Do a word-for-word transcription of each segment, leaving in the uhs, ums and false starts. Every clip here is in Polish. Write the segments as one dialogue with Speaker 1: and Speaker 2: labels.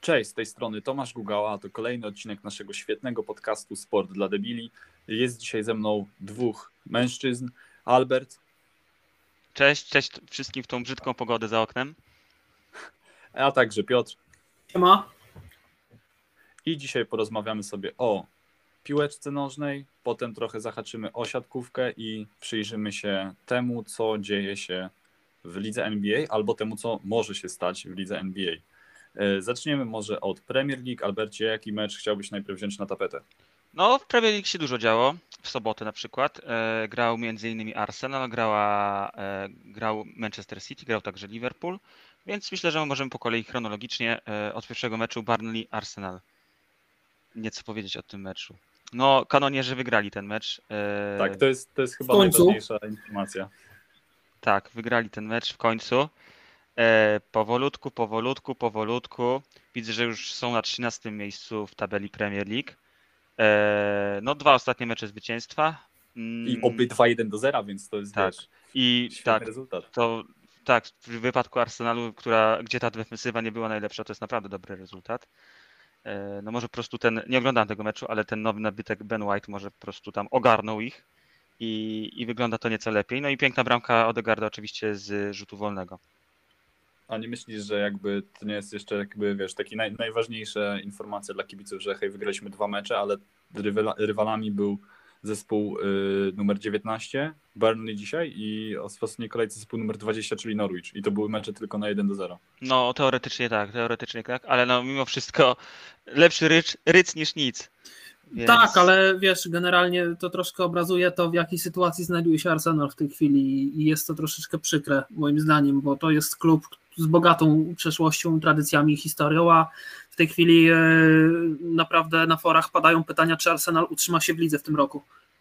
Speaker 1: Cześć, z tej strony Tomasz Gugała, a to kolejny odcinek naszego świetnego podcastu Sport dla debili. Jest dzisiaj ze mną dwóch mężczyzn, Albert.
Speaker 2: Cześć, cześć wszystkim w tą brzydką pogodę za oknem.
Speaker 1: A także Piotr.
Speaker 3: Siema.
Speaker 1: I dzisiaj porozmawiamy sobie o piłeczce nożnej, potem trochę zahaczymy o siatkówkę i przyjrzymy się temu, co dzieje się w lidze N B A albo temu, co może się stać w lidze N B A. Zaczniemy może od Premier League. Albercie, jaki mecz chciałbyś najpierw wziąć na tapetę?
Speaker 2: No, w Premier League się dużo działo. W sobotę na przykład e, grał między innymi Arsenal, grała, e, grał Manchester City, grał także Liverpool, więc myślę, że możemy po kolei chronologicznie e, od pierwszego meczu Burnley-Arsenal nieco powiedzieć o tym meczu. No, kanonierzy wygrali ten mecz. E,
Speaker 1: tak, to jest, to jest chyba najważniejsza informacja.
Speaker 2: Tak, wygrali ten mecz w końcu. E, powolutku, powolutku, powolutku. Widzę, że już są na trzynastym miejscu w tabeli Premier League. E, no dwa ostatnie mecze zwycięstwa. Mm,
Speaker 1: I obydwa jeden do zera, więc to jest
Speaker 2: tak.
Speaker 1: wiesz,
Speaker 2: I
Speaker 1: świetny
Speaker 2: tak,
Speaker 1: rezultat.
Speaker 2: To, tak, w wypadku Arsenalu, która, gdzie ta defensywa nie była najlepsza, to jest naprawdę dobry rezultat. E, no może po prostu ten, nie oglądałem tego meczu, ale ten nowy nabytek Ben White może po prostu tam ogarnął ich i, i wygląda to nieco lepiej. No i piękna bramka Odegaarda oczywiście z rzutu wolnego.
Speaker 1: A nie myślisz, że jakby to nie jest jeszcze jakby, wiesz, taki naj, najważniejsza informacja dla kibiców, że hej, wygraliśmy dwa mecze, ale rywala, rywalami był zespół y, numer dziewiętnaście, Burnley dzisiaj i w ostatniej kolejce zespół numer dwadzieścia, czyli Norwich. I to były mecze tylko na jeden do zera.
Speaker 2: No teoretycznie tak, teoretycznie tak, ale no mimo wszystko lepszy ryc, ryc niż nic.
Speaker 3: Więc... Tak, ale wiesz, generalnie to troszkę obrazuje to, w jakiej sytuacji znajduje się Arsenal w tej chwili i jest to troszeczkę przykre moim zdaniem, bo to jest klub z bogatą przeszłością, tradycjami i historią, a w tej chwili e, naprawdę na forach padają pytania, czy Arsenal utrzyma się w lidze w tym roku.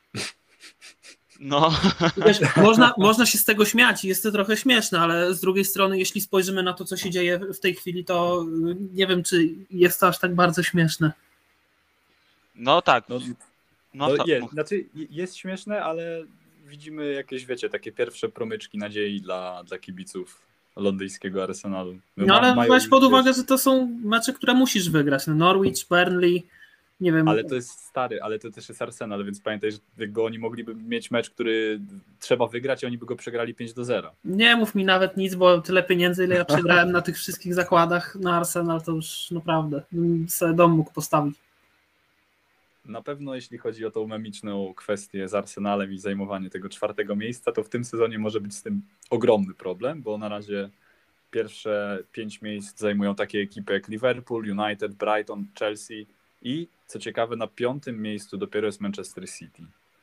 Speaker 2: No.
Speaker 3: Wiesz, można, można się z tego śmiać i jest to trochę śmieszne, ale z drugiej strony, jeśli spojrzymy na to, co się dzieje w tej chwili, to nie wiem, czy jest to aż tak bardzo śmieszne.
Speaker 2: No tak.
Speaker 1: No,
Speaker 2: no,
Speaker 1: no
Speaker 2: to...
Speaker 1: jest, znaczy jest śmieszne, ale widzimy jakieś, wiecie, takie pierwsze promyczki nadziei dla, dla kibiców londyńskiego Arsenalu.
Speaker 3: No, no ale weź pod uwagę, że to są mecze, które musisz wygrać. No, Norwich, Burnley, nie wiem.
Speaker 1: Ale to jest stary, ale to też jest Arsenal, więc pamiętaj, że jakby oni mogliby mieć mecz, który trzeba wygrać i oni by go przegrali pięć do zera.
Speaker 3: Nie mów mi nawet nic, bo tyle pieniędzy, ile ja przegrałem na tych wszystkich zakładach na Arsenal, to już naprawdę bym sobie dom mógł postawić.
Speaker 1: Na pewno jeśli chodzi o tą memiczną kwestię z Arsenalem i zajmowanie tego czwartego miejsca, to w tym sezonie może być z tym ogromny problem, bo na razie pierwsze pięć miejsc zajmują takie ekipy jak Liverpool, United, Brighton, Chelsea i co ciekawe na piątym miejscu dopiero jest Manchester City.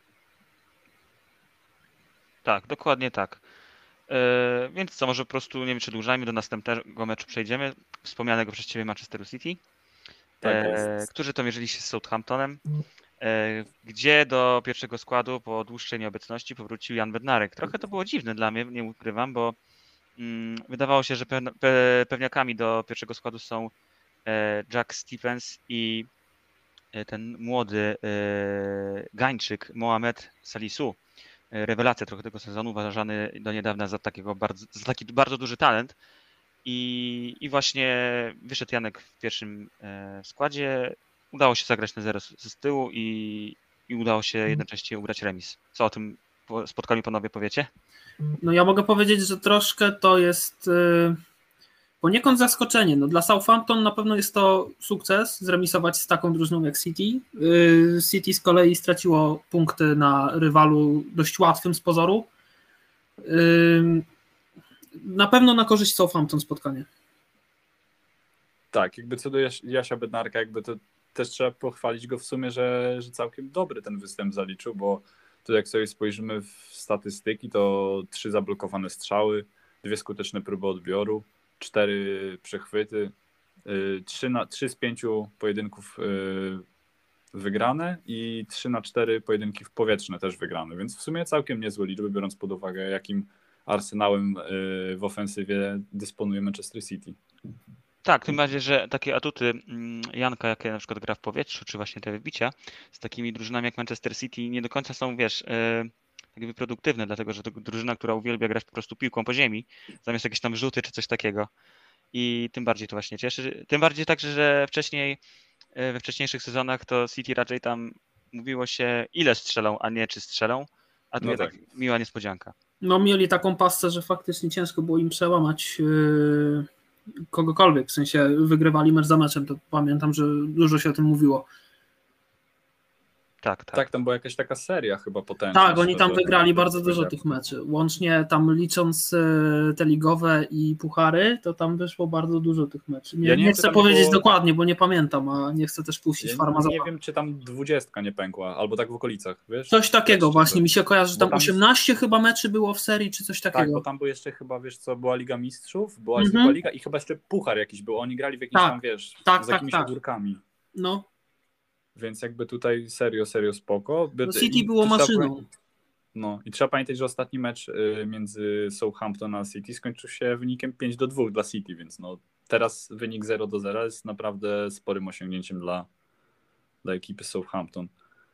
Speaker 2: Tak, dokładnie tak. Yy, więc co, może po prostu nie przedłużajmy, do następnego meczu przejdziemy, wspomnianego przez Ciebie Manchesteru City.
Speaker 1: Tak
Speaker 2: e, którzy to mierzyli się z Southamptonem, e, gdzie do pierwszego składu po dłuższej nieobecności powrócił Jan Bednarek. Trochę to było dziwne dla mnie, nie ukrywam, bo mm, wydawało się, że pe, pe, pewniakami do pierwszego składu są e, Jack Stephens i e, ten młody e, Gańczyk Mohamed Salisu. E, rewelacja trochę tego sezonu, uważany do niedawna za, takiego bardzo, za taki bardzo duży talent. I, I właśnie wyszedł Janek w pierwszym e, składzie. Udało się zagrać na zero z, z tyłu i, i udało się jednocześnie ugrać remis. Co o tym spotkaniu panowie powiecie?
Speaker 3: No ja mogę powiedzieć, że troszkę to jest y, poniekąd zaskoczenie. No dla Southampton na pewno jest to sukces zremisować z taką drużyną jak City. Y, City z kolei straciło punkty na rywalu dość łatwym z pozoru. Y, Na pewno na korzyść Southampton spotkanie.
Speaker 1: Tak, jakby co do Jas- Jasia Bednarka, jakby to też trzeba pochwalić go w sumie, że, że całkiem dobry ten występ zaliczył, bo tu jak sobie spojrzymy w statystyki, to trzy zablokowane strzały, dwie skuteczne próby odbioru, cztery przechwyty, yy, trzy, na, trzy z pięciu pojedynków yy, wygrane i trzy na cztery pojedynki powietrzne też wygrane, więc w sumie całkiem niezłe liczby, biorąc pod uwagę, jakim Arsenałem w ofensywie dysponuje Manchester City.
Speaker 2: Tak, tym bardziej, że takie atuty Janka, jakie na przykład gra w powietrzu, czy właśnie te wybicia z takimi drużynami jak Manchester City nie do końca są, wiesz, jakby produktywne, dlatego że to drużyna, która uwielbia grać po prostu piłką po ziemi, zamiast jakieś tam rzuty czy coś takiego. i tym bardziej to właśnie cieszy. Tym bardziej także, że wcześniej, we wcześniejszych sezonach to City raczej tam mówiło się ile strzelą, a nie czy strzelą, a tu
Speaker 1: No
Speaker 2: jednak
Speaker 1: tak.
Speaker 2: miła niespodzianka.
Speaker 3: No mieli taką pasę, że faktycznie ciężko było im przełamać yy, kogokolwiek, w sensie wygrywali mecz za meczem, to pamiętam, że dużo się o tym mówiło.
Speaker 2: Tak, tak.
Speaker 1: Tak, tam była jakaś taka seria chyba potężna.
Speaker 3: Tak, oni tam
Speaker 1: że-
Speaker 3: wygrali bardzo
Speaker 1: że-
Speaker 3: dużo tych meczy. Łącznie tam licząc e, te ligowe i puchary, to tam wyszło bardzo dużo tych meczy. Nie,
Speaker 1: Ja nie
Speaker 3: nie
Speaker 1: wiem, czy
Speaker 3: chcę
Speaker 1: tam nie
Speaker 3: powiedzieć
Speaker 1: było-
Speaker 3: dokładnie, bo nie pamiętam, a nie chcę też puścić
Speaker 1: Ja
Speaker 3: farma za
Speaker 1: nie wiem, czy tam dwudziestka nie pękła, albo tak w okolicach, wiesz?
Speaker 3: Coś takiego
Speaker 1: Tak
Speaker 3: właśnie,
Speaker 1: szczerze.
Speaker 3: mi się kojarzy, że
Speaker 1: Bo
Speaker 3: tam
Speaker 1: tam-
Speaker 3: osiemnaście chyba meczy było w serii, czy coś
Speaker 1: Tak,
Speaker 3: takiego.
Speaker 1: bo tam były jeszcze chyba, wiesz co, była Liga Mistrzów, była
Speaker 3: Mhm.
Speaker 1: zwykła liga i chyba jeszcze puchar jakiś był. Oni grali w jakimś
Speaker 3: Tak,
Speaker 1: tam, wiesz,
Speaker 3: tak,
Speaker 1: z
Speaker 3: tak,
Speaker 1: jakimiś
Speaker 3: tak.
Speaker 1: ogórkami.
Speaker 3: No,
Speaker 1: Więc jakby tutaj serio, serio spoko. By-
Speaker 3: no City
Speaker 1: i
Speaker 3: było
Speaker 1: trzeba
Speaker 3: maszyną.
Speaker 1: pamię- No i trzeba pamiętać, że ostatni mecz y, między Southampton a City skończył się wynikiem pięć do dwóch dla City, więc no teraz wynik zero do zera jest naprawdę sporym osiągnięciem dla, dla ekipy Southampton.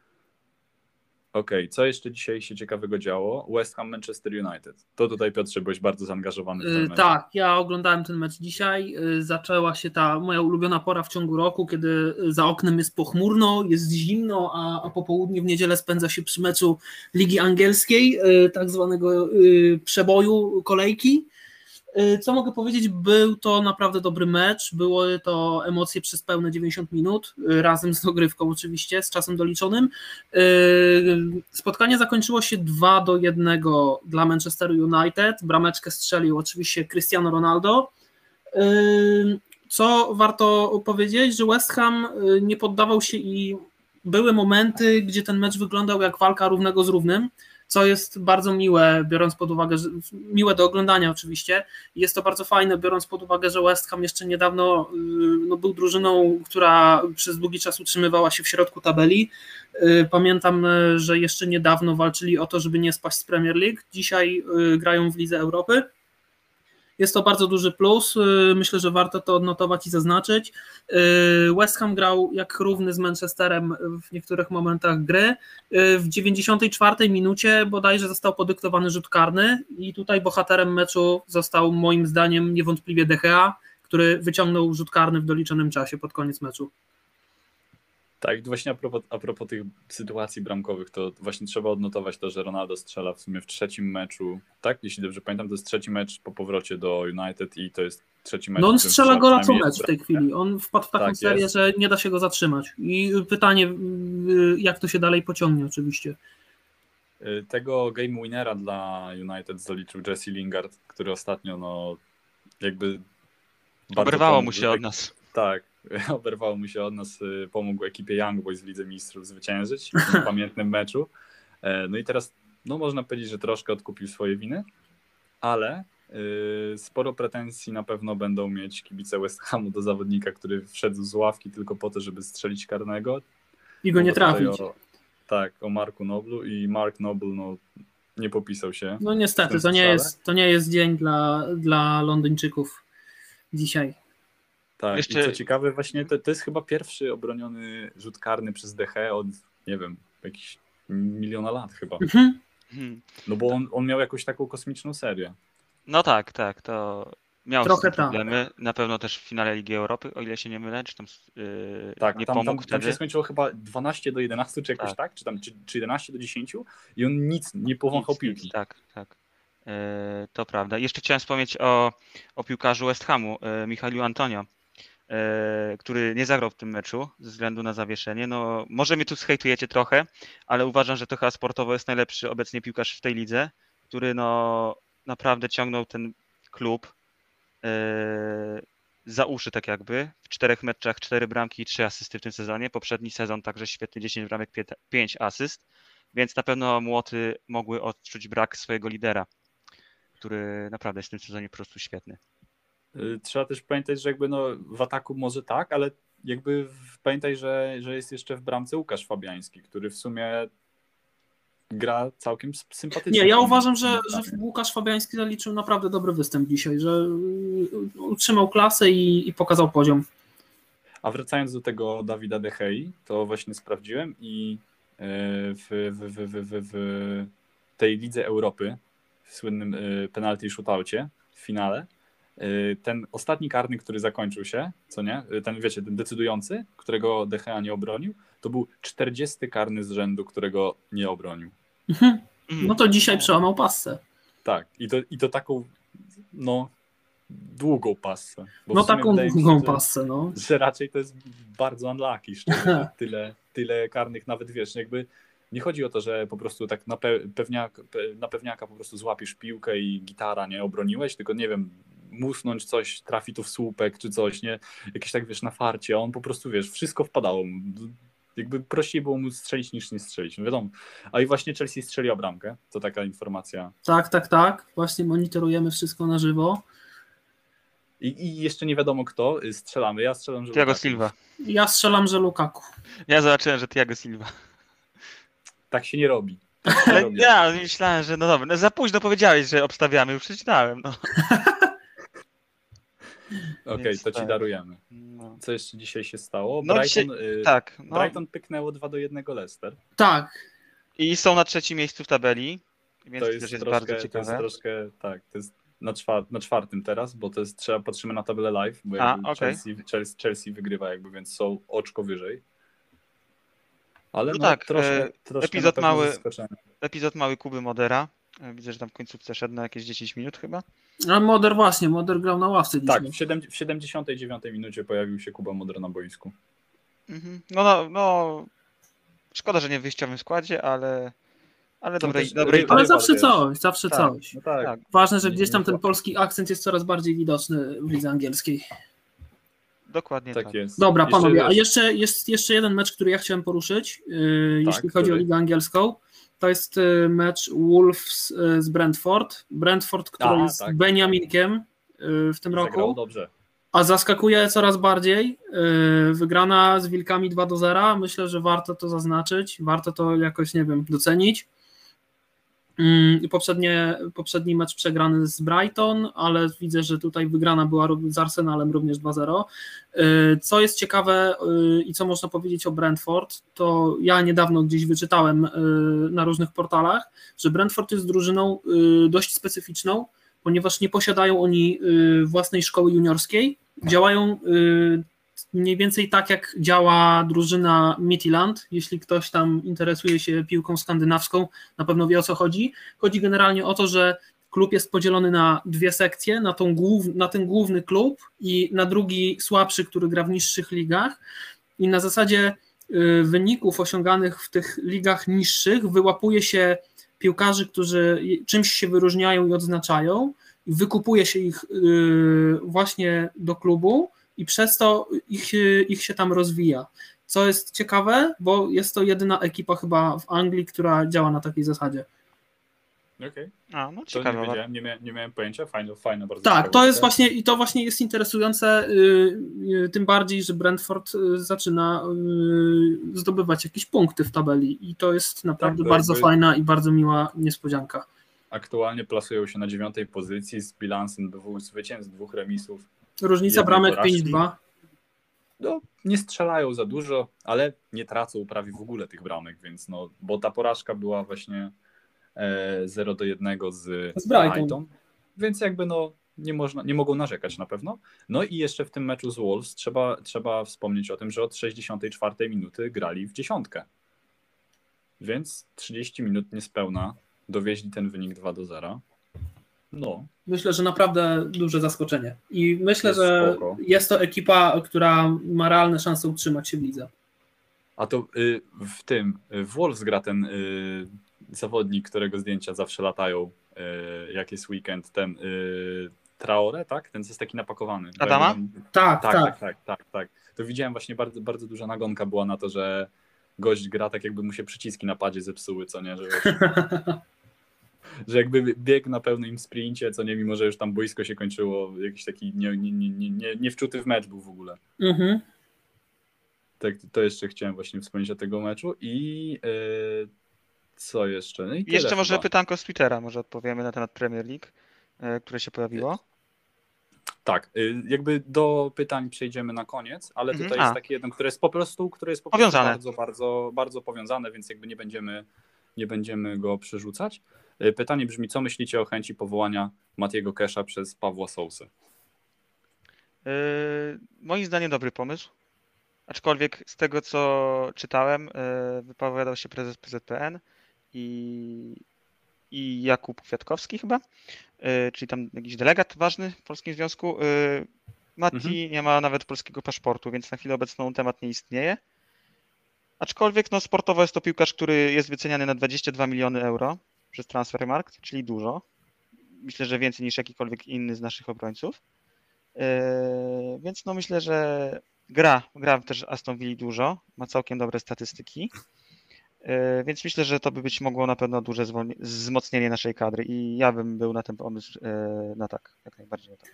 Speaker 1: Okej, co jeszcze dzisiaj się ciekawego działo? West Ham Manchester United. To tutaj, Piotrze, byłeś bardzo zaangażowany w ten
Speaker 3: Yy,
Speaker 1: mecz.
Speaker 3: Tak, ja oglądałem ten mecz dzisiaj. Yy, Zaczęła się ta moja ulubiona pora w ciągu roku, kiedy za oknem jest pochmurno, jest zimno, a, a popołudnie w niedzielę spędza się przy meczu Ligi Angielskiej, yy, tak zwanego yy, przeboju kolejki. Yy, Co mogę powiedzieć? Był to naprawdę dobry mecz. Były to emocje przez pełne dziewięćdziesiąt minut, yy, razem z dogrywką oczywiście, z czasem doliczonym. Yy, Spotkanie zakończyło się dwa do jednego dla Manchester United. Brameczkę strzelił oczywiście Cristiano Ronaldo. Yy, Co warto powiedzieć, że West Ham yy, nie poddawał się i były momenty, gdzie ten mecz wyglądał jak walka równego z równym, co jest bardzo miłe, biorąc pod uwagę, że, miłe do oglądania oczywiście. Jest to bardzo fajne, biorąc pod uwagę, że West Ham jeszcze niedawno yy, no, był drużyną, która przez długi czas utrzymywała się w środku tabeli. Yy, Pamiętam, yy, że jeszcze niedawno walczyli o to, żeby nie spaść z Premier League. Dzisiaj yy, grają w Lidze Europy. Jest to bardzo duży plus. Yy, Myślę, że warto to odnotować i zaznaczyć. Yy, West Ham grał jak równy z Manchesterem w niektórych momentach gry. Yy, W dziewięćdziesiątej czwartej minucie bodajże został podyktowany rzut karny i tutaj bohaterem meczu został moim zdaniem niewątpliwie De Gea, który wyciągnął rzut karny w doliczonym czasie pod koniec meczu.
Speaker 1: Tak, właśnie a propos, a propos tych sytuacji bramkowych, to właśnie trzeba odnotować to, że Ronaldo strzela w sumie w trzecim meczu, tak? Jeśli dobrze pamiętam, to jest trzeci mecz po powrocie do United i to jest trzeci mecz.
Speaker 3: No on
Speaker 1: w którym
Speaker 3: strzela gola co
Speaker 1: przynajmniej
Speaker 3: mecz w tej
Speaker 1: bramkę.
Speaker 3: chwili. On wpadł w taką
Speaker 1: Tak
Speaker 3: serię,
Speaker 1: jest.
Speaker 3: że nie da się go zatrzymać. I pytanie, yy, jak to się dalej pociągnie oczywiście.
Speaker 1: Y, Tego game winnera dla United zaliczył Jesse Lingard, który ostatnio no jakby bardzo
Speaker 2: Oberwało
Speaker 1: pomógł,
Speaker 2: mu się
Speaker 1: że-
Speaker 2: od nas.
Speaker 1: Tak, oberwało mu się od nas, y, pomógł ekipie Young Boys w Lidze Mistrzów zwyciężyć w tym pamiętnym meczu. E, No i teraz, no można powiedzieć, że troszkę odkupił swoje winy, ale y, sporo pretensji na pewno będą mieć kibice West Hamu do zawodnika, który wszedł z ławki tylko po to, żeby strzelić karnego.
Speaker 3: I go nie
Speaker 1: Mowa tutaj
Speaker 3: trafić.
Speaker 1: O, tak, o Marku Noblu i Mark Noble no, nie popisał się.
Speaker 3: No
Speaker 1: w
Speaker 3: niestety,
Speaker 1: tym
Speaker 3: to nie
Speaker 1: strzale.
Speaker 3: jest, to nie jest dzień dla, dla Londyńczyków dzisiaj.
Speaker 1: Tak,
Speaker 2: Jeszcze-
Speaker 1: i co ciekawe, właśnie to, to jest chyba pierwszy obroniony rzut karny przez De Gea od, nie wiem, jakichś miliona lat chyba.
Speaker 3: Mhm.
Speaker 2: Hmm.
Speaker 1: No bo on, on miał jakąś taką kosmiczną serię.
Speaker 2: No tak, tak, to miał
Speaker 3: Trochę
Speaker 2: z tym
Speaker 3: tak.
Speaker 2: problemy. Na pewno też w finale Ligi Europy, o ile się nie mylę, czy tam yy,
Speaker 1: Tak,
Speaker 2: nie
Speaker 1: tam, tam,
Speaker 2: pomógł
Speaker 1: tam
Speaker 2: wtedy.
Speaker 1: się skończyło chyba dwanaście do jedenastu, czy jakoś
Speaker 2: Tak.
Speaker 1: tak, czy tam czy, czy jedenaście do dziesięciu i on nic nie powąchał
Speaker 2: Nic,
Speaker 1: piłki.
Speaker 2: nic, tak, tak. Yy, to prawda. Jeszcze chciałem wspomnieć o, o piłkarzu West Hamu, yy, Michaliu Antonio, yy, który nie zagrał w tym meczu ze względu na zawieszenie. No, może mnie tu zhejtujecie trochę, ale uważam, że to chyba sportowo jest najlepszy obecnie piłkarz w tej lidze, który no naprawdę ciągnął ten klub yy, za uszy tak jakby. W czterech meczach cztery bramki i trzy asysty w tym sezonie. Poprzedni sezon także świetny, dziesięć bramek, pięć asyst, więc na pewno młoty mogły odczuć brak swojego lidera, który naprawdę jest w tym sezonie po prostu świetny.
Speaker 1: Y, Trzeba też pamiętać, że jakby no w ataku może tak, ale jakby w, pamiętaj, że, że jest jeszcze w bramce Łukasz Fabiański, który w sumie gra całkiem s- sympatycznie.
Speaker 3: Nie, ja
Speaker 1: tym-
Speaker 3: uważam, że,
Speaker 1: tym
Speaker 3: że Łukasz Fabiański zaliczył naprawdę dobry występ dzisiaj, że y, utrzymał klasę i, i pokazał poziom.
Speaker 1: A wracając do tego Dawida De Gei, to właśnie sprawdziłem i e, w, w, w, w, w, w tej Lidze Europy, w słynnym e, penalty shootoucie w finale, ten ostatni karny, który zakończył się, co nie, ten wiecie, ten decydujący, którego De Gea nie obronił, to był czterdziesty karny z rzędu, którego nie obronił.
Speaker 3: Mhm. No to dzisiaj przełamał passę.
Speaker 1: Tak, i to, i to taką, no, długą passę. Bo
Speaker 3: no taką długą passę, no.
Speaker 1: Że raczej to jest bardzo unlucky, szczerze, tyle, tyle karnych, nawet wiesz, jakby nie chodzi o to, że po prostu tak na, pe, pewniak, na pewniaka po prostu złapisz piłkę i gitara, nie, obroniłeś, tylko nie wiem, musnąć coś, trafi to w słupek czy coś, nie, jakieś tak wiesz, na farcie, a on po prostu wiesz, wszystko wpadało mu. Jakby prościej było mu strzelić niż nie strzelić, no wiadomo. A i właśnie Chelsea strzeliła bramkę, to taka informacja.
Speaker 3: Tak, tak, tak, właśnie monitorujemy wszystko na żywo.
Speaker 1: I, i jeszcze nie wiadomo kto, strzelamy, ja strzelam, że
Speaker 2: Thiago
Speaker 1: Lukaku.
Speaker 2: Silva.
Speaker 3: Ja strzelam, że Lukaku.
Speaker 2: Ja zobaczyłem, że Thiago Silva.
Speaker 1: Tak się nie robi. Tak się nie
Speaker 2: Ale
Speaker 1: robi.
Speaker 2: ja myślałem, że no dobra, no za późno powiedziałeś, że obstawiamy, już przeczytałem, no.
Speaker 1: Okej,
Speaker 2: Więc
Speaker 1: to ci
Speaker 2: tak.
Speaker 1: darujemy.
Speaker 2: No.
Speaker 1: Co jeszcze dzisiaj się stało?
Speaker 2: No
Speaker 1: Brighton,
Speaker 2: dzisiaj-
Speaker 1: y,
Speaker 2: Tak, no.
Speaker 1: Brighton pyknęło dwa do jednego Leicester.
Speaker 3: Tak,
Speaker 2: I są na trzecim miejscu w tabeli, więc
Speaker 1: To
Speaker 2: to
Speaker 1: jest,
Speaker 2: też jest
Speaker 1: troszkę,
Speaker 2: bardzo
Speaker 1: to jest
Speaker 2: ciekawe.
Speaker 1: troszkę, tak, to jest na, czwar- na czwartym teraz, bo to jest, trzeba, patrzymy na tabelę live, bo
Speaker 2: A,
Speaker 1: jakby
Speaker 2: okej.
Speaker 1: Chelsea, Chelsea, Chelsea wygrywa jakby, więc są oczko wyżej. Ale
Speaker 2: No
Speaker 1: no,
Speaker 2: tak,
Speaker 1: troszkę,
Speaker 2: e,
Speaker 1: troszkę
Speaker 2: epizod
Speaker 1: na pewno
Speaker 2: mały-
Speaker 1: zaskoczenie.
Speaker 2: Epizod mały Kuby Modera. E, Widzę, że tam w końcówce szedł na jakieś dziesięć minut chyba.
Speaker 3: a Moder właśnie, Moder grał na ławce dzisiaj.
Speaker 1: Tak, w, siedem, w siedemdziesiątej dziewiątej minucie pojawił się Kuba Moder na boisku.
Speaker 2: Mhm. No, no, no, szkoda, że nie w wyjściowym składzie, ale, ale dobrej,
Speaker 1: też
Speaker 2: dobrej
Speaker 1: rywal-
Speaker 3: Ale
Speaker 2: gry.
Speaker 3: zawsze
Speaker 1: wiesz.
Speaker 3: coś, zawsze
Speaker 2: Tak.
Speaker 3: coś.
Speaker 1: No tak,
Speaker 2: Tak.
Speaker 3: Ważne, że
Speaker 1: Nie-
Speaker 3: gdzieś tam
Speaker 1: nie
Speaker 3: ten
Speaker 1: kłam-
Speaker 3: polski akcent jest coraz bardziej widoczny w lidze angielskiej.
Speaker 2: Dokładnie tak.
Speaker 1: tak jest.
Speaker 3: Dobra,
Speaker 1: Jeszcze
Speaker 3: panowie, a
Speaker 1: wiesz,
Speaker 3: jeszcze jest jeszcze jeden mecz, który ja chciałem poruszyć, yy,
Speaker 1: Tak,
Speaker 3: jeśli chodzi
Speaker 1: który?
Speaker 3: o ligę angielską. To jest yy, mecz Wolves yy, z Brentford. Brentford, który
Speaker 1: Aha,
Speaker 3: jest
Speaker 1: tak.
Speaker 3: Beniaminkiem yy, w tym
Speaker 1: zagrało
Speaker 3: roku,
Speaker 1: dobrze.
Speaker 3: a zaskakuje coraz bardziej. Yy, wygrana z Wilkami dwa do zera. Myślę, że warto to zaznaczyć, warto to jakoś, nie wiem, docenić. I poprzednie, poprzedni mecz przegrany z Brighton, ale widzę, że tutaj wygrana była z Arsenalem również dwa zero. Co jest ciekawe i co można powiedzieć o Brentford, to ja niedawno gdzieś wyczytałem na różnych portalach, że Brentford jest drużyną dość specyficzną, ponieważ nie posiadają oni własnej szkoły juniorskiej, działają mniej więcej tak, jak działa drużyna Midtjylland. Jeśli ktoś tam interesuje się piłką skandynawską, na pewno wie, o co chodzi. Chodzi generalnie o to, że klub jest podzielony na dwie sekcje, na, tą głów, na ten główny klub i na drugi słabszy, który gra w niższych ligach. I na zasadzie wyników osiąganych w tych ligach niższych wyłapuje się piłkarzy, którzy czymś się wyróżniają i odznaczają, i wykupuje się ich właśnie do klubu, i przez to ich, ich się tam rozwija. Co jest ciekawe, bo jest to jedyna ekipa chyba w Anglii, która działa na takiej zasadzie.
Speaker 1: Okej,
Speaker 2: A, no
Speaker 1: to
Speaker 2: ciekawe.
Speaker 1: nie wiedziałem, nie, mia- nie miałem pojęcia, fajne, fajne bardzo.
Speaker 3: Tak,
Speaker 1: ciekawe.
Speaker 3: to jest właśnie i to właśnie jest interesujące, yy, yy, tym bardziej, że Brentford yy, zaczyna yy, zdobywać jakieś punkty w tabeli i to jest naprawdę
Speaker 1: Tak, to
Speaker 3: bardzo
Speaker 1: jakby-
Speaker 3: fajna i bardzo miła niespodzianka.
Speaker 1: Aktualnie plasują się na dziewiątej pozycji z bilansem dwóch zwycięstw, dwóch remisów.
Speaker 3: Różnica
Speaker 1: jednej
Speaker 3: bramek
Speaker 1: porażki.
Speaker 3: pięć dwa.
Speaker 1: No, nie strzelają za dużo, ale nie tracą prawie w ogóle tych bramek, więc no, bo ta porażka była właśnie e, zero do jednego z,
Speaker 3: Z Brighton.
Speaker 1: więc jakby no nie, można, nie mogą narzekać na pewno. No i jeszcze w tym meczu z Wolves trzeba, trzeba wspomnieć o tym, że od sześćdziesiątej czwartej minuty grali w dziesiątkę, więc trzydzieści minut niespełna dowieźli ten wynik dwa do zera. No,
Speaker 3: Myślę, że naprawdę duże zaskoczenie. I myślę,
Speaker 1: Jest
Speaker 3: że
Speaker 1: spoko.
Speaker 3: jest to ekipa, która ma realne szanse utrzymać się w lidze.
Speaker 1: a to y, w tym, y, w Wolves gra ten y, zawodnik, którego zdjęcia zawsze latają, y, jak jest weekend, ten y, Traore, tak? Ten co jest taki napakowany. Bo
Speaker 2: Adama?
Speaker 1: ja nie wiem-
Speaker 3: Tak,
Speaker 1: Tak,
Speaker 3: tak.
Speaker 1: tak, tak, tak, tak. To widziałem właśnie bardzo, bardzo duża nagonka była na to, że gość gra tak, jakby mu się przyciski na padzie zepsuły, co nie, że wiesz, że jakby biegł na pełnym sprincie, co nie, mimo że już tam boisko się kończyło, jakiś taki nie, nie, nie, nie, nie, nie wczuty w mecz był w ogóle.
Speaker 3: Mhm.
Speaker 1: Tak, to jeszcze chciałem właśnie wspomnieć o tego meczu i yy, co jeszcze? No i tyle
Speaker 2: Jeszcze może
Speaker 1: chyba.
Speaker 2: pytanko z Twittera, może odpowiemy na temat Premier League, e, które się pojawiło.
Speaker 1: Tak, y, jakby do pytań przejdziemy na koniec, ale
Speaker 2: Mhm,
Speaker 1: tutaj
Speaker 2: a.
Speaker 1: jest takie jedno, które jest po prostu, które jest po prostu
Speaker 2: Powiązane.
Speaker 1: bardzo, bardzo, bardzo powiązane, więc jakby nie będziemy, nie będziemy go przerzucać. Y, Pytanie brzmi, co myślicie o chęci powołania Matiego Kesha przez Pawła Sousę?
Speaker 2: Yy, moim zdaniem dobry pomysł. Aczkolwiek z tego, co czytałem, yy, wypowiadał się prezes P Z P N i, i Jakub Kwiatkowski chyba, yy, czyli tam jakiś delegat ważny w Polskim Związku. Yy, Mati
Speaker 1: Mhm.
Speaker 2: nie ma nawet polskiego paszportu, więc na chwilę obecną temat nie istnieje. Aczkolwiek no, sportowo jest to piłkarz, który jest wyceniany na dwadzieścia dwa miliony euro przez Transfermarkt, czyli dużo. Myślę, że więcej niż jakikolwiek inny z naszych obrońców. Yy, więc no myślę, że gra, gra też Aston Villa dużo, ma całkiem dobre statystyki. Yy, więc myślę, że to by być mogło na pewno duże zwolni- wzmocnienie naszej kadry i ja bym był na ten pomysł yy, na tak, jak najbardziej na tak.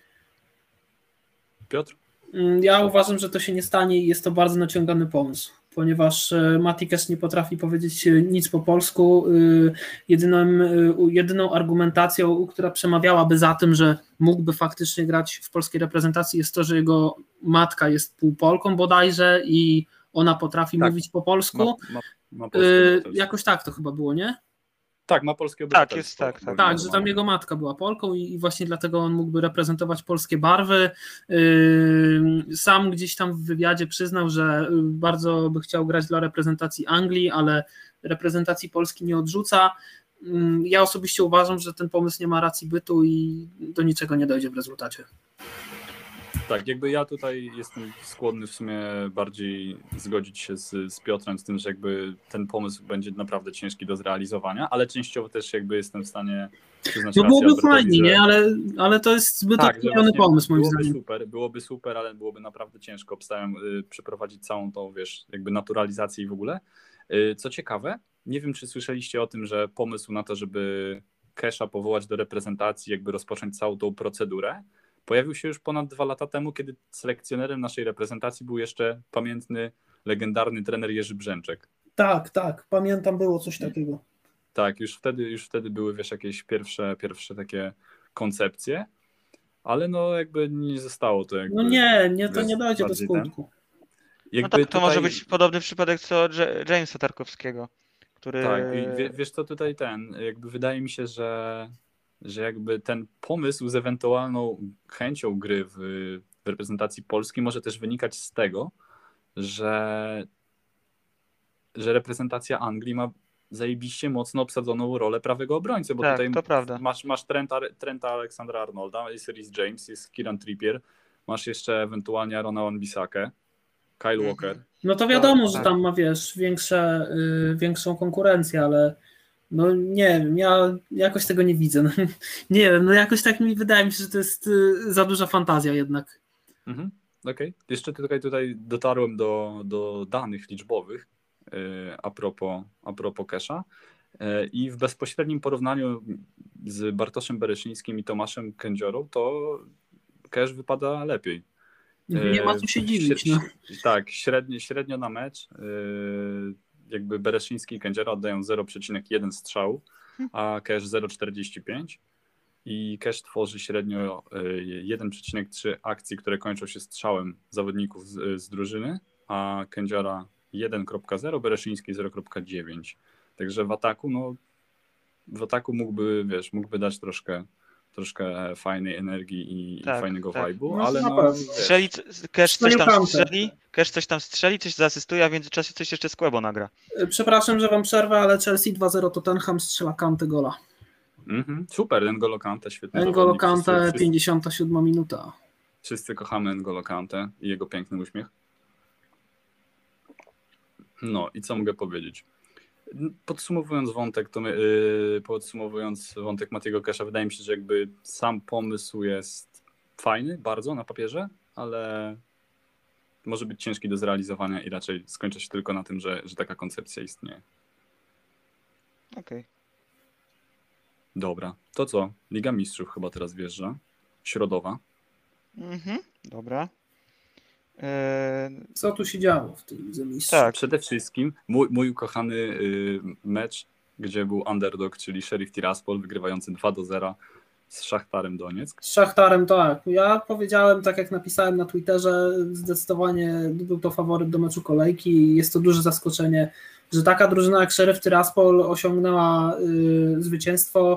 Speaker 1: Piotr?
Speaker 3: Ja uważam, że to się nie stanie i jest to bardzo naciągany pomysł, ponieważ Mati Cash nie potrafi powiedzieć nic po polsku. Jedyną, jedyną argumentacją, która przemawiałaby za tym, że mógłby faktycznie grać w polskiej reprezentacji, jest to, że jego matka jest półpolką bodajże i ona potrafi
Speaker 1: Tak.
Speaker 3: mówić po polsku.
Speaker 1: Ma, ma, ma polskie
Speaker 3: Yy,
Speaker 1: obywatelstwo.
Speaker 3: jakoś tak to chyba było, nie?
Speaker 1: Tak, ma polskie
Speaker 2: Tak,
Speaker 1: obywatelstwo.
Speaker 2: jest, tak, tak.
Speaker 3: Tak, że tam jego matka była Polką i, i właśnie dlatego on mógłby reprezentować polskie barwy. Yy, sam gdzieś tam w wywiadzie przyznał, że bardzo by chciał grać dla reprezentacji Anglii, ale reprezentacji Polski nie odrzuca. Yy, ja osobiście uważam, że ten pomysł nie ma racji bytu i do niczego nie dojdzie w rezultacie.
Speaker 1: Tak, jakby ja tutaj jestem skłonny w sumie bardziej zgodzić się z, z Piotrem z tym, że jakby ten pomysł będzie naprawdę ciężki do zrealizowania, ale częściowo też jakby jestem w stanie przyznać
Speaker 3: No
Speaker 1: rację
Speaker 3: byłoby
Speaker 1: Albertowi,
Speaker 3: fajnie,
Speaker 1: że...
Speaker 3: nie? Ale, ale to jest zbyt
Speaker 1: Tak, że
Speaker 3: odklejony
Speaker 1: właśnie
Speaker 3: pomysł moim
Speaker 1: byłoby
Speaker 3: zdaniem.
Speaker 1: super, byłoby super, ale byłoby naprawdę ciężko. Obstawiam y, przeprowadzić całą tą, wiesz, jakby naturalizację i w ogóle. Y, co ciekawe, nie wiem, czy słyszeliście o tym, że pomysł na to, żeby Casha powołać do reprezentacji, jakby rozpocząć całą tą procedurę, pojawił się już ponad dwa lata temu, kiedy selekcjonerem naszej reprezentacji był jeszcze pamiętny, legendarny trener Jerzy Brzęczek.
Speaker 3: Tak, tak, pamiętam, było coś takiego.
Speaker 1: Tak, już wtedy, już wtedy były, wiesz, jakieś pierwsze, pierwsze takie koncepcje, ale no jakby nie zostało to jakby...
Speaker 3: No nie, nie, to
Speaker 1: wiesz,
Speaker 3: nie dojdzie do
Speaker 1: bardziej ten.
Speaker 3: skutku.
Speaker 1: Jakby
Speaker 2: No tak, to
Speaker 1: tutaj...
Speaker 2: może być podobny przypadek co J- Jamesa Tarkowskiego, który...
Speaker 1: Tak, i wie, wiesz co tutaj ten, jakby wydaje mi się, że, że jakby ten pomysł z ewentualną chęcią gry w, w reprezentacji Polski może też wynikać z tego, że, że reprezentacja Anglii ma zajebiście mocno obsadzoną rolę prawego obrońcy, bo
Speaker 2: Tak,
Speaker 1: tutaj
Speaker 2: to prawda.
Speaker 1: masz, masz Trenta, Trenta Aleksandra-Arnolda, jest Reece James, jest Kieran Trippier, masz jeszcze ewentualnie Arona Wan-Bissakę, Kyle
Speaker 2: Mhm.
Speaker 1: Walker.
Speaker 3: No to wiadomo,
Speaker 2: Tak,
Speaker 3: że
Speaker 2: tak.
Speaker 3: tam ma, wiesz, większe, y, większą konkurencję, ale no nie wiem, ja jakoś tego nie widzę. No, nie wiem, no jakoś tak mi wydaje mi się, że to jest y, za duża fantazja jednak.
Speaker 1: Mhm. Okej. Okay. Jeszcze tutaj, tutaj dotarłem do, do danych liczbowych yy, a propos, a propos Casha yy, i w bezpośrednim porównaniu z Bartoszem Bereszyńskim i Tomaszem Kędziorą to Cash wypada lepiej.
Speaker 3: Nie ma co się dziwić. No.
Speaker 1: Tak, średnio, średnio na mecz yy, jakby Bereszyński i Kędziora oddają zero przecinek jeden strzału, a Cash zero przecinek czterdzieści pięć i Cash tworzy średnio jeden przecinek trzy akcji, które kończą się strzałem zawodników z, z drużyny, a Kędziora jeden przecinek zero, Bereszyński zero przecinek dziewięć. Także w ataku, no w ataku mógłby, wiesz, mógłby dać troszkę troszkę fajnej energii i,
Speaker 2: Tak,
Speaker 1: i fajnego
Speaker 2: tak.
Speaker 1: vibe'u,
Speaker 3: No
Speaker 1: ale
Speaker 3: na
Speaker 1: no,
Speaker 3: pewno.
Speaker 1: wiesz,
Speaker 2: Strzeli, Cash coś tam
Speaker 3: Kantę.
Speaker 2: strzeli, Cash coś tam strzeli, coś zaasystuje, a w międzyczasie coś jeszcze z Kłebo nagra.
Speaker 3: Przepraszam, że wam przerwę, ale Chelsea dwa zero Tottenham strzela Kantę gola.
Speaker 1: mhm, super, N'Golo Kante, świetny
Speaker 3: N'Golo
Speaker 1: zawodnik.
Speaker 3: Kante,
Speaker 1: Wszyscy,
Speaker 3: pięćdziesiąta siódma minuta.
Speaker 1: wszyscy kochamy N'Golo Kante i jego piękny uśmiech. No i co mogę powiedzieć? Podsumowując wątek, to my, yy, podsumowując wątek Matiego Casha, wydaje mi się, że jakby sam pomysł jest fajny, bardzo na papierze, ale może być ciężki do zrealizowania i raczej skończy się tylko na tym, że, że taka koncepcja istnieje.
Speaker 2: Okej. Okay.
Speaker 1: Dobra, to co? Liga Mistrzów chyba teraz wjeżdża. Środowa.
Speaker 2: Mhm, dobra. Eee,
Speaker 3: Co tu się działo w tym zamistrzu?
Speaker 2: tak.
Speaker 1: Przede wszystkim mój, mój ukochany y, mecz, gdzie był underdog, czyli Sheriff Tiraspol wygrywający dwa do zera z Szachtarem Donieck.
Speaker 3: Z Szachtarem tak. Ja powiedziałem, tak jak napisałem na Twitterze, zdecydowanie był to faworyt do meczu kolejki i jest to duże zaskoczenie, że taka drużyna jak Sheriff Tiraspol osiągnęła y, zwycięstwo.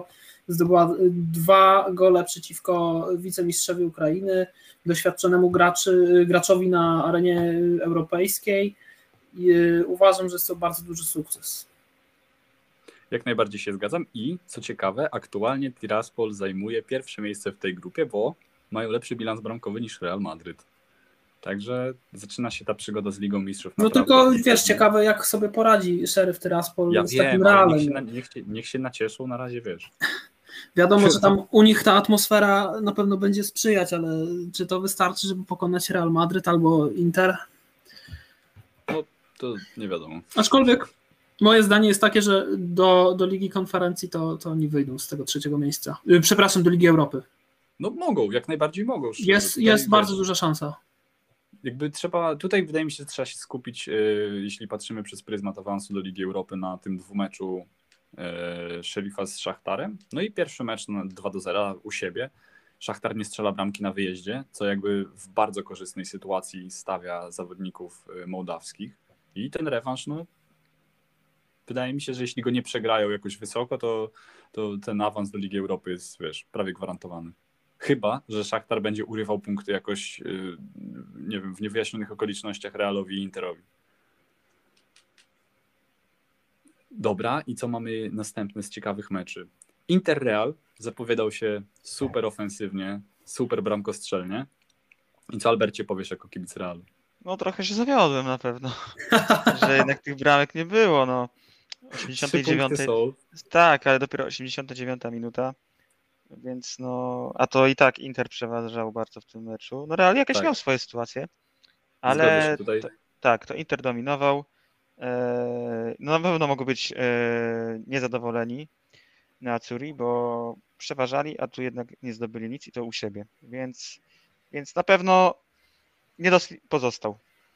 Speaker 3: zdobyła dwa gole przeciwko wicemistrzowi Ukrainy, doświadczonemu graczy, graczowi na arenie europejskiej. I uważam, że jest to bardzo duży sukces.
Speaker 1: Jak najbardziej się zgadzam i co ciekawe, aktualnie Tiraspol zajmuje pierwsze miejsce w tej grupie, bo mają lepszy bilans bramkowy niż Real Madryt. Także zaczyna się ta przygoda z Ligą Mistrzów.
Speaker 3: No
Speaker 1: naprawdę.
Speaker 3: tylko wiesz, ciekawe jak sobie poradzi Sheriff Tiraspol
Speaker 1: Ja
Speaker 3: z
Speaker 1: wiem,
Speaker 3: takim
Speaker 1: ale
Speaker 3: Realem.
Speaker 1: niech się, na, niech, się, niech się nacieszą na razie, wiesz.
Speaker 3: Wiadomo, że tam u nich ta atmosfera na pewno będzie sprzyjać, ale czy to wystarczy, żeby pokonać Real Madryt albo Inter?
Speaker 1: No to nie wiadomo.
Speaker 3: Aczkolwiek moje zdanie jest takie, że do, do Ligi Konferencji to, to oni wyjdą z tego trzeciego miejsca. Yy, przepraszam, do Ligi Europy.
Speaker 1: No mogą, jak najbardziej mogą. Szczerze.
Speaker 3: Jest,
Speaker 1: Tutaj,
Speaker 3: jest
Speaker 1: wiesz,
Speaker 3: bardzo duża szansa.
Speaker 1: Jakby trzeba, tutaj wydaje mi się, że trzeba się skupić, yy, jeśli patrzymy przez pryzmat awansu do Ligi Europy, na tym dwumeczu yy, Sheriffa z Szachtarem. No i pierwszy mecz na dwa do zera u siebie. Szachtar nie strzela bramki na wyjeździe, co jakby w bardzo korzystnej sytuacji stawia zawodników yy, mołdawskich. I ten rewanż, no wydaje mi się, że jeśli go nie przegrają jakoś wysoko, to, to ten awans do Ligi Europy jest, wiesz, prawie gwarantowany. Chyba że Szachtar będzie urywał punkty jakoś, yy, nie wiem, w niewyjaśnionych okolicznościach Realowi i Interowi. Dobra, i co mamy następne z ciekawych meczy? Inter-Real zapowiadał się super ofensywnie, super bramkostrzelnie. I co, Albercie, powiesz jako kibic Realu?
Speaker 2: No trochę się zawiodłem na pewno, że jednak tych bramek nie było, no. osiemdziesiąta dziewiąta
Speaker 1: Trzy punkty są.
Speaker 2: Tak, ale dopiero osiemdziesiąta dziewiąta minuta, więc no, a to i tak Inter przeważał bardzo w tym meczu. No Real jakaś
Speaker 1: Tak.
Speaker 2: miał swoje sytuacje,
Speaker 1: Zgodzę
Speaker 2: ale
Speaker 1: się tutaj.
Speaker 2: to, tak, to Inter dominował. Eee, No na pewno mogą być eee, niezadowoleni na Azzurri, bo przeważali, a tu jednak nie zdobyli nic i to u siebie, więc, więc na pewno nie dos- pozostał.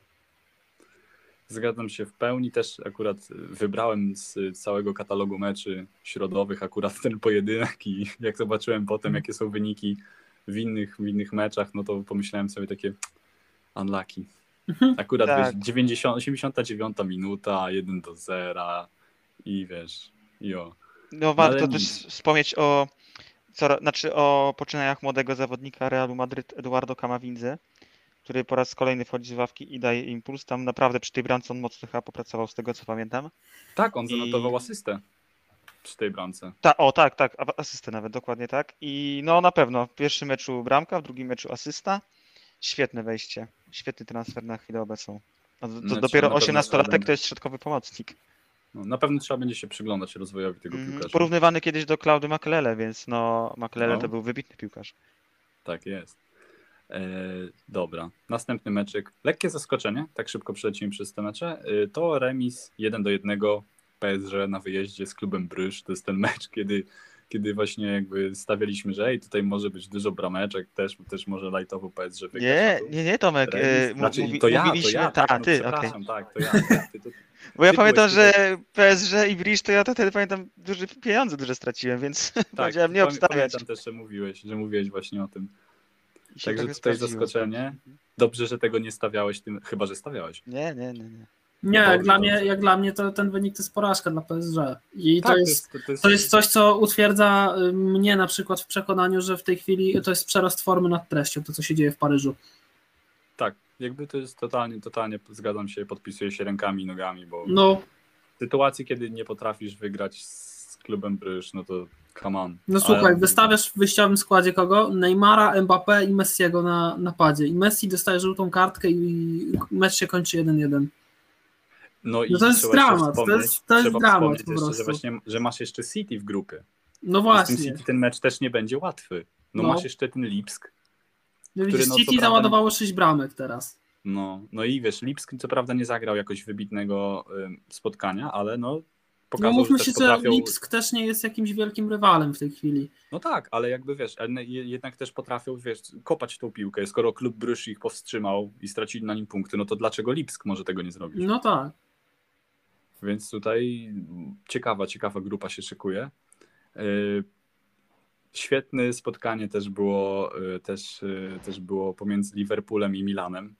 Speaker 1: Zgadzam się w pełni. Też akurat wybrałem z całego katalogu meczy środowych akurat ten pojedynek i jak zobaczyłem potem, jakie są wyniki w innych, w innych meczach, no to pomyślałem sobie takie unlucky. Akurat
Speaker 2: Tak.
Speaker 1: wiesz, dziewięćdziesiąta, osiemdziesiąta dziewiąta minuta, jeden do zera i wiesz, jo.
Speaker 2: No warto
Speaker 1: ale
Speaker 2: też
Speaker 1: nic.
Speaker 2: wspomnieć o, co, znaczy o poczynaniach młodego zawodnika Realu Madryt Eduardo Camavinga, który po raz kolejny wchodzi z ławki i daje impuls. Tam naprawdę przy tej bramce on mocno chyba popracował, z tego co pamiętam.
Speaker 1: Tak, on
Speaker 2: I-
Speaker 1: zanotował asystę przy tej bramce.
Speaker 2: Ta, o tak, tak, a- asystę nawet, dokładnie tak. I no na pewno w pierwszym meczu bramka, w drugim meczu asysta. Świetne wejście, świetny transfer na chwilę obecną. A to, to
Speaker 1: Znaczy,
Speaker 2: dopiero
Speaker 1: na pewno
Speaker 2: osiemnastolatek
Speaker 1: trzeba
Speaker 2: to jest środkowy pomocnik.
Speaker 1: No, na pewno trzeba będzie się przyglądać rozwojowi tego
Speaker 2: Mhm.
Speaker 1: piłkarza.
Speaker 2: Porównywany kiedyś do Claudy Makelele, więc no Makelele
Speaker 1: No.
Speaker 2: to był wybitny piłkarz.
Speaker 1: Tak jest. E, dobra, następny meczyk. Lekkie zaskoczenie, tak szybko przelecimy przez te mecze. E, to remis jeden do jednego P S G na wyjeździe z klubem Bruges. To jest ten mecz, kiedy, kiedy właśnie jakby stawialiśmy, że ej, tutaj może być dużo brameczek, też, też może lajtowo P S G wygrać.
Speaker 2: Nie,
Speaker 1: No to
Speaker 2: nie, nie Tomek,
Speaker 1: remis.
Speaker 2: e, mu-
Speaker 1: Znaczy,
Speaker 2: mówi-
Speaker 1: to ja, to
Speaker 2: mówiliśmy,
Speaker 1: ja,
Speaker 2: ta,
Speaker 1: tak, no,
Speaker 2: ty, okej.
Speaker 1: przepraszam, tak, to ja. ja ty, to,
Speaker 2: Bo ja
Speaker 1: ty
Speaker 2: pamiętam,
Speaker 1: byłeś tutaj-
Speaker 2: że P S G i Bruges to ja to wtedy pamiętam duże pieniądze duże straciłem, więc
Speaker 1: tak,
Speaker 2: powiedziałem nie
Speaker 1: pamię-
Speaker 2: obstawiać.
Speaker 1: Pamiętam też, że mówiłeś, że mówiłeś właśnie o tym.
Speaker 2: I się
Speaker 1: Także
Speaker 2: trochę
Speaker 1: tutaj
Speaker 2: sprawdziło.
Speaker 1: zaskoczenie. Dobrze, że tego nie stawiałeś, tym, chyba że stawiałeś.
Speaker 2: Nie, nie, nie, nie.
Speaker 3: Nie, jak
Speaker 1: Dobrze,
Speaker 3: dla, mnie,
Speaker 1: dobrze.
Speaker 3: jak dla mnie to ten wynik to jest porażka dla P S G. I
Speaker 1: Tak,
Speaker 3: to, jest,
Speaker 1: to, to jest,
Speaker 3: to jest coś, co utwierdza y, mnie na przykład w przekonaniu, że w tej chwili to jest przerost formy nad treścią, to co się dzieje w Paryżu.
Speaker 1: Tak, jakby to jest totalnie, totalnie zgadzam się, podpisuję się rękami i nogami, bo
Speaker 3: No,
Speaker 1: w sytuacji, kiedy nie potrafisz wygrać z klubem Bruges, no to come on.
Speaker 3: no słuchaj,
Speaker 1: Ale-
Speaker 3: wystawiasz w wyjściowym składzie kogo? Neymara, Mbappé i Messiego na napadzie. I Messi dostaje żółtą kartkę i mecz się kończy jeden jeden.
Speaker 1: No, i
Speaker 3: No to jest
Speaker 1: trzeba jeszcze
Speaker 3: dramat, to
Speaker 1: wspomnieć-
Speaker 3: jest- to jest
Speaker 1: trzeba
Speaker 3: dramat
Speaker 1: wspomnieć
Speaker 3: po
Speaker 1: jeszcze,
Speaker 3: prostu.
Speaker 1: że właśnie, że masz jeszcze City w grupie.
Speaker 3: No
Speaker 1: I z tym
Speaker 3: właśnie.
Speaker 1: City ten mecz też nie będzie łatwy. No,
Speaker 3: No.
Speaker 1: masz jeszcze ten Lipsk.
Speaker 3: No
Speaker 1: który,
Speaker 3: widzisz,
Speaker 1: no, co
Speaker 3: City
Speaker 1: prawda-
Speaker 3: załadowało sześć bramek teraz.
Speaker 1: No, no i wiesz, Lipsk co prawda nie zagrał jakoś wybitnego ym, spotkania, ale no
Speaker 3: No
Speaker 1: pokazał,
Speaker 3: mówmy
Speaker 1: że
Speaker 3: się,
Speaker 1: też
Speaker 3: że
Speaker 1: potrafią...
Speaker 3: Lipsk też nie jest jakimś wielkim rywalem w tej chwili.
Speaker 1: No tak, ale jakby wiesz, ale je- jednak też potrafią, wiesz, kopać tą piłkę. Skoro klub Bruges ich powstrzymał i stracili na nim punkty, no to dlaczego Lipsk może tego nie zrobić?
Speaker 3: No tak.
Speaker 1: Więc tutaj ciekawa, ciekawa grupa się szykuje. Yy, Świetne spotkanie też było, yy, też, yy, też było pomiędzy Liverpoolem i Milanem.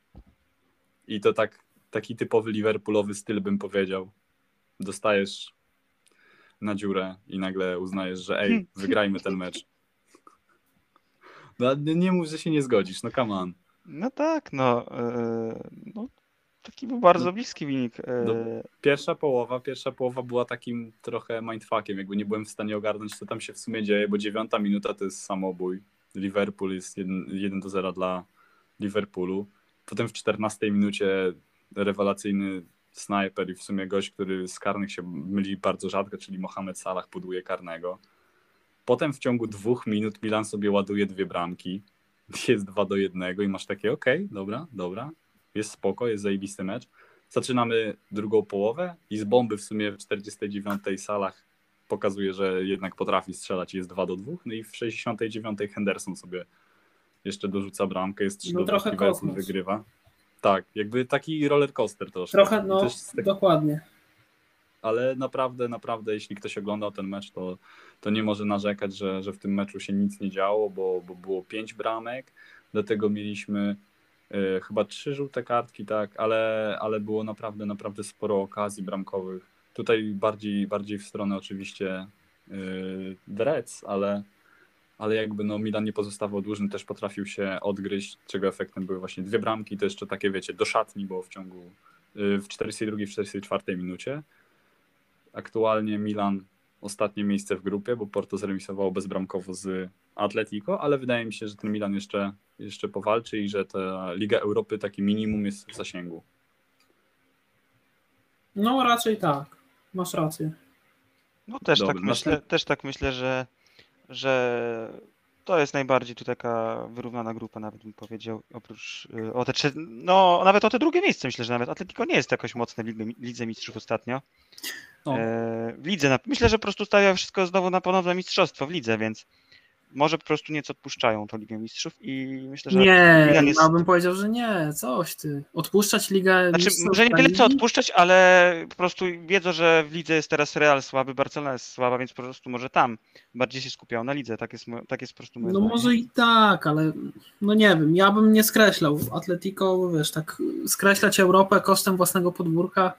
Speaker 1: I to tak, taki typowy liverpoolowy styl bym powiedział. Dostajesz na dziurę i nagle uznajesz, że ej, wygrajmy ten mecz. No nie mów, że się nie zgodzisz, no come on.
Speaker 2: No tak, no, yy, no taki był bardzo
Speaker 1: No,
Speaker 2: bliski wynik. Yy.
Speaker 1: No, pierwsza połowa, pierwsza połowa była takim trochę mindfuckiem, jakby nie byłem w stanie ogarnąć, co tam się w sumie dzieje, bo dziewiąta minuta to jest samobój. Liverpool jest jeden do zera dla Liverpoolu. Potem w czternastej minucie rewelacyjny snajper i w sumie gość, który z karnych się myli bardzo rzadko, czyli Mohamed Salah buduje karnego. Potem w ciągu dwóch minut Milan sobie ładuje dwie bramki. Jest dwa do jednego i masz takie okej, okay, dobra, dobra, jest spoko, jest zajebisty mecz. Zaczynamy drugą połowę i z bomby w sumie w czterdziestej dziewiątej Salah pokazuje, że jednak potrafi strzelać i jest dwa do dwóch. No i w sześćdziesiątej dziewiątej Henderson sobie jeszcze dorzuca bramkę, jest trzy
Speaker 3: No
Speaker 1: do
Speaker 3: trochę
Speaker 1: dwóch, Liverpool
Speaker 3: kosmos.
Speaker 1: wygrywa. Tak, jakby taki roller coaster troszkę.
Speaker 3: Trochę,
Speaker 1: I
Speaker 3: no,
Speaker 1: też tak,
Speaker 3: dokładnie.
Speaker 1: ale naprawdę, naprawdę, jeśli ktoś oglądał ten mecz, to, to nie może narzekać, że, że w tym meczu się nic nie działo, bo, bo było pięć bramek, do tego mieliśmy y, chyba trzy żółte kartki, tak, ale, ale było naprawdę, naprawdę sporo okazji bramkowych. Tutaj bardziej, bardziej w stronę oczywiście y, Reds, ale, ale jakby no Milan nie pozostawał dłużny, też potrafił się odgryźć, czego efektem były właśnie dwie bramki, to jeszcze takie, wiecie, do szatni było w ciągu, y, w czterdziestej drugiej, w czterdziestej czwartej minucie. Aktualnie Milan ostatnie miejsce w grupie, bo Porto zremisowało bezbramkowo z Atletico, ale wydaje mi się, że ten Milan jeszcze, jeszcze powalczy i że ta Liga Europy taki minimum jest w zasięgu.
Speaker 3: No raczej tak, masz rację.
Speaker 2: No też
Speaker 1: Dobra,
Speaker 2: tak myślę,
Speaker 1: następ-
Speaker 2: też tak myślę, że, że to jest najbardziej tu taka wyrównana grupa, nawet bym powiedział, oprócz y, o te trzy, no nawet o te drugie miejsce myślę, że nawet Atletico nie jest jakoś mocne w Lidze, Lidze Mistrzów ostatnio.
Speaker 1: No.
Speaker 2: E, w lidze, na, myślę, że po prostu stawia wszystko znowu na ponowne mistrzostwo w lidze, więc może po prostu nieco odpuszczają tą Ligę Mistrzów i myślę, że
Speaker 3: Nie,
Speaker 2: Milan jest...
Speaker 3: ja bym powiedział, że nie, coś ty. Odpuszczać Ligę
Speaker 2: Znaczy,
Speaker 3: Mistrzów
Speaker 2: może nie tyle co
Speaker 3: Premii?
Speaker 2: odpuszczać, ale po prostu wiedzą, że w lidze jest teraz Real słaby, Barcelona jest słaba, więc po prostu może tam bardziej się skupiają na lidze. Tak jest, mo- tak jest po prostu moje
Speaker 3: No
Speaker 2: zdanie.
Speaker 3: może i tak, ale no nie wiem, ja bym nie skreślał Atletico, wiesz, tak skreślać Europę kosztem własnego podwórka.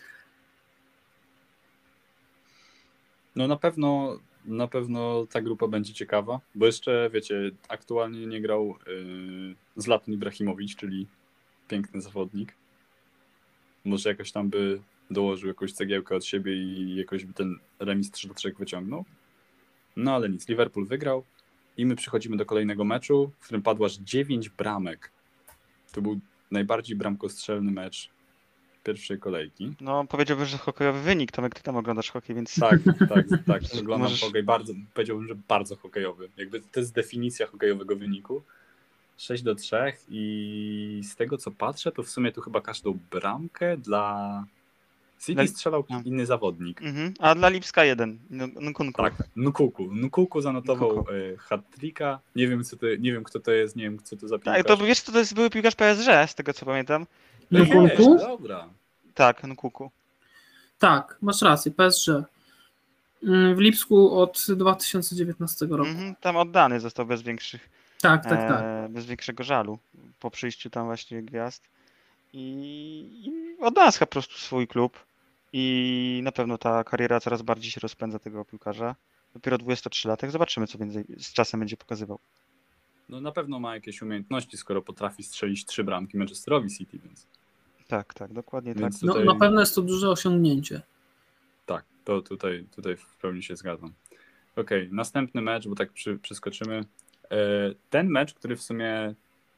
Speaker 1: No na pewno, na pewno ta grupa będzie ciekawa, bo jeszcze, wiecie, aktualnie nie grał yy, Zlatan Ibrahimowicz, czyli piękny zawodnik. Może jakoś tam by dołożył jakąś cegiełkę od siebie i jakoś by ten remis trzy do trzech wyciągnął. No ale nic, Liverpool wygrał i my przechodzimy do kolejnego meczu, w którym padło aż dziewięć bramek. To był najbardziej bramkostrzelny mecz pierwszej kolejki.
Speaker 2: No powiedziałbym, że hokejowy wynik, Tomek, ty tam oglądasz hokej, więc
Speaker 1: Tak, tak, tak. Oglądam
Speaker 2: Możesz-
Speaker 1: hokej bardzo, powiedziałbym, że bardzo hokejowy. Jakby to jest definicja hokejowego wyniku. sześć do trzech i z tego co patrzę, to w sumie tu chyba każdą bramkę dla City
Speaker 2: Dla-
Speaker 1: strzelał
Speaker 2: no.
Speaker 1: inny zawodnik.
Speaker 2: Mhm. A dla Lipska jeden, Nkunku.
Speaker 1: Tak, Nkuku. Nkuku zanotował
Speaker 2: Nkuku.
Speaker 1: e, hat-tricka. Nie wiem, co to, nie wiem, kto to jest, nie wiem, co to za piłkarz.
Speaker 2: Tak, to wiesz, co to jest były piłkarz P S G, z tego co pamiętam.
Speaker 1: No
Speaker 3: Nkunku?
Speaker 1: jest, dobra.
Speaker 2: Tak, Nkuku.
Speaker 3: Tak, masz rację, P S G. Mm, W Lipsku od dwa tysiące dziewiętnastego roku.
Speaker 2: Mhm. Tam oddany został bez większych
Speaker 3: Tak, tak, tak.
Speaker 2: e, bez większego żalu po przyjściu tam właśnie gwiazd. I, i odnalazł po prostu swój klub i na pewno ta kariera coraz bardziej się rozpędza tego piłkarza. Dopiero dwudziestotrzylatek, zobaczymy co więcej z czasem będzie pokazywał.
Speaker 1: No na pewno ma jakieś umiejętności, skoro potrafi strzelić trzy bramki Manchesterowi City, więc
Speaker 2: Tak, tak, dokładnie
Speaker 1: Więc
Speaker 2: tak.
Speaker 3: No,
Speaker 1: tutaj-
Speaker 3: na pewno jest to duże osiągnięcie.
Speaker 1: tak, to tutaj, tutaj w pełni się zgadzam. Okej, następny mecz, bo tak przy, przeskoczymy. E, Ten mecz, który w sumie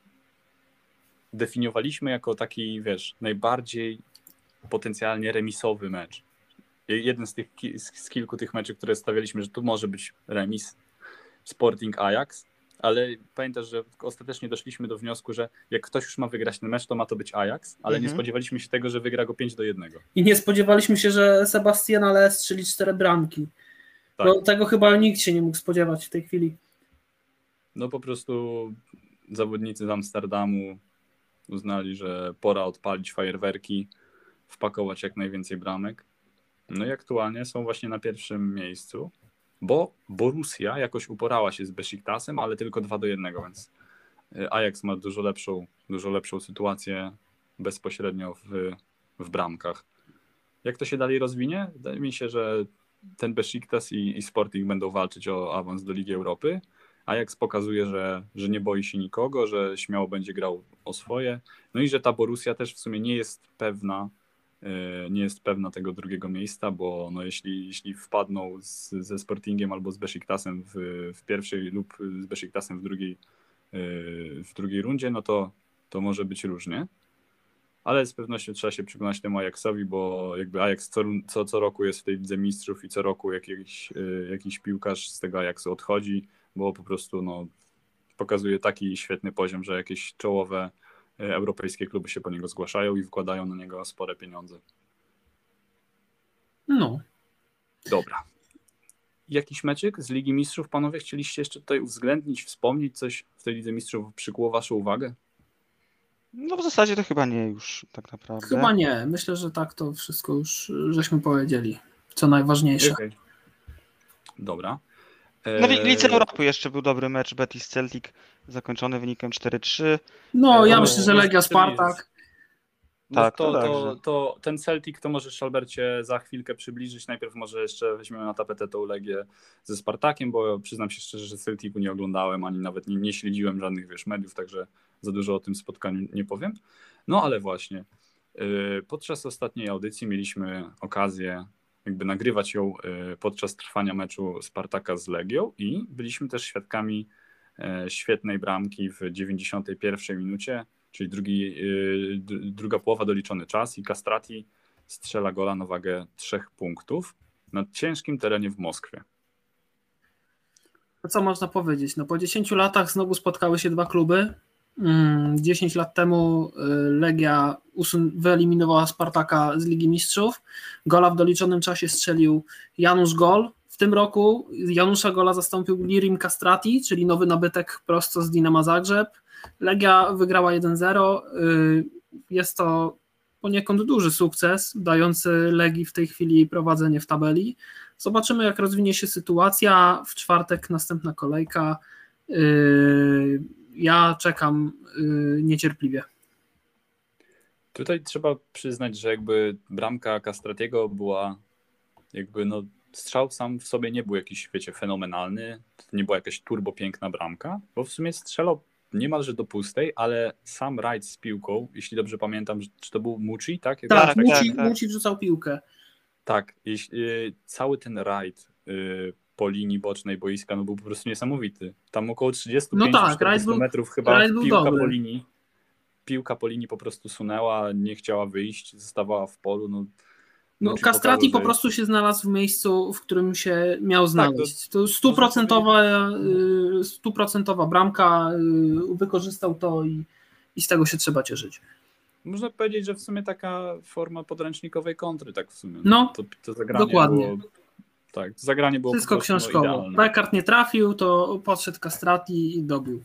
Speaker 1: definiowaliśmy jako taki, wiesz, najbardziej potencjalnie remisowy mecz. Jeden z tych ki- z z kilku tych meczy, które stawialiśmy, że tu może być remis Sporting Ajax, ale pamiętasz, że ostatecznie doszliśmy do wniosku, że jak ktoś już ma wygrać ten mecz, to ma to być Ajax, ale nie
Speaker 2: Mhm.
Speaker 1: spodziewaliśmy się tego, że wygra go pięć do jednego.
Speaker 3: I nie spodziewaliśmy się, że Sebastian Haller strzeli cztery bramki.
Speaker 1: Tak.
Speaker 3: No, tego chyba nikt się nie mógł spodziewać w tej chwili.
Speaker 1: No po prostu zawodnicy z Amsterdamu uznali, że pora odpalić fajerwerki, wpakować jak najwięcej bramek. No i aktualnie są właśnie na pierwszym miejscu, bo Borussia jakoś uporała się z Besiktasem, ale tylko dwa do jednego, więc Ajax ma dużo lepszą, dużo lepszą sytuację bezpośrednio w, w bramkach. Jak to się dalej rozwinie? Wydaje mi się, że ten Besiktas i, i Sporting będą walczyć o awans do Ligi Europy. Ajax pokazuje, że, że nie boi się nikogo, że śmiało będzie grał o swoje. No i że ta Borussia też w sumie nie jest pewna, nie jest pewna tego drugiego miejsca, bo no jeśli, jeśli wpadną z, ze Sportingiem albo z Besiktasem w, w pierwszej lub z Besiktasem w drugiej, w drugiej rundzie, no to, to może być różnie. Ale z pewnością trzeba się przyglądać temu Ajaxowi, bo jakby Ajax co, co, co roku jest w tej Lidze Mistrzów i co roku jakiś, jakiś piłkarz z tego Ajaxu odchodzi, bo po prostu no, pokazuje taki świetny poziom, że jakieś czołowe europejskie kluby się po niego zgłaszają i wkładają na niego spore pieniądze.
Speaker 3: No.
Speaker 1: Dobra. Jakiś meczyk z Ligi Mistrzów, panowie, chcieliście jeszcze tutaj uwzględnić, wspomnieć coś w tej Lidze Mistrzów przykuło waszą uwagę?
Speaker 2: No w zasadzie to chyba nie już tak naprawdę.
Speaker 3: Chyba nie. Myślę, że tak to wszystko już żeśmy powiedzieli. Co najważniejsze.
Speaker 1: Okay. Dobra.
Speaker 2: No w Lidze Europy jeszcze był dobry mecz Betis Celtic zakończony wynikiem cztery trzy.
Speaker 3: No ja myślę, że Legia Spartak.
Speaker 1: No tak, to, to, to ten Celtic to możesz, Albercie, za chwilkę przybliżyć. Najpierw może jeszcze weźmiemy na tapetę tą Legię ze Spartakiem, bo przyznam się szczerze, że Celticu nie oglądałem, ani nawet nie, nie śledziłem żadnych, wiesz, mediów, także za dużo o tym spotkaniu nie powiem. No ale właśnie, yy, podczas ostatniej audycji mieliśmy okazję jakby nagrywać ją yy, podczas trwania meczu Spartaka z Legią i byliśmy też świadkami yy, świetnej bramki w dziewięćdziesiątej pierwszej minucie, czyli drugi, yy, druga połowa, doliczony czas i Castrati strzela gola na wagę trzech punktów na ciężkim terenie w Moskwie.
Speaker 3: To co można powiedzieć? No po dziesięciu latach znowu spotkały się dwa kluby. dziesięć lat temu Legia usun- wyeliminowała Spartaka z Ligi Mistrzów. Gola w doliczonym czasie strzelił Janusz Gol. W tym roku Janusza Gola zastąpił Lirim Castrati, czyli nowy nabytek prosto z Dinama Zagrzeb. Legia wygrała jeden zero. Jest to poniekąd duży sukces, dający Legii w tej chwili prowadzenie w tabeli. Zobaczymy, jak rozwinie się sytuacja. W czwartek następna kolejka. Ja czekam niecierpliwie.
Speaker 1: Tutaj trzeba przyznać, że jakby bramka Castratiego była jakby no strzał sam w sobie nie był jakiś, wiecie, fenomenalny, to nie była jakaś turbo piękna bramka, bo w sumie strzelał niemalże do pustej, ale sam rajd z piłką, jeśli dobrze pamiętam, czy to był Mucci, tak? Jak
Speaker 3: Tak,
Speaker 2: tak,
Speaker 3: Mucci,
Speaker 2: tak, tak.
Speaker 3: Mucci wrzucał piłkę.
Speaker 1: Tak, jeśli, yy, cały ten rajd yy, po linii bocznej boiska no był po prostu niesamowity. Tam około trzydzieści pięć
Speaker 3: no tak,
Speaker 1: metrów chyba piłka
Speaker 3: dobry.
Speaker 1: po linii. Piłka po linii po prostu sunęła, nie chciała wyjść, zostawała w polu. No,
Speaker 3: no Castrati po prostu się znalazł w miejscu, w którym się miał znaleźć. Tak, to, to stuprocentowa, stuprocentowa bramka, wykorzystał to i, i z tego się trzeba cieszyć.
Speaker 1: Można powiedzieć, że w sumie taka forma podręcznikowej kontry, tak w sumie.
Speaker 3: No,
Speaker 1: to, to zagranie
Speaker 3: dokładnie.
Speaker 1: Było, tak, to zagranie było
Speaker 3: wszystko
Speaker 1: po prostu
Speaker 3: książkowo.
Speaker 1: idealne.
Speaker 3: Pekart nie trafił, to podszedł Castrati i dobił.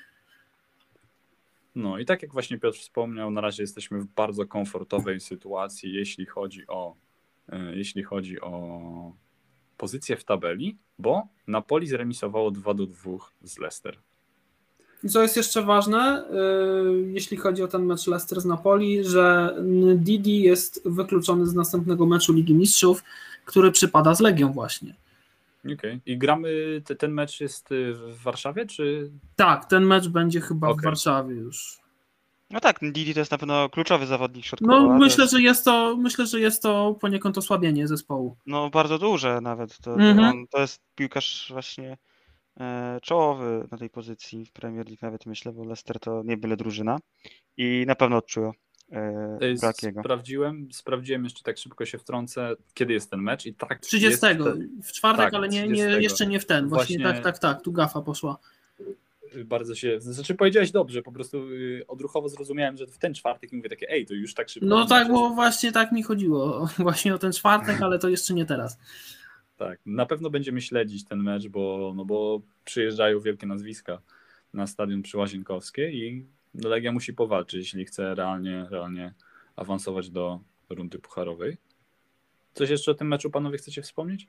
Speaker 1: No i tak jak właśnie Piotr wspomniał, na razie jesteśmy w bardzo komfortowej sytuacji, jeśli chodzi o jeśli chodzi o pozycję w tabeli, bo Napoli zremisowało dwa do dwóch z Leicester.
Speaker 3: I co jest jeszcze ważne, jeśli chodzi o ten mecz Leicester z Napoli, że Didi jest wykluczony z następnego meczu Ligi Mistrzów, który przypada z Legią właśnie.
Speaker 1: Okej. Okay. I gramy, te, ten mecz jest w Warszawie, czy?
Speaker 3: Tak, ten mecz będzie chyba okay. w Warszawie już.
Speaker 2: No tak, Didi to jest na pewno kluczowy zawodnik środkowy.
Speaker 3: No myślę, że jest to, myślę, że jest to poniekąd osłabienie zespołu.
Speaker 2: No bardzo duże nawet. To,
Speaker 3: mm-hmm.
Speaker 2: to, on, to jest piłkarz właśnie e, czołowy na tej pozycji w Premier League nawet myślę, bo Leicester to nie byle drużyna i na pewno odczuło e, brak jego.
Speaker 1: Sprawdziłem, sprawdziłem jeszcze tak szybko się wtrącę, kiedy jest ten mecz i tak
Speaker 3: trzydziestego
Speaker 1: ten...
Speaker 3: w czwartek,
Speaker 1: tak,
Speaker 3: ale nie, nie, jeszcze nie w ten. Właśnie, Właśnie tak, tak, tak, tu gafa poszła.
Speaker 1: Bardzo się, znaczy powiedziałeś dobrze, po prostu odruchowo zrozumiałem, że w ten czwartek i mówię takie, ej, to już tak szybko.
Speaker 3: No tak, bo właśnie tak mi chodziło, właśnie o ten czwartek, ale to jeszcze nie teraz.
Speaker 1: Tak, na pewno będziemy śledzić ten mecz, bo, no bo przyjeżdżają wielkie nazwiska na stadion przy Łazienkowskiej i Legia musi powalczyć, jeśli chce realnie, realnie awansować do rundy pucharowej. Coś jeszcze o tym meczu, panowie, chcecie wspomnieć?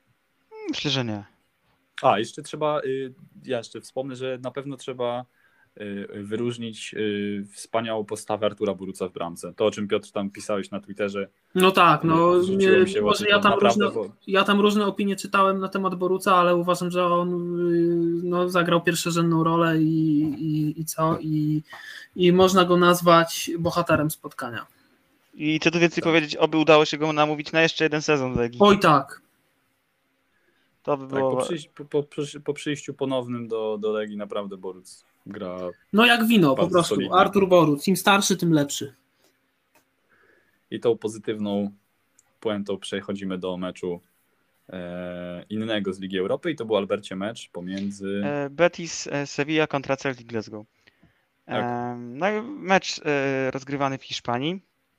Speaker 2: Myślę, że nie.
Speaker 1: A, jeszcze trzeba, ja jeszcze wspomnę, że na pewno trzeba wyróżnić wspaniałą postawę Artura Boruca w bramce. To, o czym Piotr tam pisałeś na Twitterze.
Speaker 3: No tak, no
Speaker 1: rzuciło mi się w
Speaker 3: może
Speaker 1: oczy,
Speaker 3: ja
Speaker 1: to
Speaker 3: tam,
Speaker 1: naprawdę,
Speaker 3: różne,
Speaker 1: bo...
Speaker 3: ja tam różne opinie czytałem na temat Boruca, ale uważam, że on no, zagrał pierwszorzędną rolę i, i, i co? I, I można go nazwać bohaterem spotkania.
Speaker 2: I co tu więcej tak. powiedzieć, oby udało się go namówić na jeszcze jeden sezon Legii.
Speaker 3: Oj tak.
Speaker 2: To by było...
Speaker 1: Tak, po, przyjś, po, po, po przyjściu ponownym do, do Legii naprawdę Boruc gra...
Speaker 3: No jak wino, po prostu. Solidnie. Artur Boruc. Im starszy, tym lepszy.
Speaker 1: I tą pozytywną puentą przechodzimy do meczu e, innego z Ligi Europy i to był, Albercie, mecz pomiędzy...
Speaker 2: E, Betis Sevilla kontra Celtic Glasgow.
Speaker 1: Tak.
Speaker 2: E, no, mecz e, rozgrywany w Hiszpanii.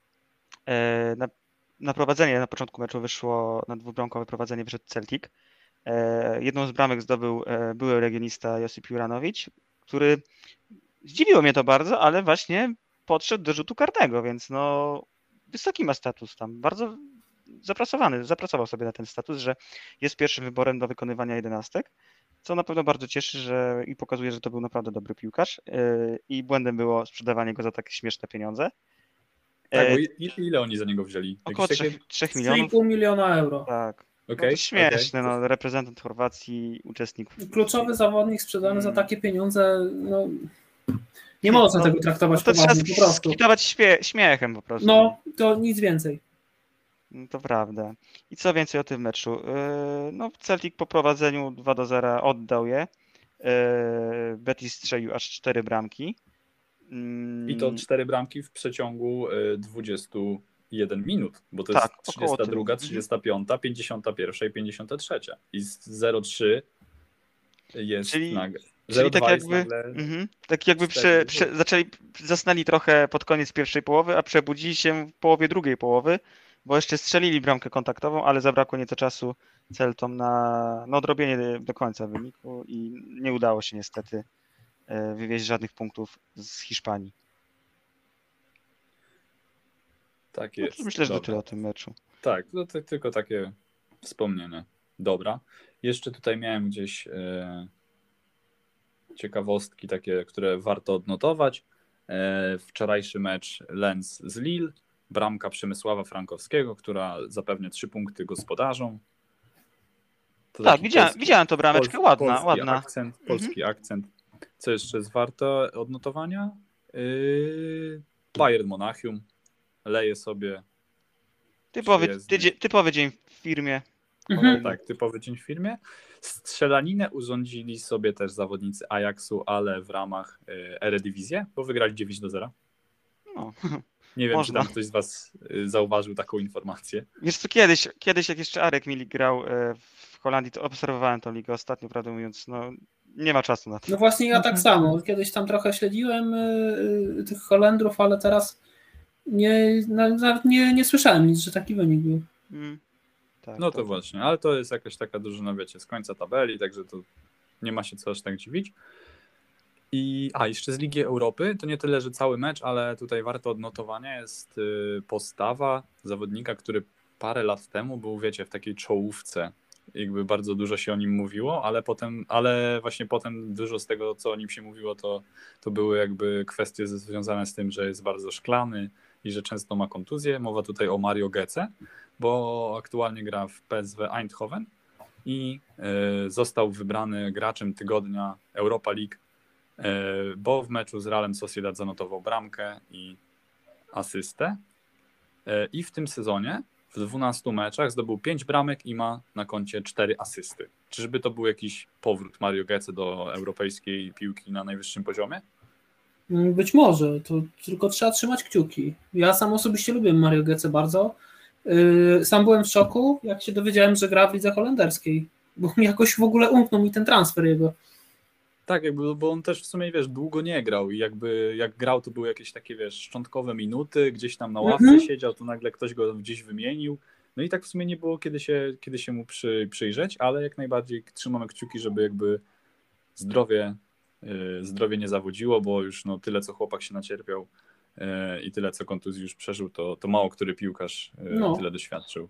Speaker 2: E, na, na prowadzenie na początku meczu wyszło, na dwubramkowe prowadzenie wyszedł Celtic. E, jedną z bramek zdobył e, były legionista Josip Juranowicz, który zdziwiło mnie to bardzo, ale właśnie podszedł do rzutu karnego, więc no wysoki ma status tam, bardzo zapracowany, zapracował sobie na ten status, że jest pierwszym wyborem do wykonywania jedenastek, co na pewno bardzo cieszy, że i pokazuje, że to był naprawdę dobry piłkarz i błędem było sprzedawanie go za takie śmieszne pieniądze.
Speaker 1: Tak, bo ile oni za niego wzięli?
Speaker 2: Około trzech milionów.
Speaker 3: trzy i pół miliona euro.
Speaker 2: Tak.
Speaker 1: Okay,
Speaker 2: no to śmieszne,
Speaker 1: okay.
Speaker 2: no, reprezentant Chorwacji, uczestnik.
Speaker 3: Kluczowy zawodnik sprzedany hmm. za takie pieniądze, no nie można no, tego traktować
Speaker 2: no to
Speaker 3: poważnie,
Speaker 2: trzeba
Speaker 3: po prostu.
Speaker 2: skitować śmie śmiechem po prostu.
Speaker 3: No, to nic więcej.
Speaker 2: No to prawda. I co więcej o tym meczu? No Celtic po prowadzeniu dwa do zera oddał je. Betis strzelił aż cztery bramki.
Speaker 1: I to cztery bramki w przeciągu dwudziestu jeden minut, bo to tak, jest trzydziesta druga, trzydziesta piąta, pięćdziesiąta pierwsza i pięćdziesiąta trzecia. I z zero trzy jest
Speaker 2: czyli,
Speaker 1: nagle.
Speaker 2: Czyli tak jakby, mm, tak jakby prze, prze, zaczęli, zasnęli trochę pod koniec pierwszej połowy, a przebudzili się w połowie drugiej połowy, bo jeszcze strzelili bramkę kontaktową, ale zabrakło nieco czasu Celtom na no, odrobienie do końca wyniku i nie udało się niestety wywieźć żadnych punktów z Hiszpanii.
Speaker 1: Tak jest.
Speaker 2: No, myślę, że
Speaker 1: Dobra.
Speaker 2: to tyle o tym meczu.
Speaker 1: Tak, to, to tylko takie wspomnienie. Dobra. Jeszcze tutaj miałem gdzieś e, ciekawostki takie, które warto odnotować. E, wczorajszy mecz Lens z Lille. Bramka Przemysława Frankowskiego, która zapewnia trzy punkty gospodarzom.
Speaker 2: To tak, widziałem, polski, widziałem to brameczkę,
Speaker 1: polski,
Speaker 2: ładna,
Speaker 1: polski
Speaker 2: ładna.
Speaker 1: Akcent, polski mhm. akcent. Co jeszcze jest warte odnotowania? Yy, Bayern Monachium leje sobie.
Speaker 2: Typowy, tydzień, typowy dzień w firmie.
Speaker 1: Mhm. Tak, typowy dzień w firmie. Strzelaninę urządzili sobie też zawodnicy Ajaxu, ale w ramach Eredivisie, bo wygrali dziewięć do zera.
Speaker 2: No.
Speaker 1: Nie wiem,
Speaker 2: Można.
Speaker 1: czy tam ktoś z was zauważył taką informację.
Speaker 2: Wiesz co, kiedyś, kiedyś jak jeszcze Arek Milik grał w Holandii, to obserwowałem tą ligę ostatnio, prawdę mówiąc, no nie ma czasu na to.
Speaker 3: No właśnie ja tak samo. Kiedyś tam trochę śledziłem y, tych Holendrów, ale teraz nie, nawet nie, nie słyszałem nic, że taki wynik był.
Speaker 2: Mm. Tak,
Speaker 1: no to
Speaker 2: tak.
Speaker 1: właśnie, ale to jest jakaś taka drużyna, wiecie, z końca tabeli, także to nie ma się co aż tak dziwić. I, a, jeszcze z Ligi Europy, to nie tyle, że cały mecz, ale tutaj warto odnotowania jest postawa zawodnika, który parę lat temu był, wiecie, w takiej czołówce. Jakby bardzo dużo się o nim mówiło, ale potem, ale właśnie potem dużo z tego, co o nim się mówiło, to, to były jakby kwestie związane z tym, że jest bardzo szklany i że często ma kontuzję. Mowa tutaj o Mario Götze, bo aktualnie gra w P S W Eindhoven i y, został wybrany graczem tygodnia Europa League, y, bo w meczu z Realem Sociedad zanotował bramkę i asystę. Y, I w tym sezonie w dwunastu meczach zdobył pięć bramek i ma na koncie cztery asysty. Czyżby to był jakiś powrót Mario Götze do europejskiej piłki na najwyższym poziomie?
Speaker 3: Być może, to tylko trzeba trzymać kciuki. Ja sam osobiście lubię Mario Götze bardzo. Sam byłem w szoku, jak się dowiedziałem, że gra w lidze holenderskiej, bo jakoś w ogóle umknął mi ten transfer jego.
Speaker 1: Tak, jakby, bo on też w sumie, wiesz, długo nie grał i jakby jak grał, to były jakieś takie, wiesz, szczątkowe minuty, gdzieś tam na ławce mhm. siedział, to nagle ktoś go gdzieś wymienił. No i tak w sumie nie było kiedy się, kiedy się mu przy, przyjrzeć, ale jak najbardziej trzymamy kciuki, żeby jakby zdrowie, yy, zdrowie nie zawodziło, bo już no tyle, co chłopak się nacierpiał yy, i tyle, co kontuzji już przeżył, to, to mało który piłkarz yy, no. tyle doświadczył.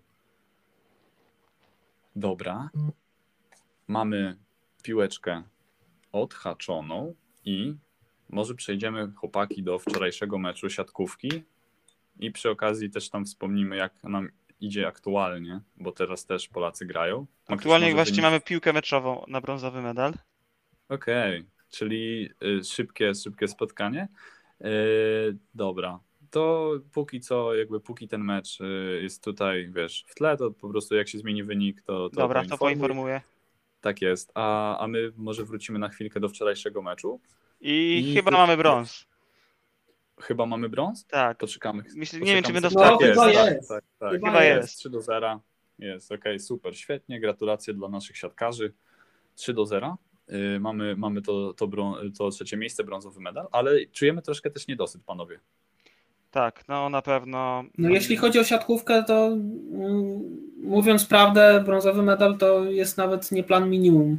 Speaker 1: Dobra. Mamy piłeczkę odhaczoną i może przejdziemy, chłopaki, do wczorajszego meczu siatkówki i przy okazji też tam wspomnimy, jak nam idzie aktualnie, bo teraz też Polacy grają. Ma ktoś
Speaker 2: Aktualnie
Speaker 1: może
Speaker 2: właśnie
Speaker 1: wynik?
Speaker 2: mamy piłkę meczową na brązowy medal.
Speaker 1: Okej, czyli y, szybkie, szybkie spotkanie. Y, dobra, to póki co, jakby póki ten mecz y, jest tutaj, wiesz, w tle, to po prostu jak się zmieni wynik, to, to
Speaker 2: Dobra, to
Speaker 1: poinformuj.
Speaker 2: poinformuję.
Speaker 1: Tak jest, a, a my może wrócimy na chwilkę do wczorajszego meczu.
Speaker 2: I,
Speaker 1: I
Speaker 2: chyba
Speaker 1: tu-
Speaker 2: mamy brąz.
Speaker 1: Chyba mamy brąz?
Speaker 2: Tak.
Speaker 1: Poczekamy.
Speaker 2: Myślę, nie wiem, czy
Speaker 1: poczekamy
Speaker 2: będą
Speaker 1: sobie.
Speaker 3: No,
Speaker 2: starty.
Speaker 3: chyba
Speaker 1: tak,
Speaker 3: jest.
Speaker 1: Tak, tak,
Speaker 3: Chyba
Speaker 2: Chyba
Speaker 1: jest.
Speaker 2: jest.
Speaker 1: trzy do zera. Jest, okej, super, świetnie. Gratulacje dla naszych siatkarzy. trzy do zera. Yy, mamy mamy to, to, brą- to trzecie miejsce, brązowy medal, ale czujemy troszkę też niedosyt, panowie.
Speaker 2: Tak, no na pewno.
Speaker 3: No jeśli chodzi o siatkówkę, to mm, mówiąc prawdę, brązowy medal to jest nawet nie plan minimum.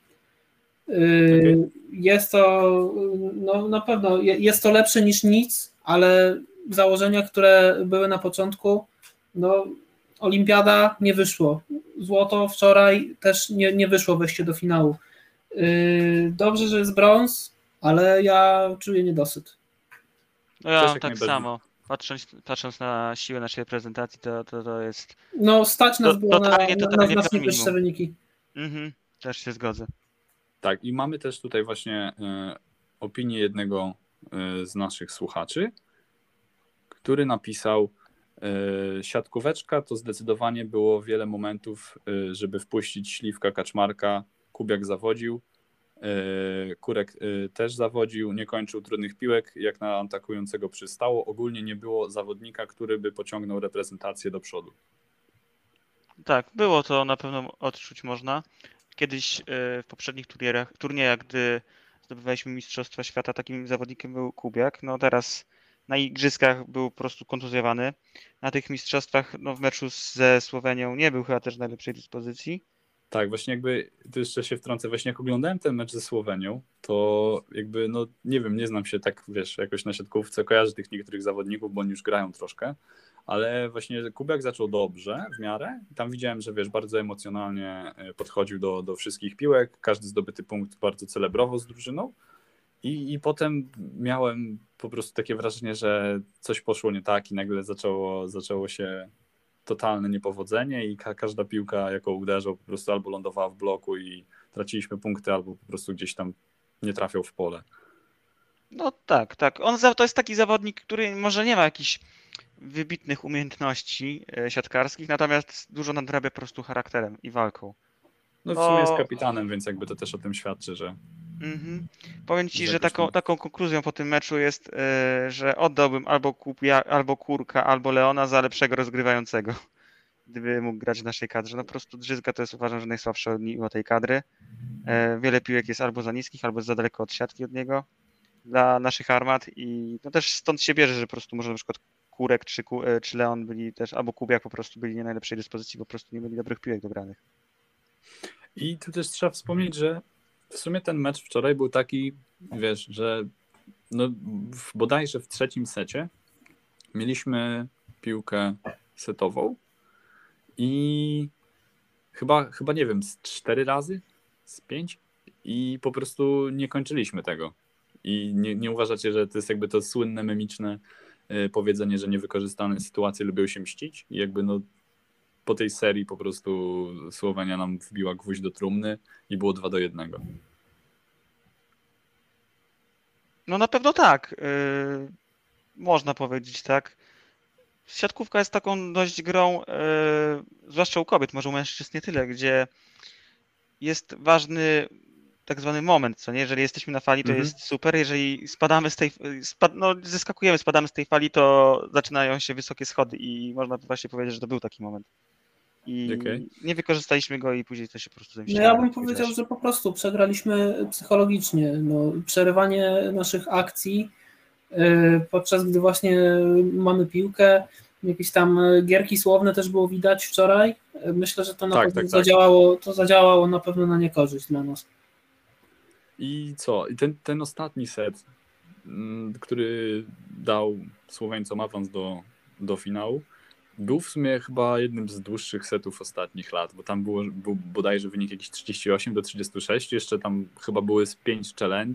Speaker 3: Yy,
Speaker 1: Okej.
Speaker 3: Jest to, no na pewno, je- jest to lepsze niż nic, ale założenia, które były na początku, no olimpiada nie wyszło. Złoto wczoraj też nie, nie wyszło wejście do finału. Yy, Dobrze, że jest brąz, ale ja czuję niedosyt.
Speaker 2: No ja
Speaker 1: Też
Speaker 2: mam
Speaker 1: jak
Speaker 2: tak
Speaker 1: najbardziej.
Speaker 2: samo. Patrząc, patrząc na siłę naszej reprezentacji, to, to, to jest.
Speaker 3: No stać nas
Speaker 2: To-
Speaker 3: było na,
Speaker 2: totalnie,
Speaker 3: na, na
Speaker 2: totalnie
Speaker 3: znacznie
Speaker 2: plan
Speaker 3: wyższe
Speaker 2: minimum.
Speaker 3: wyniki.
Speaker 2: Mhm, też się zgodzę.
Speaker 1: Tak, i mamy też tutaj właśnie e, opinię jednego e, z naszych słuchaczy, który napisał: e, siatkóweczka to zdecydowanie było wiele momentów, e, żeby wpuścić Śliwka, Kaczmarka, Kubiak zawodził, e, Kurek e, też zawodził, nie kończył trudnych piłek, jak na atakującego przystało. Ogólnie nie było zawodnika, który by pociągnął reprezentację do przodu.
Speaker 2: Tak, było to na pewno odczuć można. Kiedyś y, w poprzednich turnierach, turniejach, gdy zdobywaliśmy Mistrzostwa Świata, takim zawodnikiem był Kubiak. No teraz na igrzyskach był po prostu kontuzjowany. Na tych mistrzostwach, no w meczu ze Słowenią nie był chyba też w najlepszej dyspozycji.
Speaker 1: Tak, właśnie jakby, tu jeszcze się wtrącę, właśnie jak oglądałem ten mecz ze Słowenią, to jakby, no nie wiem, nie znam się tak, wiesz, jakoś na siatkówce, kojarzę tych niektórych zawodników, bo oni już grają troszkę, ale właśnie Kubiak zaczął dobrze w miarę, tam widziałem, że wiesz, bardzo emocjonalnie podchodził do, do wszystkich piłek, każdy zdobyty punkt bardzo celebrował z drużyną i, i potem miałem po prostu takie wrażenie, że coś poszło nie tak i nagle zaczęło, zaczęło się totalne niepowodzenie i ka- każda piłka, jaką uderzał, po prostu albo lądowała w bloku i traciliśmy punkty, albo po prostu gdzieś tam nie trafiał w pole.
Speaker 2: No tak, tak. On za- to jest taki zawodnik, który może nie ma jakichś wybitnych umiejętności e, siatkarskich, natomiast dużo nadrabia po prostu charakterem i walką.
Speaker 1: No w
Speaker 2: O-
Speaker 1: sumie jest kapitanem, więc jakby to też o tym świadczy, że
Speaker 2: Mhm. Powiem ci,
Speaker 1: Że
Speaker 2: że
Speaker 1: jakoś
Speaker 2: taką,
Speaker 1: tam-
Speaker 2: taką konkluzją po tym meczu jest, e, że oddałbym albo, Kupia, albo Kurka, albo Leona za lepszego rozgrywającego, gdyby mógł grać w naszej kadrze. No po prostu Drzyzga to jest, uważam, że najsłabsze mimo tej kadry. E, Wiele piłek jest albo za niskich, albo za daleko od siatki od niego dla naszych armat i no też stąd się bierze, że po prostu może na przykład Kurek czy, Ku- e, czy Leon byli też, albo Kubiak po prostu byli nie w najlepszej dyspozycji, po prostu nie mieli dobrych piłek dobranych.
Speaker 1: I tu też trzeba wspomnieć, że w sumie ten mecz wczoraj był taki, wiesz, że no w, bodajże w trzecim secie mieliśmy piłkę setową i chyba, chyba nie wiem, z cztery razy, z pięć i po prostu nie kończyliśmy tego. I nie, nie uważacie, że to jest jakby to słynne, memiczne y, powiedzenie, że niewykorzystane sytuacje lubią się mścić i jakby no po tej serii po prostu Słowenia nam wbiła gwóźdź do trumny i było dwa do jednego.
Speaker 2: No na pewno tak. Yy, można powiedzieć tak. Siatkówka jest taką dość grą, yy, zwłaszcza u kobiet, może u mężczyzn nie tyle, gdzie jest ważny tak zwany moment, co nie? Jeżeli jesteśmy na fali, to
Speaker 1: Mhm.
Speaker 2: jest super. Jeżeli spadamy z tej, spad, no zeskakujemy, spadamy z tej fali, to zaczynają się wysokie schody i można właśnie powiedzieć, że to był taki moment. I
Speaker 1: Okej.
Speaker 2: nie wykorzystaliśmy go i później to się po prostu
Speaker 3: No
Speaker 2: zemściło.
Speaker 3: ja bym powiedział, że po prostu przegraliśmy psychologicznie. No, przerywanie naszych akcji, yy, podczas gdy właśnie mamy piłkę, jakieś tam gierki słowne też było widać wczoraj. Myślę, że to na
Speaker 1: Tak,
Speaker 3: pewno
Speaker 1: tak, tak.
Speaker 3: zadziałało, to zadziałało na pewno na niekorzyść dla nas.
Speaker 1: I co? I ten, ten ostatni set, mm, który dał Słoweńcom awans do, do finału, był w sumie chyba jednym z dłuższych setów ostatnich lat, bo tam było, był bodajże wynik jakiś trzydzieści osiem do trzydziestu sześciu, jeszcze tam chyba były z pięć challenge'y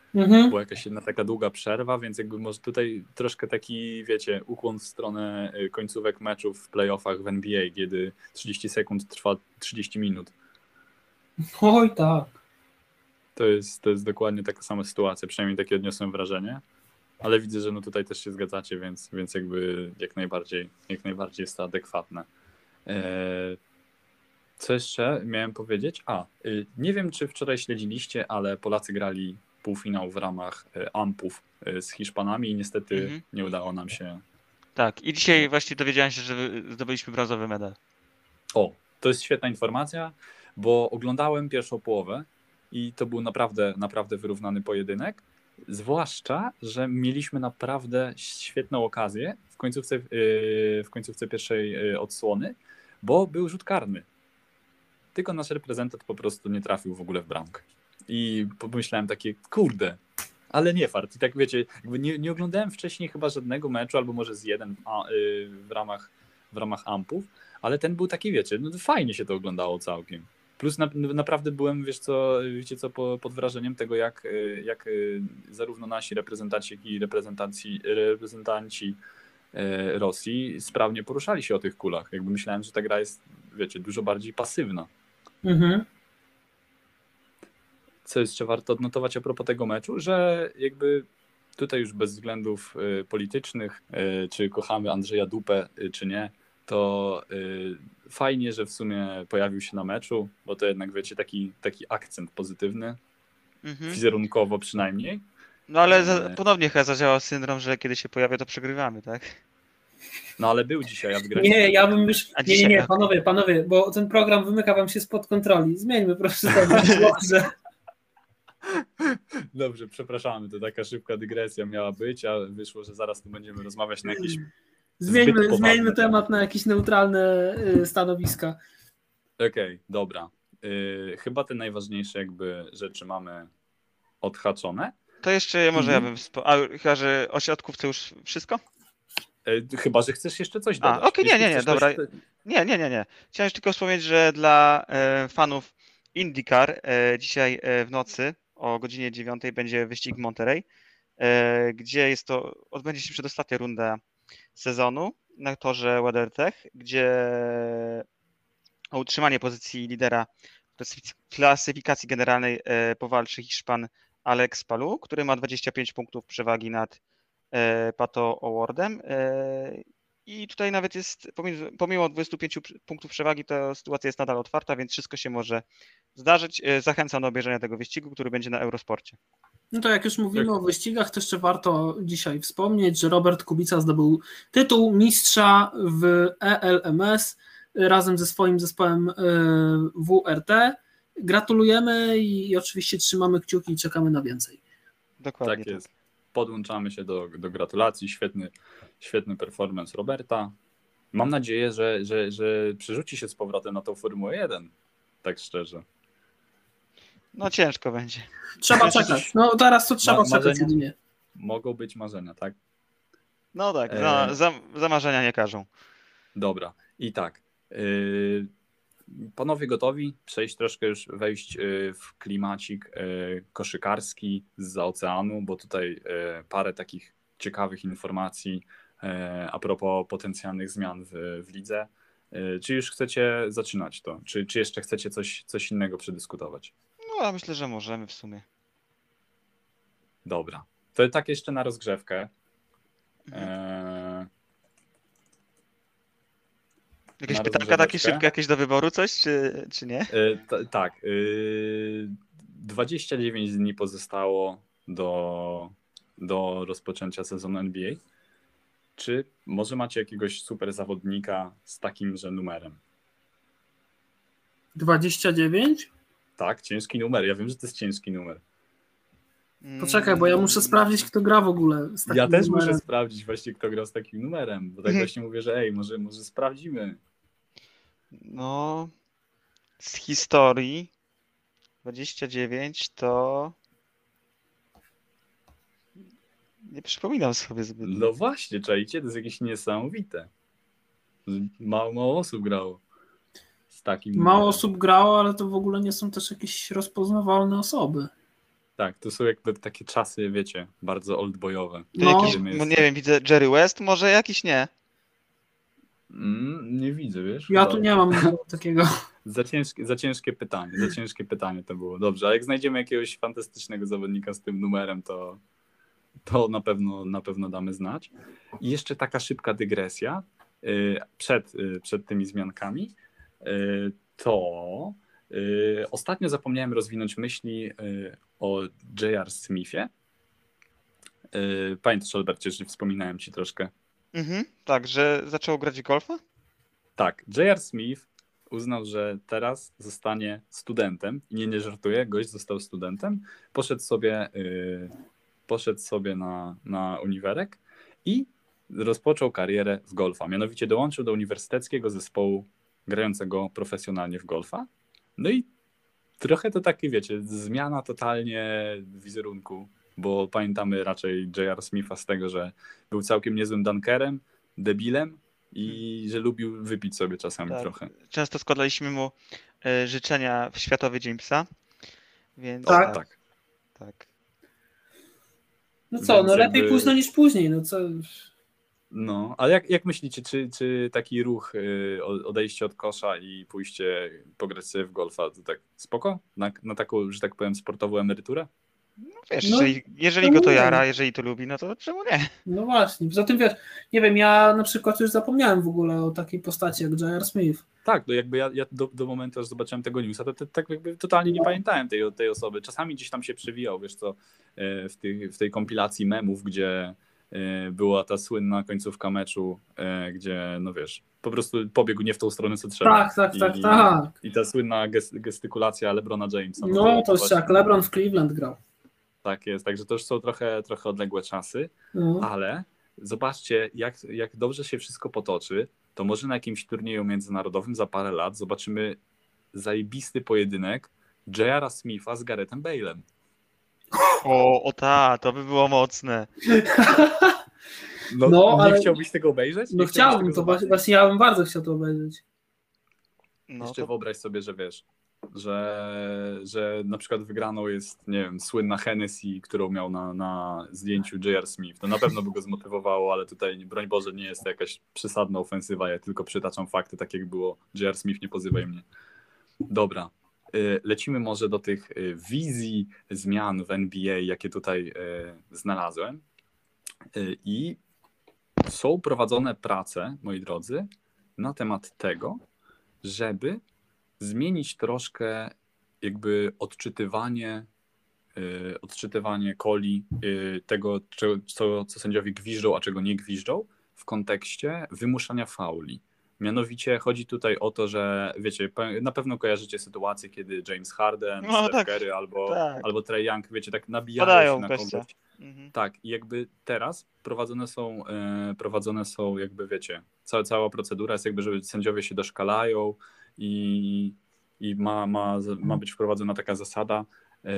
Speaker 3: Mhm.
Speaker 1: była jakaś jedna taka długa przerwa, więc jakby może tutaj troszkę taki, wiecie, ukłon w stronę końcówek meczów w playoffach w N B A, kiedy trzydzieści sekund trwa trzydzieści minut.
Speaker 3: Oj tak.
Speaker 1: To jest, to jest dokładnie taka sama sytuacja, przynajmniej takie odniosłem wrażenie, ale widzę, że no tutaj też się zgadzacie, więc, więc jakby jak najbardziej, jak najbardziej jest to adekwatne. Eee, co jeszcze miałem powiedzieć? A, y, nie wiem, czy wczoraj śledziliście, ale Polacy grali półfinał w ramach y, Ampów y, z Hiszpanami i niestety
Speaker 2: Mhm.
Speaker 1: nie udało nam się.
Speaker 2: Tak, i dzisiaj właśnie dowiedziałem się, że zdobyliśmy brązowy medal.
Speaker 1: O, to jest świetna informacja, bo oglądałem pierwszą połowę i to był naprawdę, naprawdę wyrównany pojedynek, zwłaszcza, że mieliśmy naprawdę świetną okazję w końcówce, yy, w końcówce pierwszej yy, odsłony, bo był rzut karny. Tylko nasz reprezentant po prostu nie trafił w ogóle w bramkę. I pomyślałem takie, kurde, ale nie fart. I tak wiecie, jakby nie, nie oglądałem wcześniej chyba żadnego meczu, albo może z jeden a, yy, w ramach, w ramach Ampów, ale ten był taki, wiecie, no fajnie się to oglądało całkiem. Plus na, naprawdę byłem, wiesz co, wiecie co, po, pod wrażeniem tego, jak, jak zarówno nasi reprezentanci, jak i reprezentanci, reprezentanci Rosji sprawnie poruszali się o tych kulach. Jakby myślałem, że ta gra jest, wiecie, dużo bardziej pasywna.
Speaker 3: Mhm.
Speaker 1: Co jeszcze warto odnotować a propos tego meczu, że jakby tutaj już bez względów politycznych, czy kochamy Andrzeja Dupę, czy nie, to y, fajnie, że w sumie pojawił się na meczu, bo to jednak, wiecie, taki, taki akcent pozytywny, mhm. wizerunkowo przynajmniej.
Speaker 2: No ale za, ponownie chyba zadziałał syndrom, że kiedy się pojawia, to przegrywamy, tak?
Speaker 1: No ale był dzisiaj, a wygraliśmy.
Speaker 3: Nie, ja bym już...
Speaker 2: A
Speaker 3: Nie,
Speaker 2: dzisiaj,
Speaker 3: nie, nie,
Speaker 2: okay.
Speaker 3: panowie, panowie, bo ten program wymyka wam się spod kontroli. Zmieńmy proszę temat. Dobrze.
Speaker 1: Dobrze, przepraszamy, to taka szybka dygresja miała być, a wyszło, że zaraz tu będziemy rozmawiać na jakieś
Speaker 3: Zmieńmy, zmieńmy temat na jakieś neutralne y, stanowiska.
Speaker 1: Okej, okay, dobra. Y, chyba te najważniejsze jakby rzeczy mamy odhaczone.
Speaker 2: To jeszcze może I... ja bym... Spo... A chyba, że o siatkówce już wszystko?
Speaker 1: Y, chyba, że chcesz jeszcze coś dodać.
Speaker 2: A, okej, okay, nie, nie, nie, dobra. Coś... Nie, nie, nie, nie. Chciałem tylko wspomnieć, że dla e, fanów IndyCar e, dzisiaj e, w nocy o godzinie dziewiątej będzie wyścig Monterey, e, gdzie jest to, odbędzie się przedostatnia runda sezonu na torze WeatherTech, gdzie o utrzymanie pozycji lidera w klasyfikacji generalnej e, powalczy Hiszpan Alex Palou, który ma dwadzieścia pięć punktów przewagi nad e, Pato O'Wardem. E, I tutaj nawet jest, pomimo, pomimo dwudziestu pięciu punktów przewagi, to sytuacja jest nadal otwarta, więc wszystko się może zdarzyć. E, zachęcam do obejrzenia tego wyścigu, który będzie na Eurosporcie.
Speaker 3: No to jak już mówimy o wyścigach, to jeszcze warto dzisiaj wspomnieć, że Robert Kubica zdobył tytuł mistrza w E L M S razem ze swoim zespołem W R T. Gratulujemy i, i oczywiście trzymamy kciuki i czekamy na więcej.
Speaker 2: Dokładnie.
Speaker 1: Tak jest. Podłączamy się do, do gratulacji. Świetny, świetny performance Roberta. Mam nadzieję, że, że, że przerzuci się z powrotem na tą Formułę jeden. Tak szczerze.
Speaker 2: No ciężko będzie.
Speaker 3: Trzeba czekać. No teraz to trzeba
Speaker 1: Ma,
Speaker 3: czekać jedynie.
Speaker 1: Mogą być marzenia, tak?
Speaker 2: No tak, za, za, za marzenia nie każą.
Speaker 1: Dobra. I tak. Yy, panowie gotowi przejść troszkę już, wejść yy, w klimacik yy, koszykarski zza oceanu, bo tutaj yy, parę takich ciekawych informacji yy, a propos potencjalnych zmian w, w lidze. Yy, czy już chcecie zaczynać to? Czy, czy jeszcze chcecie coś, coś innego przedyskutować?
Speaker 2: No ja myślę, że możemy w sumie.
Speaker 1: Dobra. To tak jeszcze na rozgrzewkę.
Speaker 2: Mhm.
Speaker 1: Yy,
Speaker 2: Jakieś pytanka takie szybkie, jakieś do wyboru, coś, czy, czy nie?
Speaker 1: Yy, t- tak. Yy, dwadzieścia dziewięć dni pozostało do, do rozpoczęcia sezonu N B A. Czy może macie jakiegoś super zawodnika z takimże numerem?
Speaker 3: dwadzieścia dziewięć?
Speaker 1: Tak, ciężki numer. Ja wiem, że to jest ciężki numer.
Speaker 3: Poczekaj, bo ja muszę sprawdzić, kto gra w ogóle z takim
Speaker 1: Ja też
Speaker 3: numerem.
Speaker 1: muszę sprawdzić właśnie, kto gra z takim numerem, bo tak właśnie mówię, że ej, może, może sprawdzimy.
Speaker 2: No, z historii dwadzieścia dziewięć to nie przypominam sobie zbyt.
Speaker 1: No właśnie, czajcie, to jest jakieś niesamowite. Mało, mało osób grało z takim
Speaker 3: Mało
Speaker 1: numerem.
Speaker 3: osób grało, ale to w ogóle nie są też jakieś rozpoznawalne osoby.
Speaker 1: Tak, to są jakby takie czasy, wiecie, bardzo oldboyowe.
Speaker 2: To
Speaker 3: No.
Speaker 2: jakiś,
Speaker 1: Jest-
Speaker 2: no nie wiem, widzę Jerry West, może jakiś nie.
Speaker 1: Mm, nie widzę, wiesz?
Speaker 3: Ja
Speaker 1: Chyba-
Speaker 3: tu nie mam takiego.
Speaker 1: Za ciężkie, za ciężkie pytanie, za ciężkie pytanie to było. Dobrze, ale jak znajdziemy jakiegoś fantastycznego zawodnika z tym numerem, to, to na pewno, na pewno damy znać. I jeszcze taka szybka dygresja y, przed, y, przed tymi zmiankami, y, to y, ostatnio zapomniałem rozwinąć myśli y, o J R. Smithie. Y, Pamiętasz, Albercie, że wspominałem ci troszkę.
Speaker 2: Mhm, tak, że zaczął grać w golfa?
Speaker 1: Tak, J R. Smith uznał, że teraz zostanie studentem i nie, nie żartuję, gość został studentem, poszedł sobie, yy, poszedł sobie na, na uniwerek i rozpoczął karierę w golfa. Mianowicie dołączył do uniwersyteckiego zespołu grającego profesjonalnie w golfa. No i trochę to takie, wiecie, zmiana totalnie wizerunku, bo pamiętamy raczej J R. Smitha z tego, że był całkiem niezłym dunkerem, debilem i że lubił wypić sobie czasami
Speaker 2: Tak.
Speaker 1: trochę.
Speaker 2: Często składaliśmy mu e, życzenia w Światowy Dzień Psa, więc
Speaker 1: O,
Speaker 3: Tak.
Speaker 1: tak.
Speaker 2: tak.
Speaker 3: No co,
Speaker 1: Więc
Speaker 3: no lepiej
Speaker 1: jakby-
Speaker 3: późno niż później, no co.
Speaker 1: No, ale jak, jak myślicie, czy, czy taki ruch, y, o- odejście od kosza i pójście pograć sobie w golfa, to tak spoko? Na, na taką, że tak powiem, sportową emeryturę?
Speaker 2: No wiesz,
Speaker 3: No,
Speaker 2: jeżeli, jeżeli
Speaker 3: czemu
Speaker 2: go to
Speaker 3: nie?
Speaker 2: jara, jeżeli to lubi, no to czemu nie?
Speaker 3: No właśnie. Poza tym wiesz, nie wiem, ja na przykład już zapomniałem w ogóle o takiej postaci jak J R. Smith.
Speaker 1: Tak, no jakby ja, ja do, do momentu, aż zobaczyłem tego newsa, to, to tak jakby totalnie nie
Speaker 3: No.
Speaker 1: pamiętałem tej, tej osoby. Czasami gdzieś tam się przewijał, wiesz co, e, w, tej, w tej kompilacji memów, gdzie e, była ta słynna końcówka meczu, e, gdzie, no wiesz, po prostu pobiegł nie w tą stronę, co trzeba.
Speaker 3: Tak, tak,
Speaker 1: I,
Speaker 3: tak, tak.
Speaker 1: I ta słynna gest, gestykulacja LeBrona Jamesa.
Speaker 3: No to już
Speaker 1: właśnie-
Speaker 3: jak LeBron w Cleveland grał.
Speaker 1: Tak jest, także to już są trochę, trochę odległe czasy,
Speaker 3: No.
Speaker 1: ale zobaczcie, jak, jak dobrze się wszystko potoczy, to może na jakimś turnieju międzynarodowym za parę lat zobaczymy zajebisty pojedynek J R. Smitha z Garethem Bale'em.
Speaker 2: O, o ta, to by było mocne.
Speaker 1: No,
Speaker 3: No,
Speaker 1: nie
Speaker 3: ale-
Speaker 1: chciałbyś tego obejrzeć? Nie
Speaker 3: No
Speaker 1: chciałbyś
Speaker 3: chciałbym
Speaker 1: tego
Speaker 3: to,
Speaker 1: zobaczyć?
Speaker 3: właśnie, właśnie ja bym bardzo chciał to obejrzeć.
Speaker 2: No,
Speaker 1: Jeszcze
Speaker 2: to,
Speaker 1: wyobraź sobie, że wiesz, że, że na przykład wygraną jest, nie wiem, słynna Hennessy, którą miał na, na zdjęciu J R. Smith. To na pewno by go zmotywowało, ale tutaj, broń Boże, nie jest to jakaś przesadna ofensywa, ja tylko przytaczam fakty, tak jak było J R. Smith, nie pozywaj mnie. Dobra, y, lecimy może do tych y, wizji zmian w N B A, jakie tutaj y, znalazłem. Y, I są prowadzone prace, moi drodzy, na temat tego, żeby zmienić troszkę jakby odczytywanie, yy, odczytywanie coli, yy, tego, czego, co, co sędziowie gwiżdżą, a czego nie gwiżdżą w kontekście wymuszania fauli. Mianowicie chodzi tutaj o to, że wiecie, pe- na pewno kojarzycie sytuację, kiedy James Harden,
Speaker 2: No,
Speaker 1: Steph
Speaker 2: tak,
Speaker 1: Curry albo,
Speaker 2: tak.
Speaker 1: albo Trae Young, wiecie, tak nabijają
Speaker 2: Padają
Speaker 1: się na
Speaker 2: gościa.
Speaker 1: kogoś.
Speaker 2: mhm.
Speaker 1: Tak, i jakby teraz prowadzone są, e, prowadzone są jakby, wiecie, cała, cała procedura jest jakby, że sędziowie się doszkalają i, i ma, ma, ma być wprowadzona taka zasada e,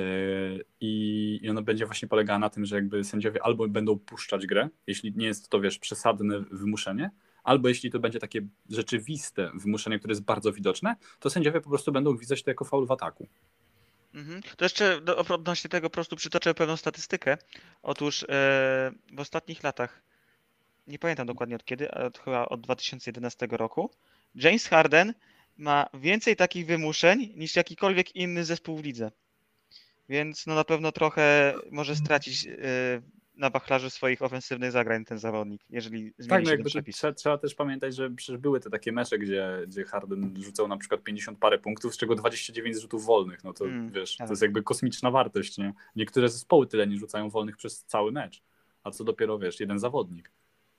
Speaker 1: i, i ona będzie właśnie polegała na tym, że jakby sędziowie albo będą puszczać grę, jeśli nie jest to, wiesz, przesadne wymuszenie, albo jeśli to będzie takie rzeczywiste wymuszenie, które jest bardzo widoczne, to sędziowie po prostu będą gwizdać to jako faul w ataku.
Speaker 2: Mhm. To jeszcze do, odnośnie tego po prostu przytoczę pewną statystykę. Otóż e, w ostatnich latach, nie pamiętam dokładnie od kiedy, ale od, chyba od dwa tysiące jedenastego roku, James Harden ma więcej takich wymuszeń niż jakikolwiek inny zespół w lidze. Więc no na pewno trochę może stracić e, na wachlarzu swoich ofensywnych zagrań ten zawodnik, jeżeli zmieni
Speaker 1: Tak, no
Speaker 2: się
Speaker 1: jakby
Speaker 2: ten
Speaker 1: to
Speaker 2: przepis.
Speaker 1: trzeba, trzeba też pamiętać, że przecież były te takie mecze, gdzie, gdzie Harden rzucał na przykład pięćdziesiąt parę punktów, z czego dwadzieścia dziewięć z rzutów wolnych. No to
Speaker 2: Mm,
Speaker 1: wiesz,
Speaker 2: tak.
Speaker 1: to jest jakby kosmiczna wartość, nie? Niektóre zespoły tyle nie rzucają wolnych przez cały mecz. A co dopiero, wiesz, jeden zawodnik.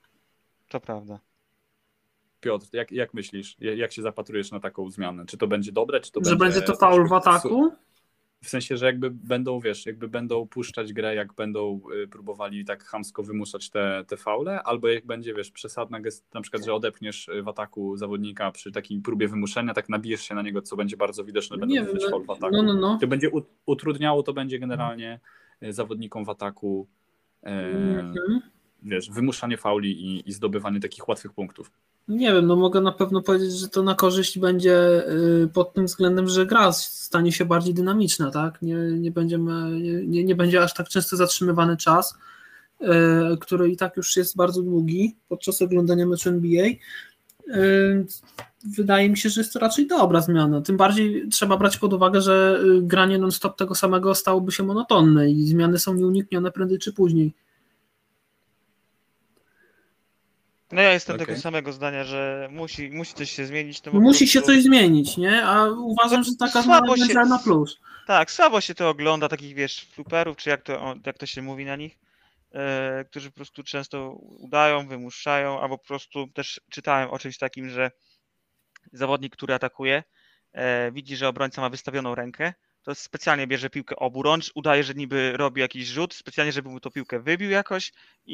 Speaker 2: To prawda.
Speaker 1: Piotr, jak, jak myślisz, jak jak się zapatrujesz na taką zmianę? Czy to będzie dobre, czy to
Speaker 3: Że
Speaker 1: będzie...
Speaker 3: będzie to faul w ataku?
Speaker 1: W sensie, że jakby będą, wiesz, jakby będą puszczać grę, jak będą y, próbowali tak chamsko wymuszać te, te faule, albo jak będzie, wiesz, przesadna gest, na przykład, że odepchniesz w ataku zawodnika przy takiej próbie wymuszenia, tak nabijesz się na niego, co będzie bardzo widoczne, będą
Speaker 3: Nie wiem,
Speaker 1: gwizdać
Speaker 3: no,
Speaker 1: faul w ataku.
Speaker 3: no, no, no.
Speaker 1: To będzie ut- utrudniało, to będzie generalnie y, zawodnikom w ataku y,
Speaker 3: Mhm.
Speaker 1: wiesz, wymuszanie fauli i, i zdobywanie takich łatwych punktów.
Speaker 3: Nie wiem, no mogę na pewno powiedzieć, że to na korzyść będzie pod tym względem, że gra stanie się bardziej dynamiczna, tak? Nie, nie, będziemy, nie, nie będzie aż tak często zatrzymywany czas, który i tak już jest bardzo długi podczas oglądania meczu N B A. Wydaje mi się, że jest to raczej dobra zmiana. Tym bardziej trzeba brać pod uwagę, że granie non-stop tego samego stałoby się monotonne i zmiany są nieuniknione prędzej czy później.
Speaker 2: No ja jestem
Speaker 1: Okay.
Speaker 2: tego samego zdania, że musi, musi coś się zmienić. To
Speaker 3: musi
Speaker 2: prostu...
Speaker 3: się coś zmienić, nie? A uważam,
Speaker 2: no,
Speaker 3: że taka zmiana
Speaker 2: się...
Speaker 3: będzie na plus.
Speaker 2: Tak, słabo się to ogląda, takich wiesz, fluperów, czy jak to, jak to się mówi na nich, e, którzy po prostu często udają, wymuszają, albo po prostu też czytałem o czymś takim, że zawodnik, który atakuje, e, widzi, że obrońca ma wystawioną rękę, to specjalnie bierze piłkę oburącz, udaje, że niby robi jakiś rzut, specjalnie, żeby mu tą piłkę wybił jakoś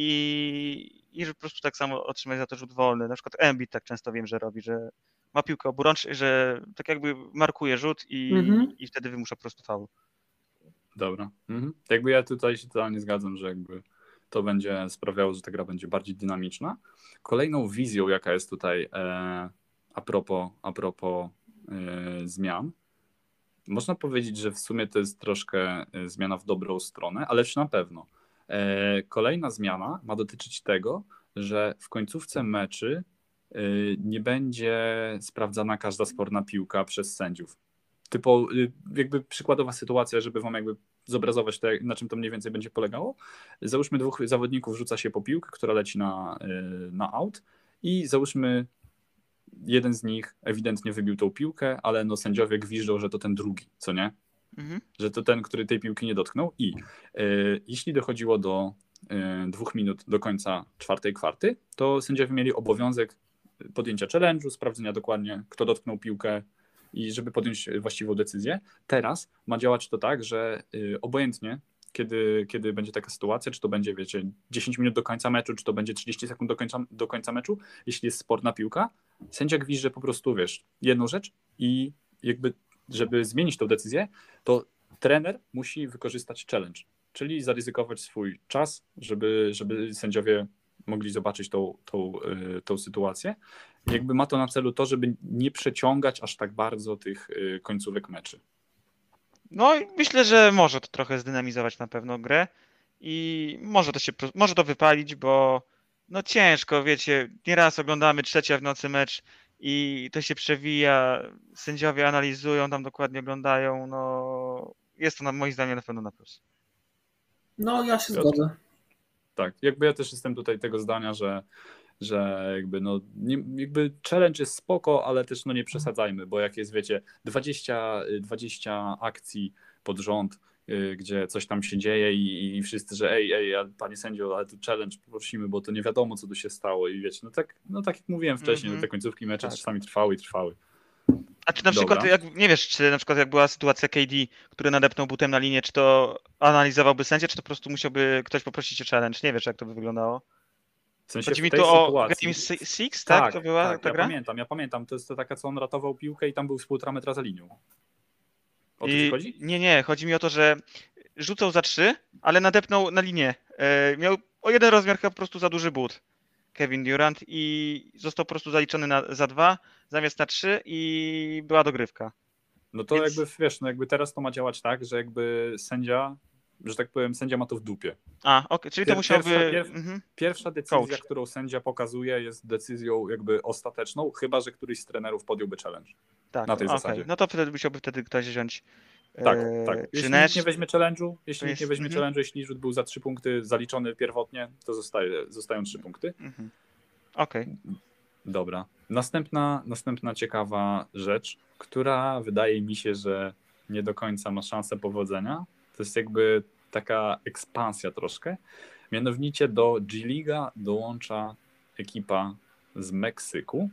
Speaker 2: i, i że po prostu tak samo otrzymać za to rzut wolny. Na przykład Embiid tak często wiem, że robi, że ma piłkę oburącz, że tak jakby markuje rzut i,
Speaker 3: Mhm.
Speaker 2: i wtedy wymusza po prostu faul.
Speaker 1: Dobra. Mhm. Jakby ja tutaj się totalnie zgadzam, że jakby to będzie sprawiało, że ta gra będzie bardziej dynamiczna. Kolejną wizją, jaka jest tutaj e, a propos, a propos e, zmian, można powiedzieć, że w sumie to jest troszkę zmiana w dobrą stronę, ale czy na pewno. E, kolejna zmiana ma dotyczyć tego, że w końcówce meczy e, nie będzie sprawdzana każda sporna piłka przez sędziów. Typo, jakby przykładowa sytuacja, żeby wam jakby zobrazować to, na czym to mniej więcej będzie polegało. Załóżmy, dwóch zawodników rzuca się po piłkę, która leci na, na out i załóżmy, jeden z nich ewidentnie wybił tą piłkę, ale no sędziowie gwiżdżą, że to ten drugi, co nie? Mhm. Że to ten, który tej piłki nie dotknął i y, jeśli dochodziło do y, dwóch minut do końca czwartej kwarty, to sędziowie mieli obowiązek podjęcia challenge'u, sprawdzenia dokładnie, kto dotknął piłkę, i żeby podjąć właściwą decyzję. Teraz ma działać to tak, że y, obojętnie, kiedy, kiedy będzie taka sytuacja, czy to będzie, wiecie, dziesięć minut do końca meczu, czy to będzie trzydzieści sekund do końca, do końca meczu, jeśli jest sporna piłka, sędzia gwizdże po prostu, wiesz, jedną rzecz i jakby, żeby zmienić tą decyzję, to trener musi wykorzystać challenge, czyli zaryzykować swój czas, żeby, żeby sędziowie mogli zobaczyć tą, tą, yy, tą sytuację. Jakby ma to na celu to, żeby nie przeciągać aż tak bardzo tych yy, końcówek meczy.
Speaker 2: No i myślę, że może to trochę zdynamizować na pewno grę i może to się, może to wypalić, bo no ciężko, wiecie, nieraz oglądamy trzecia w nocy mecz i to się przewija, sędziowie analizują, tam dokładnie oglądają, no jest to na, moim zdaniem na pewno na plus.
Speaker 3: No ja się
Speaker 1: Ja
Speaker 3: zgodzę.
Speaker 1: Tak, jakby ja też jestem tutaj tego zdania, że, że jakby no nie, jakby challenge jest spoko, ale też no nie przesadzajmy, bo jak jest, wiecie, dwadzieścia, dwadzieścia akcji pod rząd, yy, gdzie coś tam się dzieje i, i wszyscy, że ej, ej, panie sędzio, ale tu challenge poprosimy, bo to nie wiadomo, co tu się stało i wiecie, no tak, no tak jak mówiłem wcześniej, mm-hmm. no te końcówki mecze tak. czasami trwały i trwały.
Speaker 2: A czy na Dobra. przykład, jak, nie wiesz, czy na przykład jak była sytuacja K D, który nadepnął butem na linię, czy to analizowałby sędzia, czy to po prostu musiałby ktoś poprosić o challenge? Nie wiesz, jak to by wyglądało.
Speaker 1: W sensie
Speaker 2: Chodzi
Speaker 1: w
Speaker 2: mi
Speaker 1: tej
Speaker 2: tu
Speaker 1: sytuacji...
Speaker 2: o Game Six, tak?
Speaker 1: tak?
Speaker 2: To była
Speaker 1: tak,
Speaker 2: ta
Speaker 1: ja
Speaker 2: gra?
Speaker 1: pamiętam, ja pamiętam. To jest to taka, co on ratował piłkę i tam był z półtora metra za linią. O to
Speaker 2: I...
Speaker 1: ci chodzi?
Speaker 2: Nie, nie, chodzi mi o to, że rzucał za trzy, ale nadepnął na linię. E, miał o jeden rozmiar chyba po prostu za duży but. Kevin Durant i został po prostu zaliczony na, za dwa zamiast na trzy i była dogrywka.
Speaker 1: No to
Speaker 2: Więc...
Speaker 1: jakby, wiesz, no jakby teraz to ma działać tak, że jakby sędzia, że tak powiem, sędzia ma to w dupie.
Speaker 2: A, okej, okay. czyli
Speaker 1: Pier-
Speaker 2: to musiałby...
Speaker 1: Pierwsza, pier-
Speaker 2: mhm.
Speaker 1: pierwsza decyzja,
Speaker 2: Coach.
Speaker 1: którą sędzia pokazuje, jest decyzją jakby ostateczną, chyba że któryś z trenerów podjąłby challenge.
Speaker 2: Tak,
Speaker 1: na tej
Speaker 2: okay.
Speaker 1: zasadzie.
Speaker 2: No to wtedy musiałby wtedy ktoś wziąć...
Speaker 1: Tak, tak. Jeśli nikt nie weźmie challenge'u, jeśli
Speaker 2: jest...
Speaker 1: nikt nie weźmie
Speaker 2: mhm.
Speaker 1: challenge'u, jeśli rzut był za trzy punkty zaliczony pierwotnie, to zostaje, zostają trzy punkty.
Speaker 2: Mhm. Okej. Okay.
Speaker 1: Dobra. Następna, następna ciekawa rzecz, która wydaje mi się, że nie do końca ma szansę powodzenia, to jest jakby taka ekspansja troszkę. Mianowicie do G-Liga dołącza ekipa z Meksyku,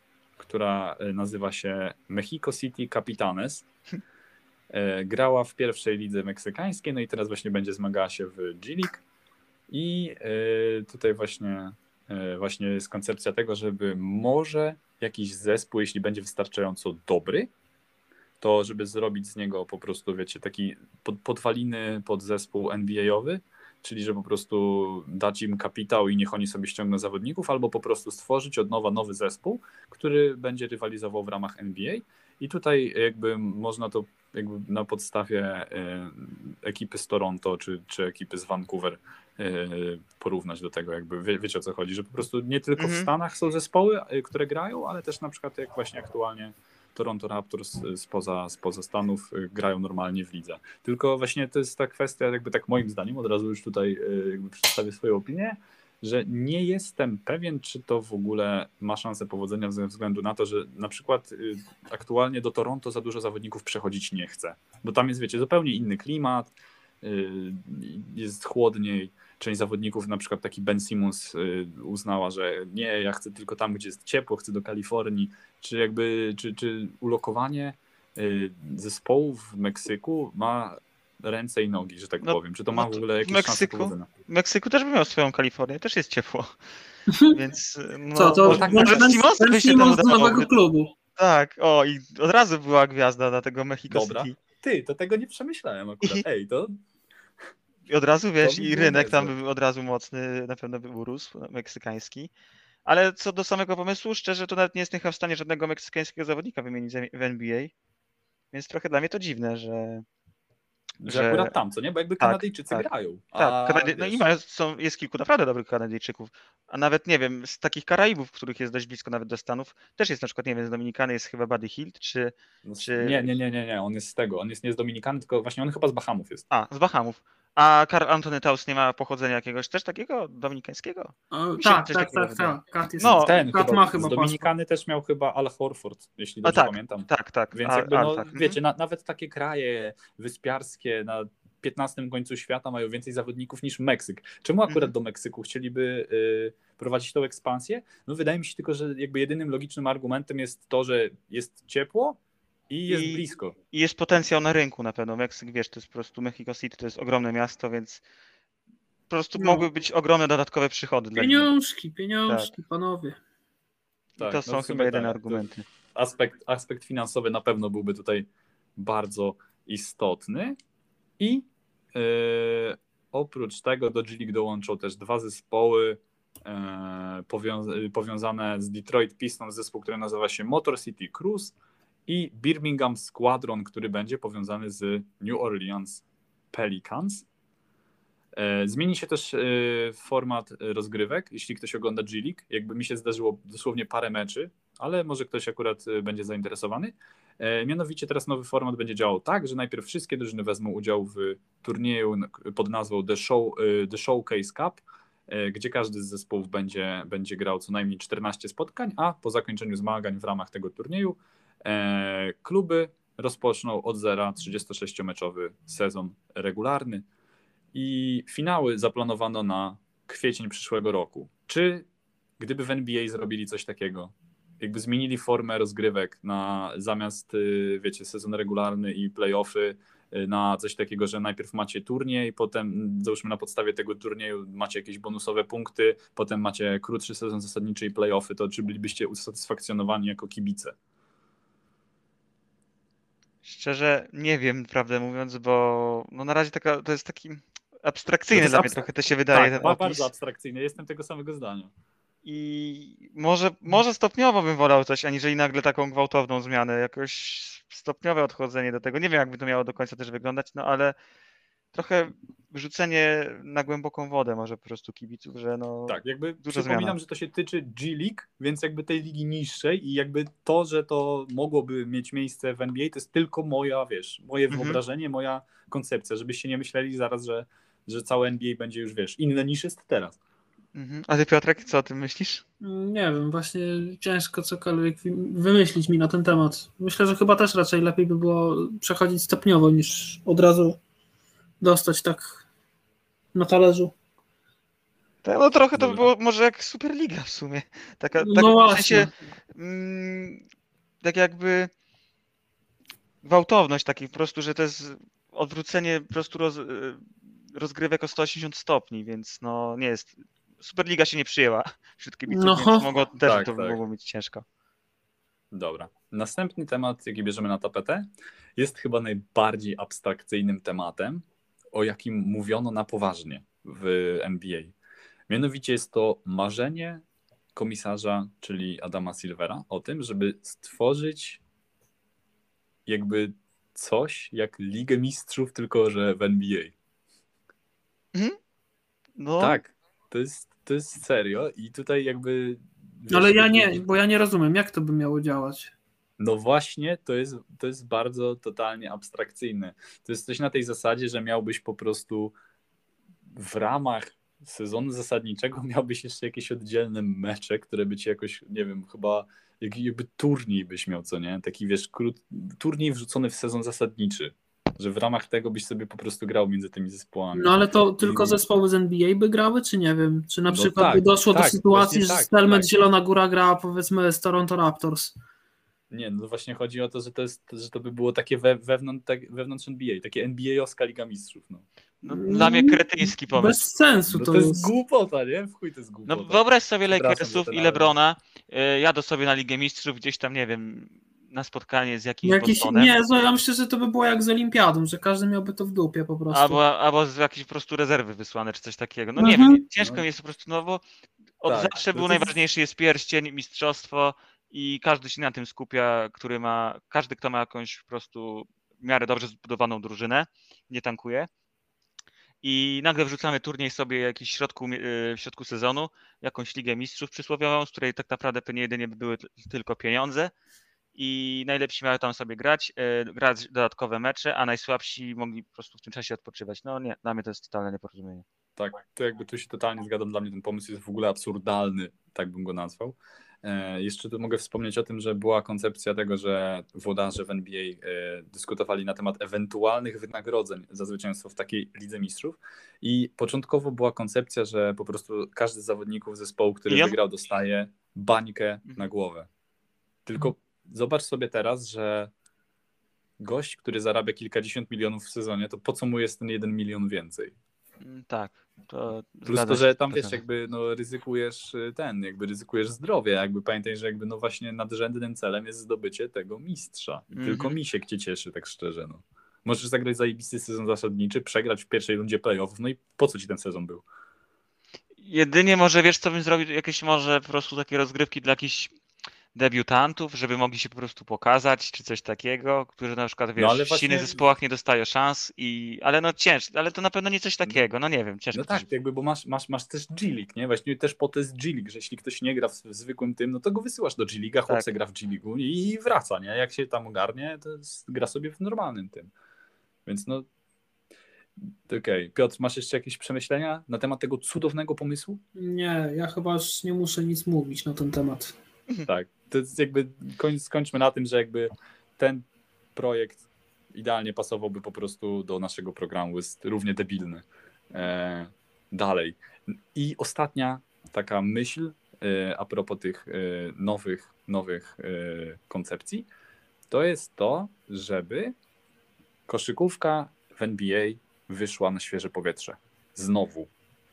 Speaker 1: która nazywa się Mexico City Capitanes. Grała w pierwszej lidze meksykańskiej, no i teraz właśnie będzie zmagała się w G-League. I tutaj właśnie, właśnie jest koncepcja tego, żeby może jakiś zespół, jeśli będzie wystarczająco dobry, to żeby zrobić z niego po prostu, wiecie, taki pod, podwaliny pod zespół N B A-owy, czyli że po prostu dać im kapitał i niech oni sobie ściągną zawodników, albo po prostu stworzyć od nowa nowy zespół, który będzie rywalizował w ramach N B A. I tutaj jakby można to jakby na podstawie ekipy z Toronto czy, czy ekipy z Vancouver porównać do tego, jakby wie, wiecie o co chodzi, że po prostu nie tylko w
Speaker 2: Mhm.
Speaker 1: Stanach są zespoły, które grają, ale też na przykład jak właśnie aktualnie Toronto Raptors spoza, spoza Stanów grają normalnie w lidze. Tylko właśnie to jest ta kwestia, jakby tak moim zdaniem, od razu już tutaj jakby przedstawię swoją opinię, że nie jestem pewien, czy to w ogóle ma szansę powodzenia ze względu na to, że na przykład aktualnie do Toronto za dużo zawodników przechodzić nie chce, bo tam jest, wiecie, zupełnie inny klimat, jest chłodniej. Część zawodników, na przykład taki Ben Simmons uznała, że nie, ja chcę tylko tam, gdzie jest ciepło, chcę do Kalifornii, czy jakby, czy, czy ulokowanie zespołu w Meksyku ma ręce i nogi, że tak
Speaker 2: No,
Speaker 1: powiem, czy to
Speaker 2: no
Speaker 1: ma
Speaker 2: to
Speaker 1: w ogóle jakieś
Speaker 2: w Meksyku-
Speaker 1: szanse powodzenia?
Speaker 2: W Meksyku też by miał swoją Kalifornię, też jest ciepło. Więc no,
Speaker 3: Co, to
Speaker 2: może,
Speaker 1: tak,
Speaker 2: może
Speaker 3: Ben
Speaker 2: Simonsa by
Speaker 3: Ben
Speaker 2: się temu
Speaker 3: Simmons do
Speaker 2: dało.
Speaker 3: nowego klubu.
Speaker 2: Tak, o i od razu była gwiazda na tego Mexico
Speaker 1: Dobra.
Speaker 2: City.
Speaker 1: Ty, to tego nie przemyślałem akurat. Ej, to
Speaker 2: I od razu, wiesz,
Speaker 1: by
Speaker 2: i
Speaker 1: było
Speaker 2: rynek tam
Speaker 1: niezłe.
Speaker 2: by od razu mocny na pewno by urósł, meksykański. Ale co do samego pomysłu, szczerze, to nawet nie jestem chyba w stanie żadnego meksykańskiego zawodnika wymienić w N B A. Więc trochę dla mnie to dziwne, że...
Speaker 1: że,
Speaker 2: że-
Speaker 1: akurat tam, co nie? Bo jakby
Speaker 2: tak,
Speaker 1: Kanadyjczycy
Speaker 2: tak.
Speaker 1: grają.
Speaker 2: Tak,
Speaker 1: A,
Speaker 2: Kanady... no
Speaker 1: wiesz,
Speaker 2: i ma, są, jest kilku naprawdę dobrych Kanadyjczyków. A nawet, nie wiem, z takich Karaibów, których jest dość blisko nawet do Stanów, też jest na przykład, nie wiem, z Dominikany jest chyba Buddy Hield, czy...
Speaker 1: no,
Speaker 2: czy-
Speaker 1: Nie, nie, nie, nie, nie, on jest z tego, on jest nie z Dominikany, tylko właśnie on chyba z Bahamów jest.
Speaker 2: A, z Bahamów. A Karl Anthony Towns nie ma pochodzenia jakiegoś też takiego dominikańskiego?
Speaker 3: O,
Speaker 2: Mi się
Speaker 3: tak,
Speaker 2: coś
Speaker 3: tak,
Speaker 2: takiego
Speaker 3: tak,
Speaker 2: wydaje.
Speaker 3: tak. Kat jest,
Speaker 2: No,
Speaker 1: Ten
Speaker 3: Kat
Speaker 1: chyba,
Speaker 3: ma
Speaker 1: z
Speaker 3: chyba
Speaker 1: Dominikany też miał chyba Al Horford, jeśli
Speaker 2: A
Speaker 1: dobrze
Speaker 2: tak,
Speaker 1: pamiętam.
Speaker 2: tak, tak.
Speaker 1: Więc
Speaker 2: Al-
Speaker 1: jakby,
Speaker 2: Al,
Speaker 1: no,
Speaker 2: tak. Mhm.
Speaker 1: wiecie, na, nawet takie kraje wyspiarskie na piętnastym końcu świata mają więcej zawodników niż Meksyk. Czemu akurat
Speaker 2: Mhm.
Speaker 1: do Meksyku chcieliby y, prowadzić tą ekspansję? No wydaje mi się tylko, że jakby jedynym logicznym argumentem jest to, że jest ciepło i jest
Speaker 2: I-
Speaker 1: blisko.
Speaker 2: I jest potencjał na rynku na pewno. Meksyk, wiesz, to jest po prostu Mexico City, to jest ogromne miasto, więc po prostu
Speaker 3: No.
Speaker 2: mogły być ogromne dodatkowe przychody dla nich.
Speaker 3: Pieniążki, pieniążki, panowie.
Speaker 2: I
Speaker 1: Tak,
Speaker 2: to
Speaker 1: no
Speaker 2: są
Speaker 1: w sumie
Speaker 2: chyba jedyne
Speaker 1: tak.
Speaker 2: argumenty.
Speaker 1: Aspekt, aspekt finansowy na pewno byłby tutaj bardzo istotny. I yy, oprócz tego do G League dołączą też dwa zespoły yy, powiąza- powiązane z Detroit Pistons, zespół, który nazywa się Motor City Cruise, i Birmingham Squadron, który będzie powiązany z New Orleans Pelicans. Yy, zmieni się też yy, format rozgrywek, jeśli ktoś ogląda G League. Jakby mi się zdarzyło dosłownie parę meczy, ale może ktoś akurat yy, będzie zainteresowany. E, Mianowicie teraz nowy format będzie działał tak, że najpierw wszystkie drużyny wezmą udział w turnieju pod nazwą The, Show, e, The Showcase Cup, e, gdzie każdy z zespołów będzie, będzie grał co najmniej czternaście spotkań, a po zakończeniu zmagań w ramach tego turnieju e, kluby rozpoczną od zera trzydziestosześciomeczowy sezon regularny i finały zaplanowano na kwiecień przyszłego roku. Czy gdyby w N B A zrobili coś takiego, jakby zmienili formę rozgrywek na zamiast, y, wiecie, sezon regularny i playoffy, y, na coś takiego, że najpierw macie turniej, potem mm, załóżmy na podstawie tego turnieju macie jakieś bonusowe punkty, potem macie krótszy sezon zasadniczy i playoffy, to czy bylibyście usatysfakcjonowani jako kibice?
Speaker 2: Szczerze nie wiem, prawdę mówiąc, bo no na razie taka, to jest taki abstrakcyjny
Speaker 1: To jest
Speaker 2: dla mnie
Speaker 1: abstrak-
Speaker 2: trochę to się wydaje
Speaker 1: Tak,
Speaker 2: ten
Speaker 1: ba-
Speaker 2: opis.
Speaker 1: bardzo abstrakcyjny, jestem tego samego zdania.
Speaker 2: I może, może stopniowo bym wolał coś, aniżeli nagle taką gwałtowną zmianę, jakoś stopniowe odchodzenie do tego. Nie wiem, jakby to miało do końca też wyglądać, no ale trochę wrzucenie na głęboką wodę może po prostu kibiców, że no...
Speaker 1: Tak, jakby
Speaker 2: Duża
Speaker 1: przypominam,
Speaker 2: zmiana.
Speaker 1: że to się tyczy G League, więc jakby tej ligi niższej i jakby to, że to mogłoby mieć miejsce w N B A, to jest tylko moja, wiesz, moje
Speaker 2: Mhm.
Speaker 1: wyobrażenie, moja koncepcja, żebyście nie myśleli zaraz, że, że całe N B A będzie już, wiesz, inne niż jest teraz.
Speaker 2: Mhm. A ty, Piotrek, co o tym myślisz?
Speaker 3: Nie wiem, właśnie ciężko cokolwiek wy- wymyślić mi na ten temat. Myślę, że chyba też raczej lepiej by było przechodzić stopniowo, niż od razu dostać tak na talerzu.
Speaker 2: Tak, no trochę to by
Speaker 1: Dobra.
Speaker 2: było może jak Superliga w sumie. Taka,
Speaker 3: No
Speaker 2: tak, w
Speaker 3: właśnie.
Speaker 2: sensie, mm, tak jakby gwałtowność takiej po prostu, że to jest odwrócenie po prostu roz, rozgrywek o sto osiemdziesiąt stopni, więc no nie jest... Superliga się nie przyjęła wśród kibiców,
Speaker 3: No.
Speaker 2: więc mogło, też
Speaker 1: Tak,
Speaker 2: to
Speaker 1: tak.
Speaker 2: mogło być ciężko.
Speaker 1: Dobra. Następny temat, jaki bierzemy na tapetę, jest chyba najbardziej abstrakcyjnym tematem, o jakim mówiono na poważnie. w N B A. Mianowicie jest to marzenie komisarza, czyli Adama Silvera, o tym, żeby stworzyć jakby coś jak Ligę Mistrzów, tylko że w N B A.
Speaker 2: Mhm. No.
Speaker 1: Tak, to jest, to jest serio i tutaj jakby... Wiesz,
Speaker 3: Ale ja nie,
Speaker 1: jakby-
Speaker 3: bo ja nie rozumiem, jak to by miało działać.
Speaker 1: No właśnie, to jest, to jest bardzo totalnie abstrakcyjne. To jest coś na tej zasadzie, że miałbyś po prostu w ramach sezonu zasadniczego miałbyś jeszcze jakieś oddzielne mecze, które by ci jakoś, nie wiem, chyba jak- jakby turniej byś miał, co nie? Taki, wiesz, krót, turniej wrzucony w sezon zasadniczy, że w ramach tego byś sobie po prostu grał między tymi zespołami.
Speaker 3: No ale to tylko
Speaker 1: I-
Speaker 3: zespoły z N B A by grały, czy nie wiem? Czy na
Speaker 1: No
Speaker 3: przykład
Speaker 1: tak,
Speaker 3: by doszło
Speaker 1: tak,
Speaker 3: do sytuacji,
Speaker 1: właśnie
Speaker 3: że
Speaker 1: tak,
Speaker 3: Stelmet
Speaker 1: tak.
Speaker 3: Zielona Góra grała powiedzmy z Toronto Raptors?
Speaker 1: Nie, no właśnie chodzi o to, że to, jest, że to by było takie we, wewnątrz, tak, wewnątrz N B A, takie N B A-owska Liga Mistrzów. No,
Speaker 2: No, dla mnie kretyński pomysł.
Speaker 3: Bez sensu
Speaker 1: no
Speaker 3: to,
Speaker 1: to
Speaker 3: jest.
Speaker 1: jest głupota, nie? W chuj to jest
Speaker 2: No
Speaker 1: głupota.
Speaker 2: wyobraź sobie
Speaker 1: Przepraszam,
Speaker 2: Lakersów
Speaker 1: że
Speaker 2: i
Speaker 1: ten-
Speaker 2: Lebrona, y, jadą sobie na Ligę Mistrzów gdzieś tam, nie wiem, na spotkanie z jakimś
Speaker 3: Jakiś,
Speaker 2: Bostonem.
Speaker 3: nie, no ja myślę, że to by było jak z Olimpiadą, że każdy miałby to w dupie po prostu.
Speaker 2: Albo, albo z jakiejś po prostu rezerwy wysłane, czy coś takiego. No nie
Speaker 3: Mhm.
Speaker 2: wiem, ciężko
Speaker 1: No.
Speaker 2: mi jest po prostu, no bo od
Speaker 1: Tak,
Speaker 2: zawsze
Speaker 1: to
Speaker 2: był
Speaker 1: to jest-
Speaker 2: najważniejszy jest pierścień, mistrzostwo i każdy się na tym skupia, który ma, każdy kto ma jakąś po prostu w miarę dobrze zbudowaną drużynę, nie tankuje. I nagle wrzucamy turniej sobie jakiś w środku, y, w środku sezonu, jakąś Ligę Mistrzów przysłowiową, z której tak naprawdę pewnie jedynie by były t- tylko pieniądze i najlepsi mają tam sobie grać, y, grać dodatkowe mecze, a najsłabsi mogli po prostu w tym czasie odpoczywać. No nie, dla mnie to jest totalne nieporozumienie.
Speaker 1: Tak, to jakby tu się totalnie zgadzam. Dla mnie ten pomysł jest w ogóle absurdalny, tak bym go nazwał. E, jeszcze tu mogę wspomnieć o tym, że była koncepcja tego, że włodarze w N B A e, dyskutowali na temat ewentualnych wynagrodzeń za zwycięstwo w takiej Lidze Mistrzów i początkowo była koncepcja, że po prostu każdy z zawodników zespołu, który
Speaker 2: Milion?
Speaker 1: wygrał, dostaje bańkę
Speaker 2: Mhm.
Speaker 1: na głowę. Tylko zobacz sobie teraz, że gość, który zarabia kilkadziesiąt milionów w sezonie, to po co mu jest ten jeden milion więcej?
Speaker 2: Mm, Tak, to
Speaker 1: Plus
Speaker 2: zgadza
Speaker 1: to,
Speaker 2: się
Speaker 1: że
Speaker 2: z
Speaker 1: tam
Speaker 2: tym
Speaker 1: wiesz,
Speaker 2: zgadzam.
Speaker 1: jakby no ryzykujesz y, ten, jakby ryzykujesz zdrowie, jakby pamiętaj, że jakby no właśnie nadrzędnym celem jest zdobycie tego mistrza. I
Speaker 2: Mhm.
Speaker 1: tylko misiek cię cieszy, tak szczerze, no. Możesz zagrać zajebisty sezon zasadniczy, przegrać w pierwszej rundzie playoffów, no i po co ci ten sezon był?
Speaker 2: Jedynie może wiesz, co bym zrobił, jakieś może po prostu takie rozgrywki dla jakichś debiutantów, żeby mogli się po prostu pokazać, czy coś takiego, którzy na przykład, wiesz,
Speaker 1: No, ale
Speaker 2: w
Speaker 1: właśnie-
Speaker 2: silnych zespołach nie dostają szans i, ale no ciężko, ale to na pewno nie coś takiego, no nie wiem, ciężko.
Speaker 1: No
Speaker 2: to
Speaker 1: tak,
Speaker 2: się-
Speaker 1: jakby, bo masz, masz, masz też G-League, nie? Właśnie też po to jest G-League, że jeśli ktoś nie gra w, w zwykłym tym, no to go wysyłasz do G-League'a, chłopcy
Speaker 2: Tak.
Speaker 1: gra w G-League'u i wraca, nie? Jak się tam ogarnie, to jest, gra sobie w normalnym tym. Więc no... Okej. Okay. Piotr, masz jeszcze jakieś przemyślenia na temat tego cudownego pomysłu?
Speaker 3: Nie, ja chyba już nie muszę nic mówić na ten temat.
Speaker 1: Tak. To jest jakby koń, skończmy na tym, że jakby ten projekt idealnie pasowałby po prostu do naszego programu, jest równie debilny. E, dalej. I ostatnia taka myśl e, a propos tych e, nowych, nowych e, koncepcji, to jest to, żeby koszykówka w N B A wyszła na świeże powietrze. Znowu.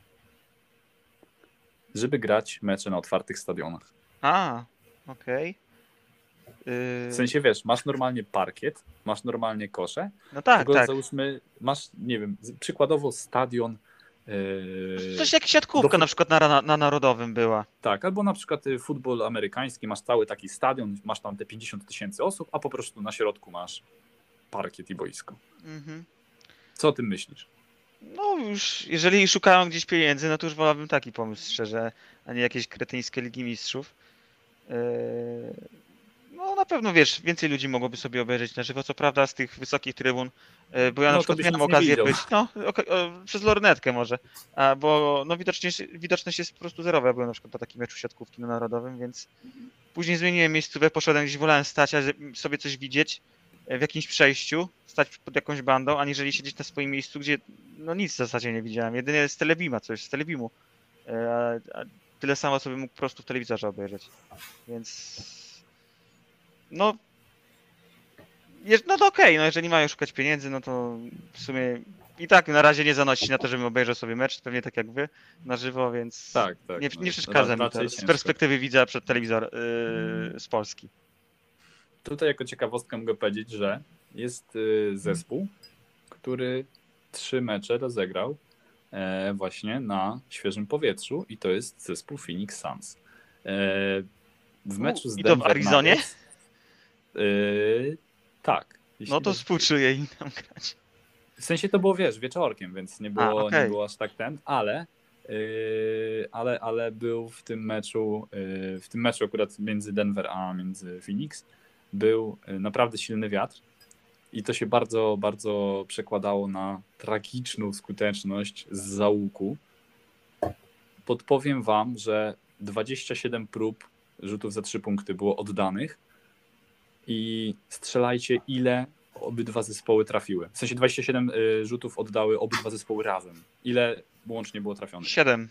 Speaker 1: Żeby grać mecze na otwartych stadionach.
Speaker 2: A, okej.
Speaker 1: W
Speaker 2: Yy,
Speaker 1: sensie, wiesz, masz normalnie parkiet, masz normalnie kosze,
Speaker 2: no tak,
Speaker 1: tylko
Speaker 2: tak.
Speaker 1: załóżmy, masz, nie wiem, z- przykładowo stadion, yy,
Speaker 2: Coś jak siatkówka
Speaker 1: do-
Speaker 2: na przykład na, na, na Narodowym była.
Speaker 1: tak, albo na przykład y, futbol amerykański, masz cały taki stadion, masz tam te pięćdziesiąt tysięcy osób, a po prostu na środku masz parkiet i boisko.
Speaker 2: Mhm.
Speaker 1: Co o tym myślisz?
Speaker 2: No już, jeżeli szukają gdzieś pieniędzy, no to już wolałbym taki pomysł, szczerze, a nie jakieś kretyńskie Ligi Mistrzów. Yy, No na pewno, wiesz, więcej ludzi mogłoby sobie obejrzeć na żywo, co prawda z tych wysokich trybun, yy, bo ja
Speaker 1: No,
Speaker 2: na
Speaker 1: to
Speaker 2: przykład
Speaker 1: byś
Speaker 2: miałem
Speaker 1: nic nie
Speaker 2: okazję
Speaker 1: widział.
Speaker 2: być, no, oka- o, przez lornetkę może, a, bo no widocznie, widoczność jest po prostu zerowa, ja byłem na przykład na takim meczu siatkówki na Narodowym, więc później zmieniłem miejscówkę, poszedłem gdzieś, wolałem stać, a żeby sobie coś widzieć w jakimś przejściu, stać pod jakąś bandą, aniżeli siedzieć na swoim miejscu, gdzie no nic w zasadzie nie widziałem. Jedynie z Telebima, coś z Telebimu. E, A, a tyle samo sobie mógł po prostu w telewizorze obejrzeć. Więc no je- no to okej, no jeżeli mają szukać pieniędzy, no to w sumie i tak na razie nie zanosi na to, żebym obejrzał sobie mecz, pewnie tak jak wy, na żywo, więc
Speaker 1: Tak, tak.
Speaker 2: nie,
Speaker 1: no,
Speaker 2: nie przeszkadza mi
Speaker 1: raczej
Speaker 2: to z
Speaker 1: ciężko.
Speaker 2: perspektywy widza przed telewizor yy, z Polski.
Speaker 1: Tutaj jako ciekawostkę mogę powiedzieć, że jest y, zespół, który trzy mecze rozegrał e, właśnie na świeżym powietrzu i to jest zespół Phoenix Suns. E, w meczu z
Speaker 2: I to w
Speaker 1: Denver
Speaker 2: Arizonie?
Speaker 1: Nuggets, e, tak.
Speaker 2: No to
Speaker 1: dobrze-
Speaker 2: współczuję im tam grać.
Speaker 1: W sensie to było, wiesz, wieczorkiem, więc nie było,
Speaker 2: A, okej.
Speaker 1: nie było aż tak ten, ale, yy, ale, ale był w tym meczu, yy, w tym meczu akurat między Denver a między Phoenix był yy, naprawdę silny wiatr i to się bardzo, bardzo przekładało na tragiczną skuteczność z załuku. Podpowiem wam, że dwadzieścia siedem prób rzutów za trzy punkty było oddanych i strzelajcie, ile obydwa zespoły trafiły. W sensie dwadzieścia siedem y, rzutów oddały obydwa zespoły razem. Ile łącznie było trafionych?
Speaker 2: Siedem.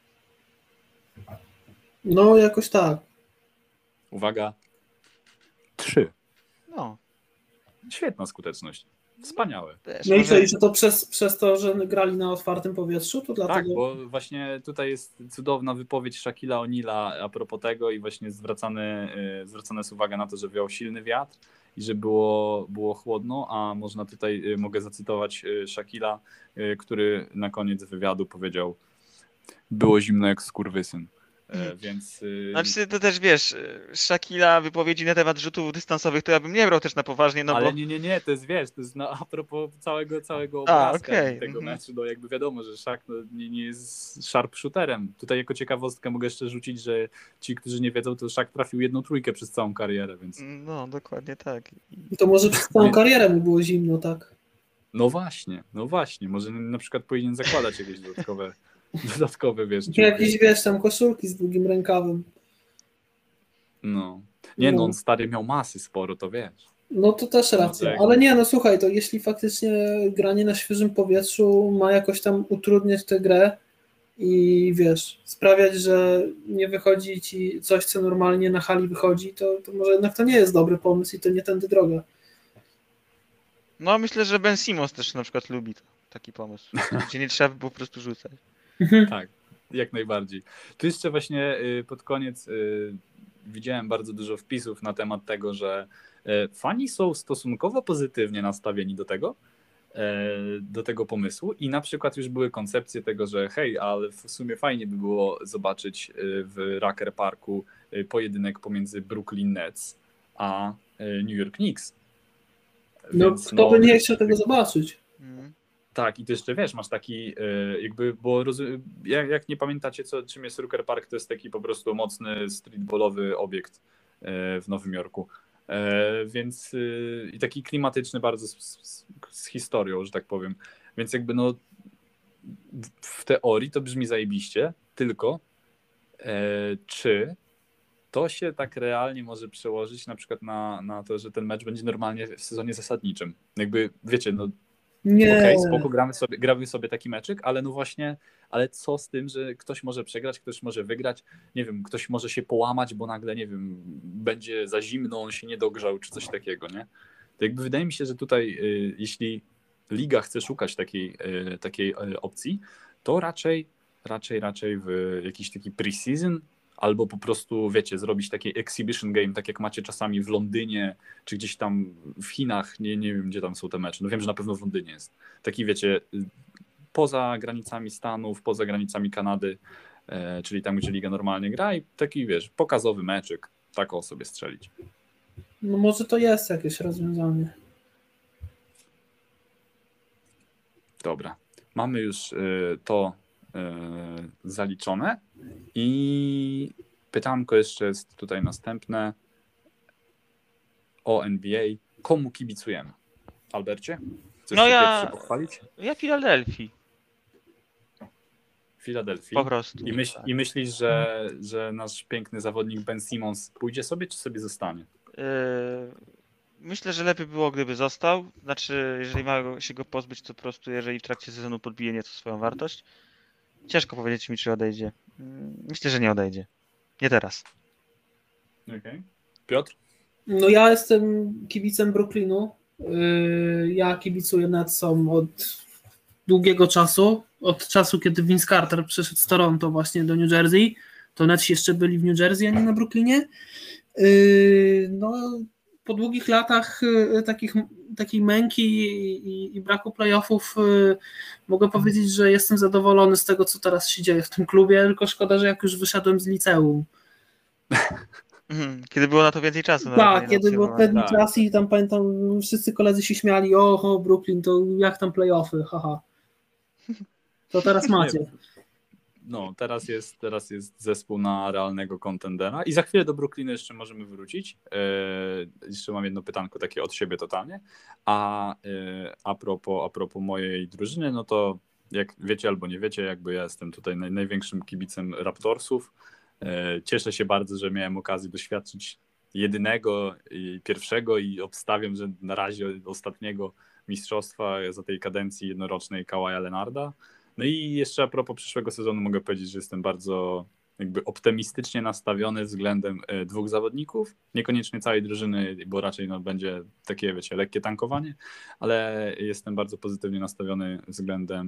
Speaker 3: No jakoś tak.
Speaker 1: Uwaga. Trzy.
Speaker 2: No.
Speaker 1: Świetna skuteczność. Wspaniałe.
Speaker 2: Też,
Speaker 3: No i
Speaker 2: może-
Speaker 3: co, i że to przez, przez to, że grali na otwartym powietrzu, to
Speaker 1: Tak,
Speaker 3: dlatego...
Speaker 1: bo właśnie tutaj jest cudowna wypowiedź Shaquilla O'Neala a propos tego i właśnie zwracane, y, zwracana jest uwaga na to, że wiał silny wiatr i że było, było chłodno, a można tutaj, y, mogę zacytować y, Shaquilla, y, który na koniec wywiadu powiedział: było zimno jak skurwysyn. E, więc y,
Speaker 2: Znaczy to też wiesz, Shaquilla wypowiedzi na temat rzutów dystansowych to ja bym nie brał też na poważnie, no
Speaker 1: ale
Speaker 2: bo
Speaker 1: nie, nie, nie, to jest, wiesz, to jest na, a propos całego, całego
Speaker 2: A,
Speaker 1: obrazka
Speaker 2: okej,
Speaker 1: tego
Speaker 2: mhm.
Speaker 1: meczu, no jakby wiadomo, że Shaq no, nie, nie jest sharpshooterem. Tutaj jako ciekawostkę mogę jeszcze rzucić, że ci, którzy nie wiedzą, to Shaq trafił jedną trójkę przez całą karierę, więc
Speaker 2: no dokładnie tak.
Speaker 3: I to może przez całą karierę mu było zimno, tak?
Speaker 1: no właśnie, no właśnie, może na przykład powinien zakładać jakieś dodatkowe, dodatkowe, wiesz, ciuchy.
Speaker 3: Jakieś, wiesz, tam koszulki z długim rękawem.
Speaker 1: No. Nie no,
Speaker 3: No.
Speaker 1: on stary miał masy sporo, to wiesz.
Speaker 3: No to też racja,
Speaker 1: tak.
Speaker 3: ale nie, no słuchaj, to jeśli faktycznie granie na świeżym powietrzu ma jakoś tam utrudniać tę grę i wiesz, sprawiać, że nie wychodzi ci coś, co normalnie na hali wychodzi, to, to może jednak to nie jest dobry pomysł i to nie tędy droga.
Speaker 2: No myślę, że Ben Simmons też na przykład lubi to, taki pomysł, gdzie nie trzeba by było po prostu rzucać.
Speaker 1: Tak, jak najbardziej. Tu jeszcze właśnie y, pod koniec y, widziałem bardzo dużo wpisów na temat tego, że y, fani są stosunkowo pozytywnie nastawieni do tego, y, do tego pomysłu i na przykład już były koncepcje tego, że hej, ale w sumie fajnie by było zobaczyć y, w Rucker Parku y, pojedynek pomiędzy Brooklyn Nets a y, New York Knicks.
Speaker 3: No
Speaker 1: Więc,
Speaker 3: kto by nie chciał tego zobaczyć?
Speaker 2: Mhm.
Speaker 1: tak, i to jeszcze wiesz, masz taki y, jakby, bo rozu- jak, jak nie pamiętacie, co, czym jest Rucker Park, to jest taki po prostu mocny streetballowy obiekt y, w Nowym Jorku. Y, więc y, i taki klimatyczny bardzo z, z, z historią, że tak powiem. Więc jakby no w teorii to brzmi zajebiście, tylko y, czy to się tak realnie może przełożyć na przykład na, na to, że ten mecz będzie normalnie w sezonie zasadniczym. Jakby, wiecie, no
Speaker 3: Nie.
Speaker 1: okej, okay, spoko, gramy sobie, gramy sobie taki meczyk, ale no właśnie, ale co z tym, że ktoś może przegrać, ktoś może wygrać, nie wiem, ktoś może się połamać, bo nagle, nie wiem, będzie za zimno, on się nie dogrzał, czy coś takiego, nie? To jakby wydaje mi się, że tutaj, y, jeśli liga chce szukać takiej, y, takiej y, opcji, to raczej, raczej, raczej w jakiś taki pre-season albo po prostu, wiecie, zrobić taki exhibition game, tak jak macie czasami w Londynie, czy gdzieś tam w Chinach, nie, nie wiem, gdzie tam są te mecze. No wiem, że na pewno w Londynie jest. Taki, wiecie, poza granicami Stanów, poza granicami Kanady, e, czyli tam, gdzie liga normalnie gra i taki, wiesz, pokazowy meczyk, tak o sobie strzelić.
Speaker 3: No może to jest jakieś rozwiązanie.
Speaker 1: Dobra. Mamy już y, to y, zaliczone i pytanko jeszcze jest tutaj następne o N B A. Komu kibicujemy? Albercie? Chcesz
Speaker 2: No
Speaker 1: się
Speaker 2: ja-
Speaker 1: pierwszy pochwalić?
Speaker 2: Ja Filadelfii,
Speaker 1: Filadelfii.
Speaker 2: po prostu.
Speaker 1: I, myśl,
Speaker 2: Tak.
Speaker 1: I myślisz, że, że nasz piękny zawodnik Ben Simmons pójdzie sobie, czy sobie zostanie?
Speaker 2: Yy, Myślę, że lepiej było, gdyby został. Znaczy, jeżeli ma go- się go pozbyć, to po prostu, jeżeli w trakcie sezonu podbije nieco swoją wartość. Ciężko powiedzieć mi, czy odejdzie. Yy, Myślę, że nie odejdzie. Nie teraz.
Speaker 1: Okay. Piotr?
Speaker 3: No ja jestem kibicem Brooklynu. Yy, Ja kibicuję Netsom od długiego czasu. Od czasu, kiedy Vince Carter przyszedł z Toronto właśnie do New Jersey. To Netsi jeszcze byli w New Jersey, a nie na Brooklynie. Yy, No po długich latach takich, takiej męki i, i braku playoffów mogę powiedzieć, że jestem zadowolony z tego, co teraz się dzieje w tym klubie, tylko szkoda, że jak już wyszedłem z liceum.
Speaker 2: Kiedy było na to więcej czasu.
Speaker 3: Tak, kiedy był pewien
Speaker 1: tak.
Speaker 3: czas i tam pamiętam, wszyscy koledzy się śmiali, oho, Brooklyn, to jak tam playoffy, haha. To teraz macie.
Speaker 1: No, teraz jest, teraz jest zespół na realnego kontendera i za chwilę do Brooklynu jeszcze możemy wrócić. Eee, jeszcze mam jedno pytanko takie od siebie totalnie. A e, a propos, a propos mojej drużyny, no to jak wiecie albo nie wiecie, jakby ja jestem tutaj naj, największym kibicem Raptorsów. E, cieszę się bardzo, że miałem okazję doświadczyć jedynego i pierwszego i obstawiam, że na razie ostatniego mistrzostwa za tej kadencji jednorocznej Kawaja Leonarda. No i jeszcze a propos przyszłego sezonu mogę powiedzieć, że jestem bardzo jakby optymistycznie nastawiony względem dwóch zawodników, niekoniecznie całej drużyny, bo raczej no, będzie takie, wiecie, lekkie tankowanie, ale jestem bardzo pozytywnie nastawiony względem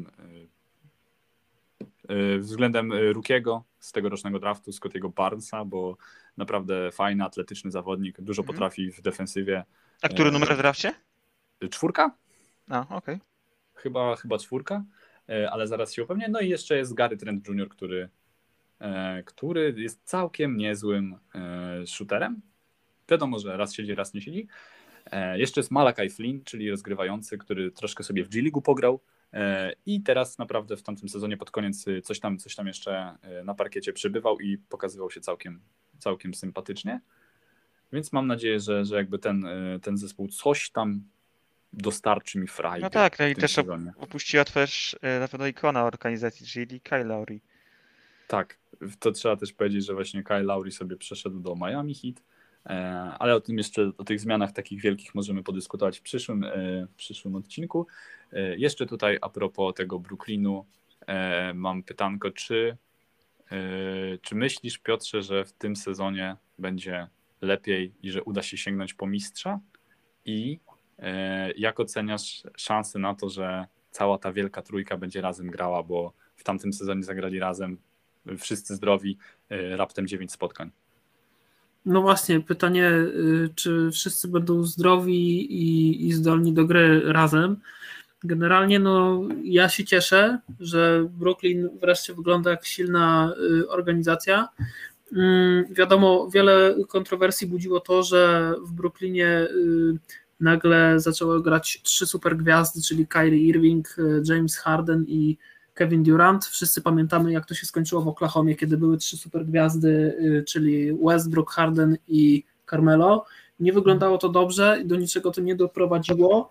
Speaker 1: względem Rookiego z tegorocznego draftu, Scottiego Barnesa, bo naprawdę fajny, atletyczny zawodnik, dużo
Speaker 2: Mhm.
Speaker 1: potrafi w defensywie.
Speaker 2: A który numer w drafcie?
Speaker 1: Czwórka?
Speaker 2: A, okej. Okay.
Speaker 1: Chyba, chyba czwórka. Ale zaraz się upewnię. No i jeszcze jest Gary Trent junior, który, który jest całkiem niezłym shooterem. Wiadomo, że raz siedzi, raz nie siedzi. Jeszcze jest Malachi Flynn, czyli rozgrywający, który troszkę sobie w G-League'u pograł i teraz naprawdę w tamtym sezonie pod koniec coś tam, coś tam jeszcze na parkiecie przybywał i pokazywał się całkiem, całkiem sympatycznie. Więc mam nadzieję, że, że jakby ten, ten zespół coś tam dostarczy mi frajdy.
Speaker 2: No tak, no i też
Speaker 1: sezonie.
Speaker 2: opuściła też na pewno ikona organizacji, czyli Kyle Lowry.
Speaker 1: Tak, to trzeba też powiedzieć, że właśnie Kyle Lowry sobie przeszedł do Miami Heat, ale o tym jeszcze, o tych zmianach takich wielkich możemy podyskutować w przyszłym, w przyszłym odcinku. Jeszcze tutaj a propos tego Brooklynu mam pytanko, czy, czy myślisz, Piotrze, że w tym sezonie będzie lepiej i że uda się sięgnąć po mistrza? I jak oceniasz szansę na to, że cała ta wielka trójka będzie razem grała, bo w tamtym sezonie zagrali razem wszyscy zdrowi, raptem dziewięć spotkań.
Speaker 3: No właśnie, pytanie, czy wszyscy będą zdrowi i, i zdolni do gry razem. Generalnie no, ja się cieszę, że Brooklyn wreszcie wygląda jak silna organizacja. Wiadomo, wiele kontrowersji budziło to, że w Brooklynie nagle zaczęły grać trzy super gwiazdy, czyli Kyrie Irving, James Harden i Kevin Durant. Wszyscy pamiętamy, jak to się skończyło w Oklahomie, kiedy były trzy super gwiazdy, czyli Westbrook, Harden i Carmelo. Nie wyglądało to dobrze, do niczego to nie doprowadziło.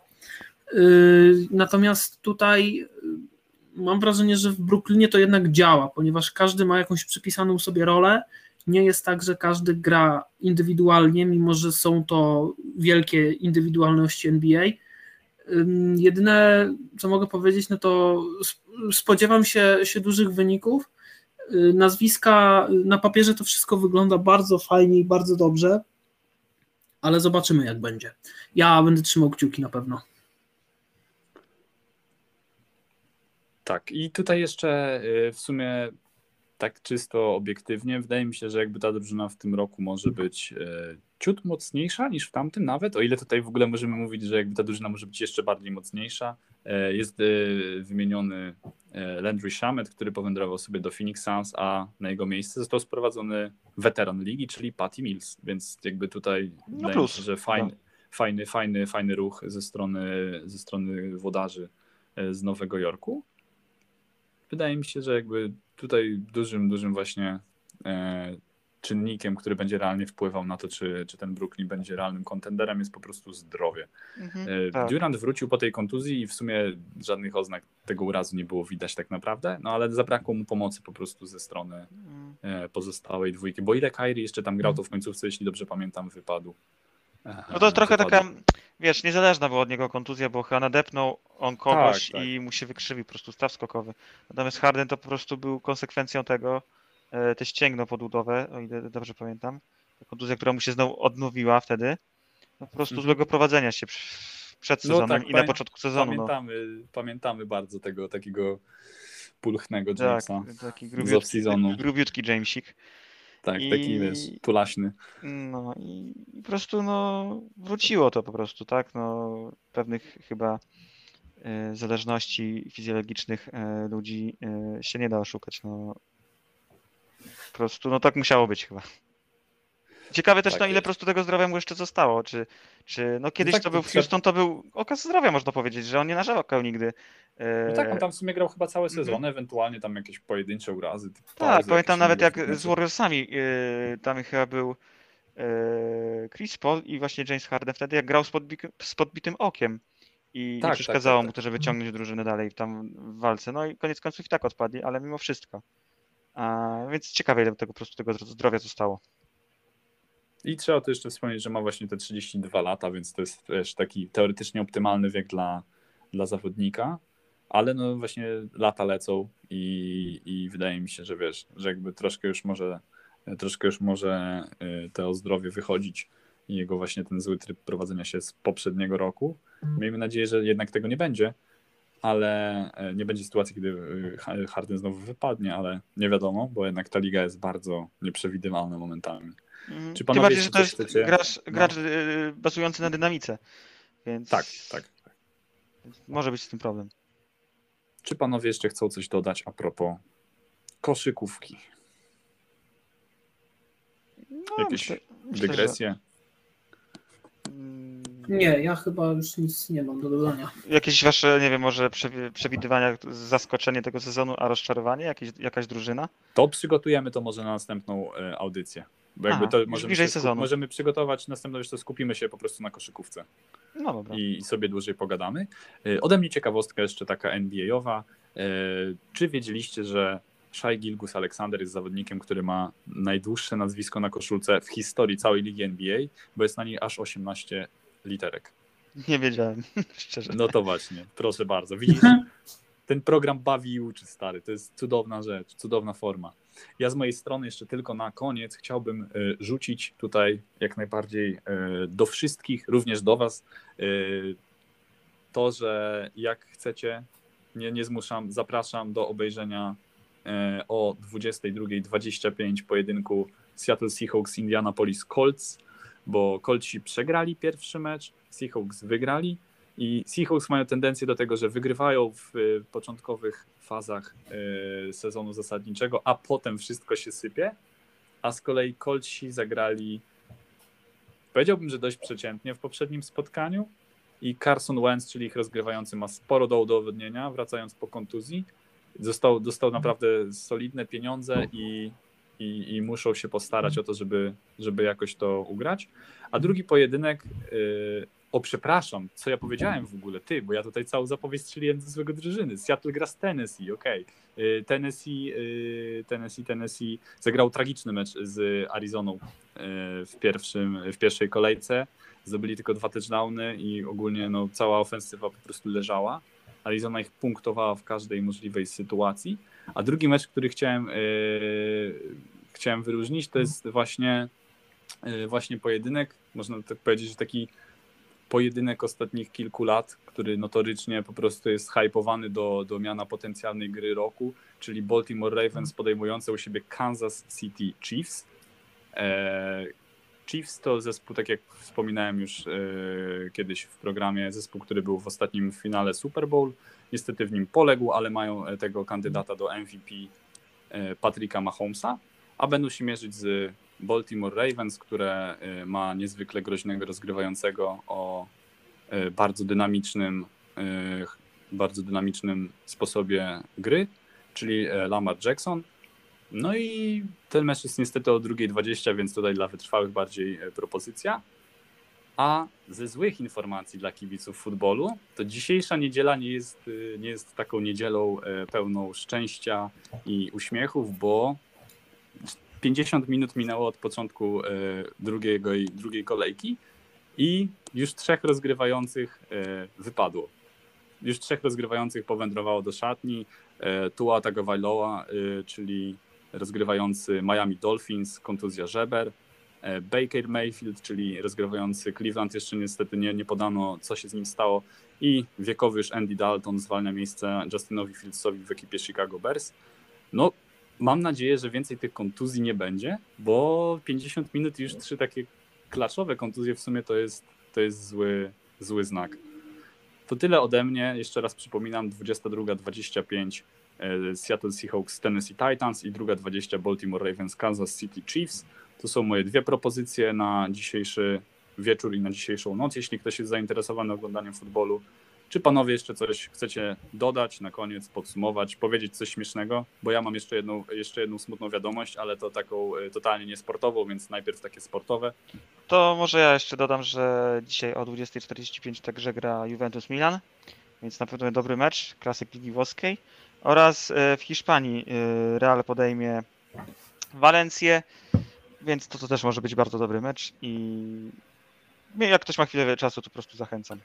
Speaker 3: Natomiast tutaj mam wrażenie, że w Brooklynie to jednak działa, ponieważ każdy ma jakąś przypisaną sobie rolę. Nie jest tak, że każdy gra indywidualnie, mimo że są to wielkie indywidualności N B A. Jedyne, co mogę powiedzieć, no to spodziewam się, się dużych wyników. Nazwiska, na papierze to wszystko wygląda bardzo fajnie i bardzo dobrze, ale zobaczymy, jak będzie. Ja będę trzymał kciuki na pewno.
Speaker 1: Tak, i tutaj jeszcze w sumie tak czysto obiektywnie wydaje mi się, że jakby ta drużyna w tym roku może być ciut mocniejsza niż w tamtym nawet, o ile tutaj w ogóle możemy mówić, że jakby ta drużyna może być jeszcze bardziej mocniejsza. Jest wymieniony Landry Shamet, który powędrował sobie do Phoenix Suns, a na jego miejsce został sprowadzony weteran ligi, czyli Patty Mills, więc jakby tutaj
Speaker 2: no
Speaker 1: wydaje
Speaker 2: plus.
Speaker 1: mi się, że fajny, no. fajny, fajny, fajny ruch ze strony, ze strony włodarzy z Nowego Jorku. Wydaje mi się, że jakby tutaj dużym, dużym właśnie e, czynnikiem, który będzie realnie wpływał na to, czy, czy ten Brooklyn będzie realnym kontenderem, jest po prostu zdrowie. Mhm, e, tak. Durant wrócił po tej kontuzji i w sumie żadnych oznak tego urazu nie było widać tak naprawdę, no ale zabrakło mu pomocy po prostu ze strony e, pozostałej dwójki, bo ile Kyrie jeszcze tam grał, to w końcówce, jeśli dobrze pamiętam, wypadł.
Speaker 2: No to trochę taka, wiesz, niezależna była od niego kontuzja, bo chyba nadepnął on kogoś tak, tak. i mu się wykrzywił po prostu staw skokowy. Natomiast Harden to po prostu był konsekwencją tego, też ścięgno podłudowe, o ile dobrze pamiętam. Ta kontuzja, która mu się znowu odnowiła wtedy, no po prostu mm. złego prowadzenia się przed sezonem no tak, i na początku sezonu.
Speaker 1: Pamiętamy, no. pamiętamy bardzo tego takiego pulchnego
Speaker 2: tak,
Speaker 1: Jamesa
Speaker 2: taki
Speaker 1: z off-seasonu.
Speaker 2: grubiutki Jamesik.
Speaker 1: Tak,
Speaker 2: I-
Speaker 1: taki wiesz, tulaśny.
Speaker 2: No i i po prostu no, wróciło to po prostu, tak? No, pewnych chyba e, zależności fizjologicznych e, ludzi e, się nie da oszukać. No, po prostu no tak musiało być chyba. Ciekawe też
Speaker 1: Tak
Speaker 2: no, ile
Speaker 1: jest.
Speaker 2: po prostu tego zdrowia mu jeszcze zostało. Czy, czy no kiedyś
Speaker 1: tak,
Speaker 2: to
Speaker 1: to
Speaker 2: był w
Speaker 1: trzeba-
Speaker 2: Houston, to był okaz zdrowia, można powiedzieć, że on nie narzekał nigdy. E,
Speaker 1: No tak, on tam w sumie grał chyba całe
Speaker 2: Mhm.
Speaker 1: sezony, ewentualnie tam jakieś pojedyncze urazy.
Speaker 2: Tak,
Speaker 1: pauzy,
Speaker 2: pamiętam
Speaker 1: jakieś
Speaker 2: nawet jak
Speaker 1: innego
Speaker 2: z
Speaker 1: meczu.
Speaker 2: Warriorsami yy, tam chyba był yy, Chris Paul i właśnie James Harden wtedy, jak grał z, podbi- z podbitym okiem i nie
Speaker 1: Tak,
Speaker 2: przeszkadzało
Speaker 1: tak, tak,
Speaker 2: mu to, żeby ciągnąć drużynę dalej tam w walce. No i koniec końców i tak odpadli, ale mimo wszystko. A, więc ciekawe, ile tego po prostu tego zdrowia zostało.
Speaker 1: I trzeba tu jeszcze wspomnieć, że ma właśnie te trzydzieści dwa lata, więc to jest wiesz, taki teoretycznie optymalny wiek dla, dla zawodnika, ale no właśnie lata lecą i, i wydaje mi się, że wiesz, że jakby troszkę już może troszkę już może y, to zdrowie wychodzić i jego właśnie ten zły tryb prowadzenia się z poprzedniego roku. Miejmy nadzieję, że jednak tego nie będzie, ale y, nie będzie sytuacji, kiedy y, Harden znowu wypadnie, ale nie wiadomo, bo jednak ta liga jest bardzo nieprzewidywalna momentami.
Speaker 2: Mhm.
Speaker 1: Czy
Speaker 2: Tym
Speaker 1: panowie
Speaker 2: bardziej,
Speaker 1: jeszcze
Speaker 2: że to
Speaker 1: coś
Speaker 2: jest
Speaker 1: chcecie?
Speaker 2: gracz,
Speaker 1: No.
Speaker 2: gracz yy, bazujący na dynamice, więc
Speaker 1: Tak, tak.
Speaker 2: może być z tym problem.
Speaker 1: Czy panowie jeszcze chcą coś dodać a propos koszykówki?
Speaker 2: No,
Speaker 1: Jakieś
Speaker 2: myślę, myślę,
Speaker 1: dygresje?
Speaker 2: Że, mm,
Speaker 3: Nie, ja chyba już nic nie mam do dodania.
Speaker 2: Jakieś wasze, nie wiem, może przewi- przewidywania, zaskoczenie tego sezonu, a rozczarowanie? Jakieś, jakaś drużyna?
Speaker 1: To przygotujemy to może na następną e, audycję. Bo jakby
Speaker 2: Aha,
Speaker 1: to
Speaker 2: już
Speaker 1: możemy,
Speaker 2: bliżej
Speaker 1: się
Speaker 2: sezonu.
Speaker 1: możemy przygotować następną, wiesz, to skupimy się po prostu na koszykówce
Speaker 2: No dobra.
Speaker 1: i, i sobie dłużej pogadamy. E, ode mnie ciekawostka jeszcze taka N B A-owa. E, czy wiedzieliście, że Shai Gilgeous-Alexander jest zawodnikiem, który ma najdłuższe nazwisko na koszulce w historii całej ligi N B A, bo jest na niej aż osiemnaście literek.
Speaker 2: Nie wiedziałem, szczerze.
Speaker 1: No to właśnie, proszę bardzo. Widzisz, ten program bawi i uczy, stary. To jest cudowna rzecz, cudowna forma. Ja z mojej strony jeszcze tylko na koniec chciałbym y, rzucić tutaj jak najbardziej y, do wszystkich, również do was, y, to, że jak chcecie, nie, nie zmuszam, zapraszam do obejrzenia y, o dwudziestej drugiej dwadzieścia pięć pojedynku Seattle Seahawks Indianapolis Colts, bo Coltsi przegrali pierwszy mecz, Seahawks wygrali. I Seahawks mają tendencję do tego, że wygrywają w y, początkowych fazach y, sezonu zasadniczego, a potem wszystko się sypie, a z kolei Coltsi zagrali, powiedziałbym, że dość przeciętnie w poprzednim spotkaniu i Carson Wentz, czyli ich rozgrywający, ma sporo do udowodnienia, wracając po kontuzji. Dostał, dostał naprawdę solidne pieniądze i, i, i muszą się postarać o to, żeby, żeby jakoś to ugrać. A drugi pojedynek... Y, O, przepraszam, co ja powiedziałem w ogóle, ty, bo ja tutaj całą zapowiedź strzeliłem ze złego drużyny. Seattle gra z Tennessee, okej. Okay. Tennessee, Tennessee, Tennessee zagrał tragiczny mecz z Arizoną w, pierwszym, w pierwszej kolejce. Zdobyli tylko dwa touchdowny i ogólnie no, cała ofensywa po prostu leżała. Arizona ich punktowała w każdej możliwej sytuacji. A drugi mecz, który chciałem, yy, chciałem wyróżnić, to jest właśnie, yy, właśnie pojedynek, można tak powiedzieć, że taki pojedynek ostatnich kilku lat, który notorycznie po prostu jest hypowany do, do miana potencjalnej gry roku, czyli Baltimore Ravens podejmujące u siebie Kansas City Chiefs. E, Chiefs to zespół, tak jak wspominałem już e, kiedyś w programie, zespół, który był w ostatnim finale Super Bowl. Niestety w nim poległ, ale mają tego kandydata do M V P e, Patricka Mahomesa, a będą się mierzyć z Baltimore Ravens, które ma niezwykle groźnego rozgrywającego o bardzo dynamicznym, bardzo dynamicznym sposobie gry, czyli Lamar Jackson. No i ten mecz jest niestety o drugiej dwadzieścia, więc tutaj dla wytrwałych bardziej propozycja. A ze złych informacji dla kibiców futbolu, to dzisiejsza niedziela nie jest, nie jest taką niedzielą pełną szczęścia i uśmiechów, bo pięćdziesiąt minut minęło od początku drugiego i drugiej kolejki i już trzech rozgrywających wypadło. Już trzech rozgrywających powędrowało do szatni. Tua Tagovailoa, czyli rozgrywający Miami Dolphins, kontuzja żeber. Baker Mayfield, czyli rozgrywający Cleveland, jeszcze niestety nie, nie podano, co się z nim stało. I wiekowy już Andy Dalton zwalnia miejsce Justinowi Fieldsowi w ekipie Chicago Bears. No, mam nadzieję, że więcej tych kontuzji nie będzie, bo pięćdziesiąt minut i już trzy takie klaczowe kontuzje w sumie to jest, to jest zły, zły znak. To tyle ode mnie. Jeszcze raz przypominam, dwudziesta druga dwadzieścia pięć Seattle Seahawks Tennessee Titans i druga dwadzieścia Baltimore Ravens Kansas City Chiefs. To są moje dwie propozycje na dzisiejszy wieczór i na dzisiejszą noc. Jeśli ktoś jest zainteresowany oglądaniem futbolu, czy panowie jeszcze coś chcecie dodać na koniec, podsumować, powiedzieć coś śmiesznego? Bo ja mam jeszcze jedną, jeszcze jedną smutną wiadomość, ale to taką totalnie niesportową, więc najpierw takie sportowe.
Speaker 2: To może ja jeszcze dodam, że dzisiaj o dwudziesta czterdzieści pięć także gra Juventus Milan, więc na pewno dobry mecz, klasyk Ligi Włoskiej. Oraz w Hiszpanii Real podejmie Walencję, więc to, to też może być bardzo dobry mecz i jak ktoś ma chwilę czasu, to po prostu zachęcam.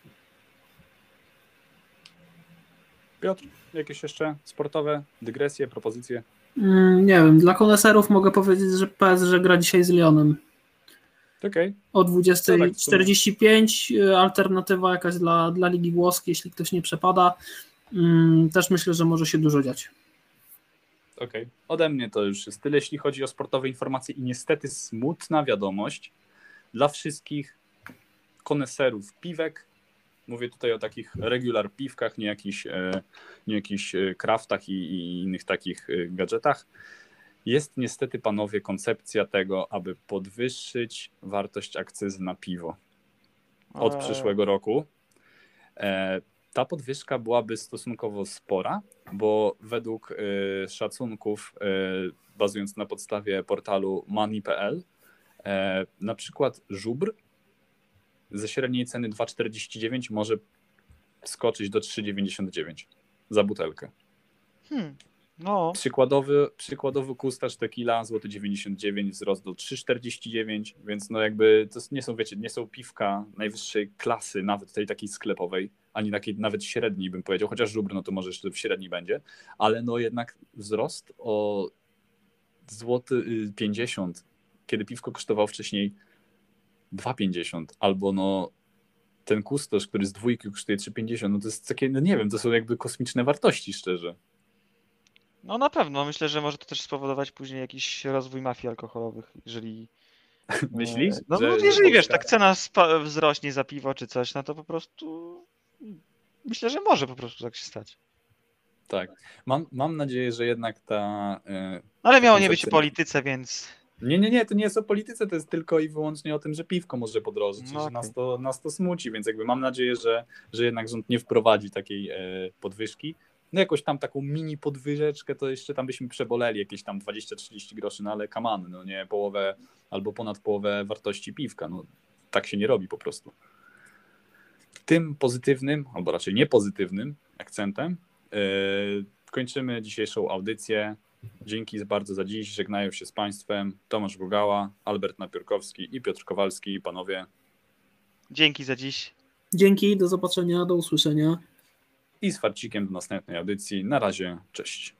Speaker 1: Piotr, jakieś jeszcze sportowe dygresje, propozycje?
Speaker 3: Mm, nie wiem, dla koneserów mogę powiedzieć, że P S G gra dzisiaj z Lyonem.
Speaker 1: Okay.
Speaker 3: O dwudziesta czterdzieści pięć, alternatywa jakaś dla, dla Ligi Włoskiej, jeśli ktoś nie przepada. Mm, też myślę, że może się dużo dziać.
Speaker 1: Okej, okay. Ode mnie to już jest tyle, jeśli chodzi o sportowe informacje i niestety smutna wiadomość dla wszystkich koneserów piwek. Mówię tutaj o takich regular piwkach, nie jakichś, nie jakichś craftach i, i innych takich gadżetach. Jest niestety, panowie, koncepcja tego, aby podwyższyć wartość akcyzy na piwo od
Speaker 2: Ale...
Speaker 1: przyszłego roku. Ta podwyżka byłaby stosunkowo spora, bo według szacunków, bazując na podstawie portalu money kropka p l, na przykład żubr ze średniej ceny dwa czterdzieści dziewięć może skoczyć do trzy dziewięćdziesiąt dziewięć za butelkę.
Speaker 2: Hmm. No.
Speaker 1: Przykładowy, przykładowy Kustasz Tequila złoty dziewięćdziesiąt dziewięć wzrost do trzy czterdzieści dziewięć, więc no jakby to nie są, wiecie, nie są piwka najwyższej klasy, nawet tej takiej sklepowej, ani takiej nawet średniej bym powiedział, chociaż żubr, no to może jeszcze w średniej będzie, ale no jednak wzrost o złoty pięćdziesiąt, kiedy piwko kosztowało wcześniej dwa pięćdziesiąt, albo no ten kustosz, który z dwójki kosztuje trzy pięćdziesiąt, no to jest takie, no nie wiem, to są jakby kosmiczne wartości, szczerze.
Speaker 2: No na pewno, myślę, że może to też spowodować później jakiś rozwój mafii alkoholowych, jeżeli...
Speaker 1: Myślisz?
Speaker 2: No,
Speaker 1: że,
Speaker 2: no jeżeli
Speaker 1: że
Speaker 2: wiesz, tak cena spa- wzrośnie za piwo czy coś, no to po prostu myślę, że może po prostu tak się stać.
Speaker 1: Tak. Mam, mam nadzieję, że jednak ta... Yy,
Speaker 2: Ale miało nie być o polityce, więc...
Speaker 1: Nie, nie, nie, to nie jest o polityce, to jest tylko i wyłącznie o tym, że piwko może podrożyć, no, że okay. nas, to, nas to smuci, więc jakby mam nadzieję, że, że jednak rząd nie wprowadzi takiej e, podwyżki. No jakoś tam taką mini podwyżeczkę to jeszcze tam byśmy przeboleli, jakieś tam dwadzieścia trzydzieści groszy, no ale come on, no nie połowę albo ponad połowę wartości piwka, no tak się nie robi po prostu. Tym pozytywnym, albo raczej niepozytywnym akcentem e, kończymy dzisiejszą audycję. Dzięki bardzo za dziś. Żegnają się z Państwem Tomasz Gugała, Albert Napiórkowski i Piotr Kowalski. Panowie.
Speaker 2: Dzięki za dziś.
Speaker 3: Dzięki, do zobaczenia, do usłyszenia.
Speaker 1: I z farcikiem do następnej audycji. Na razie, cześć.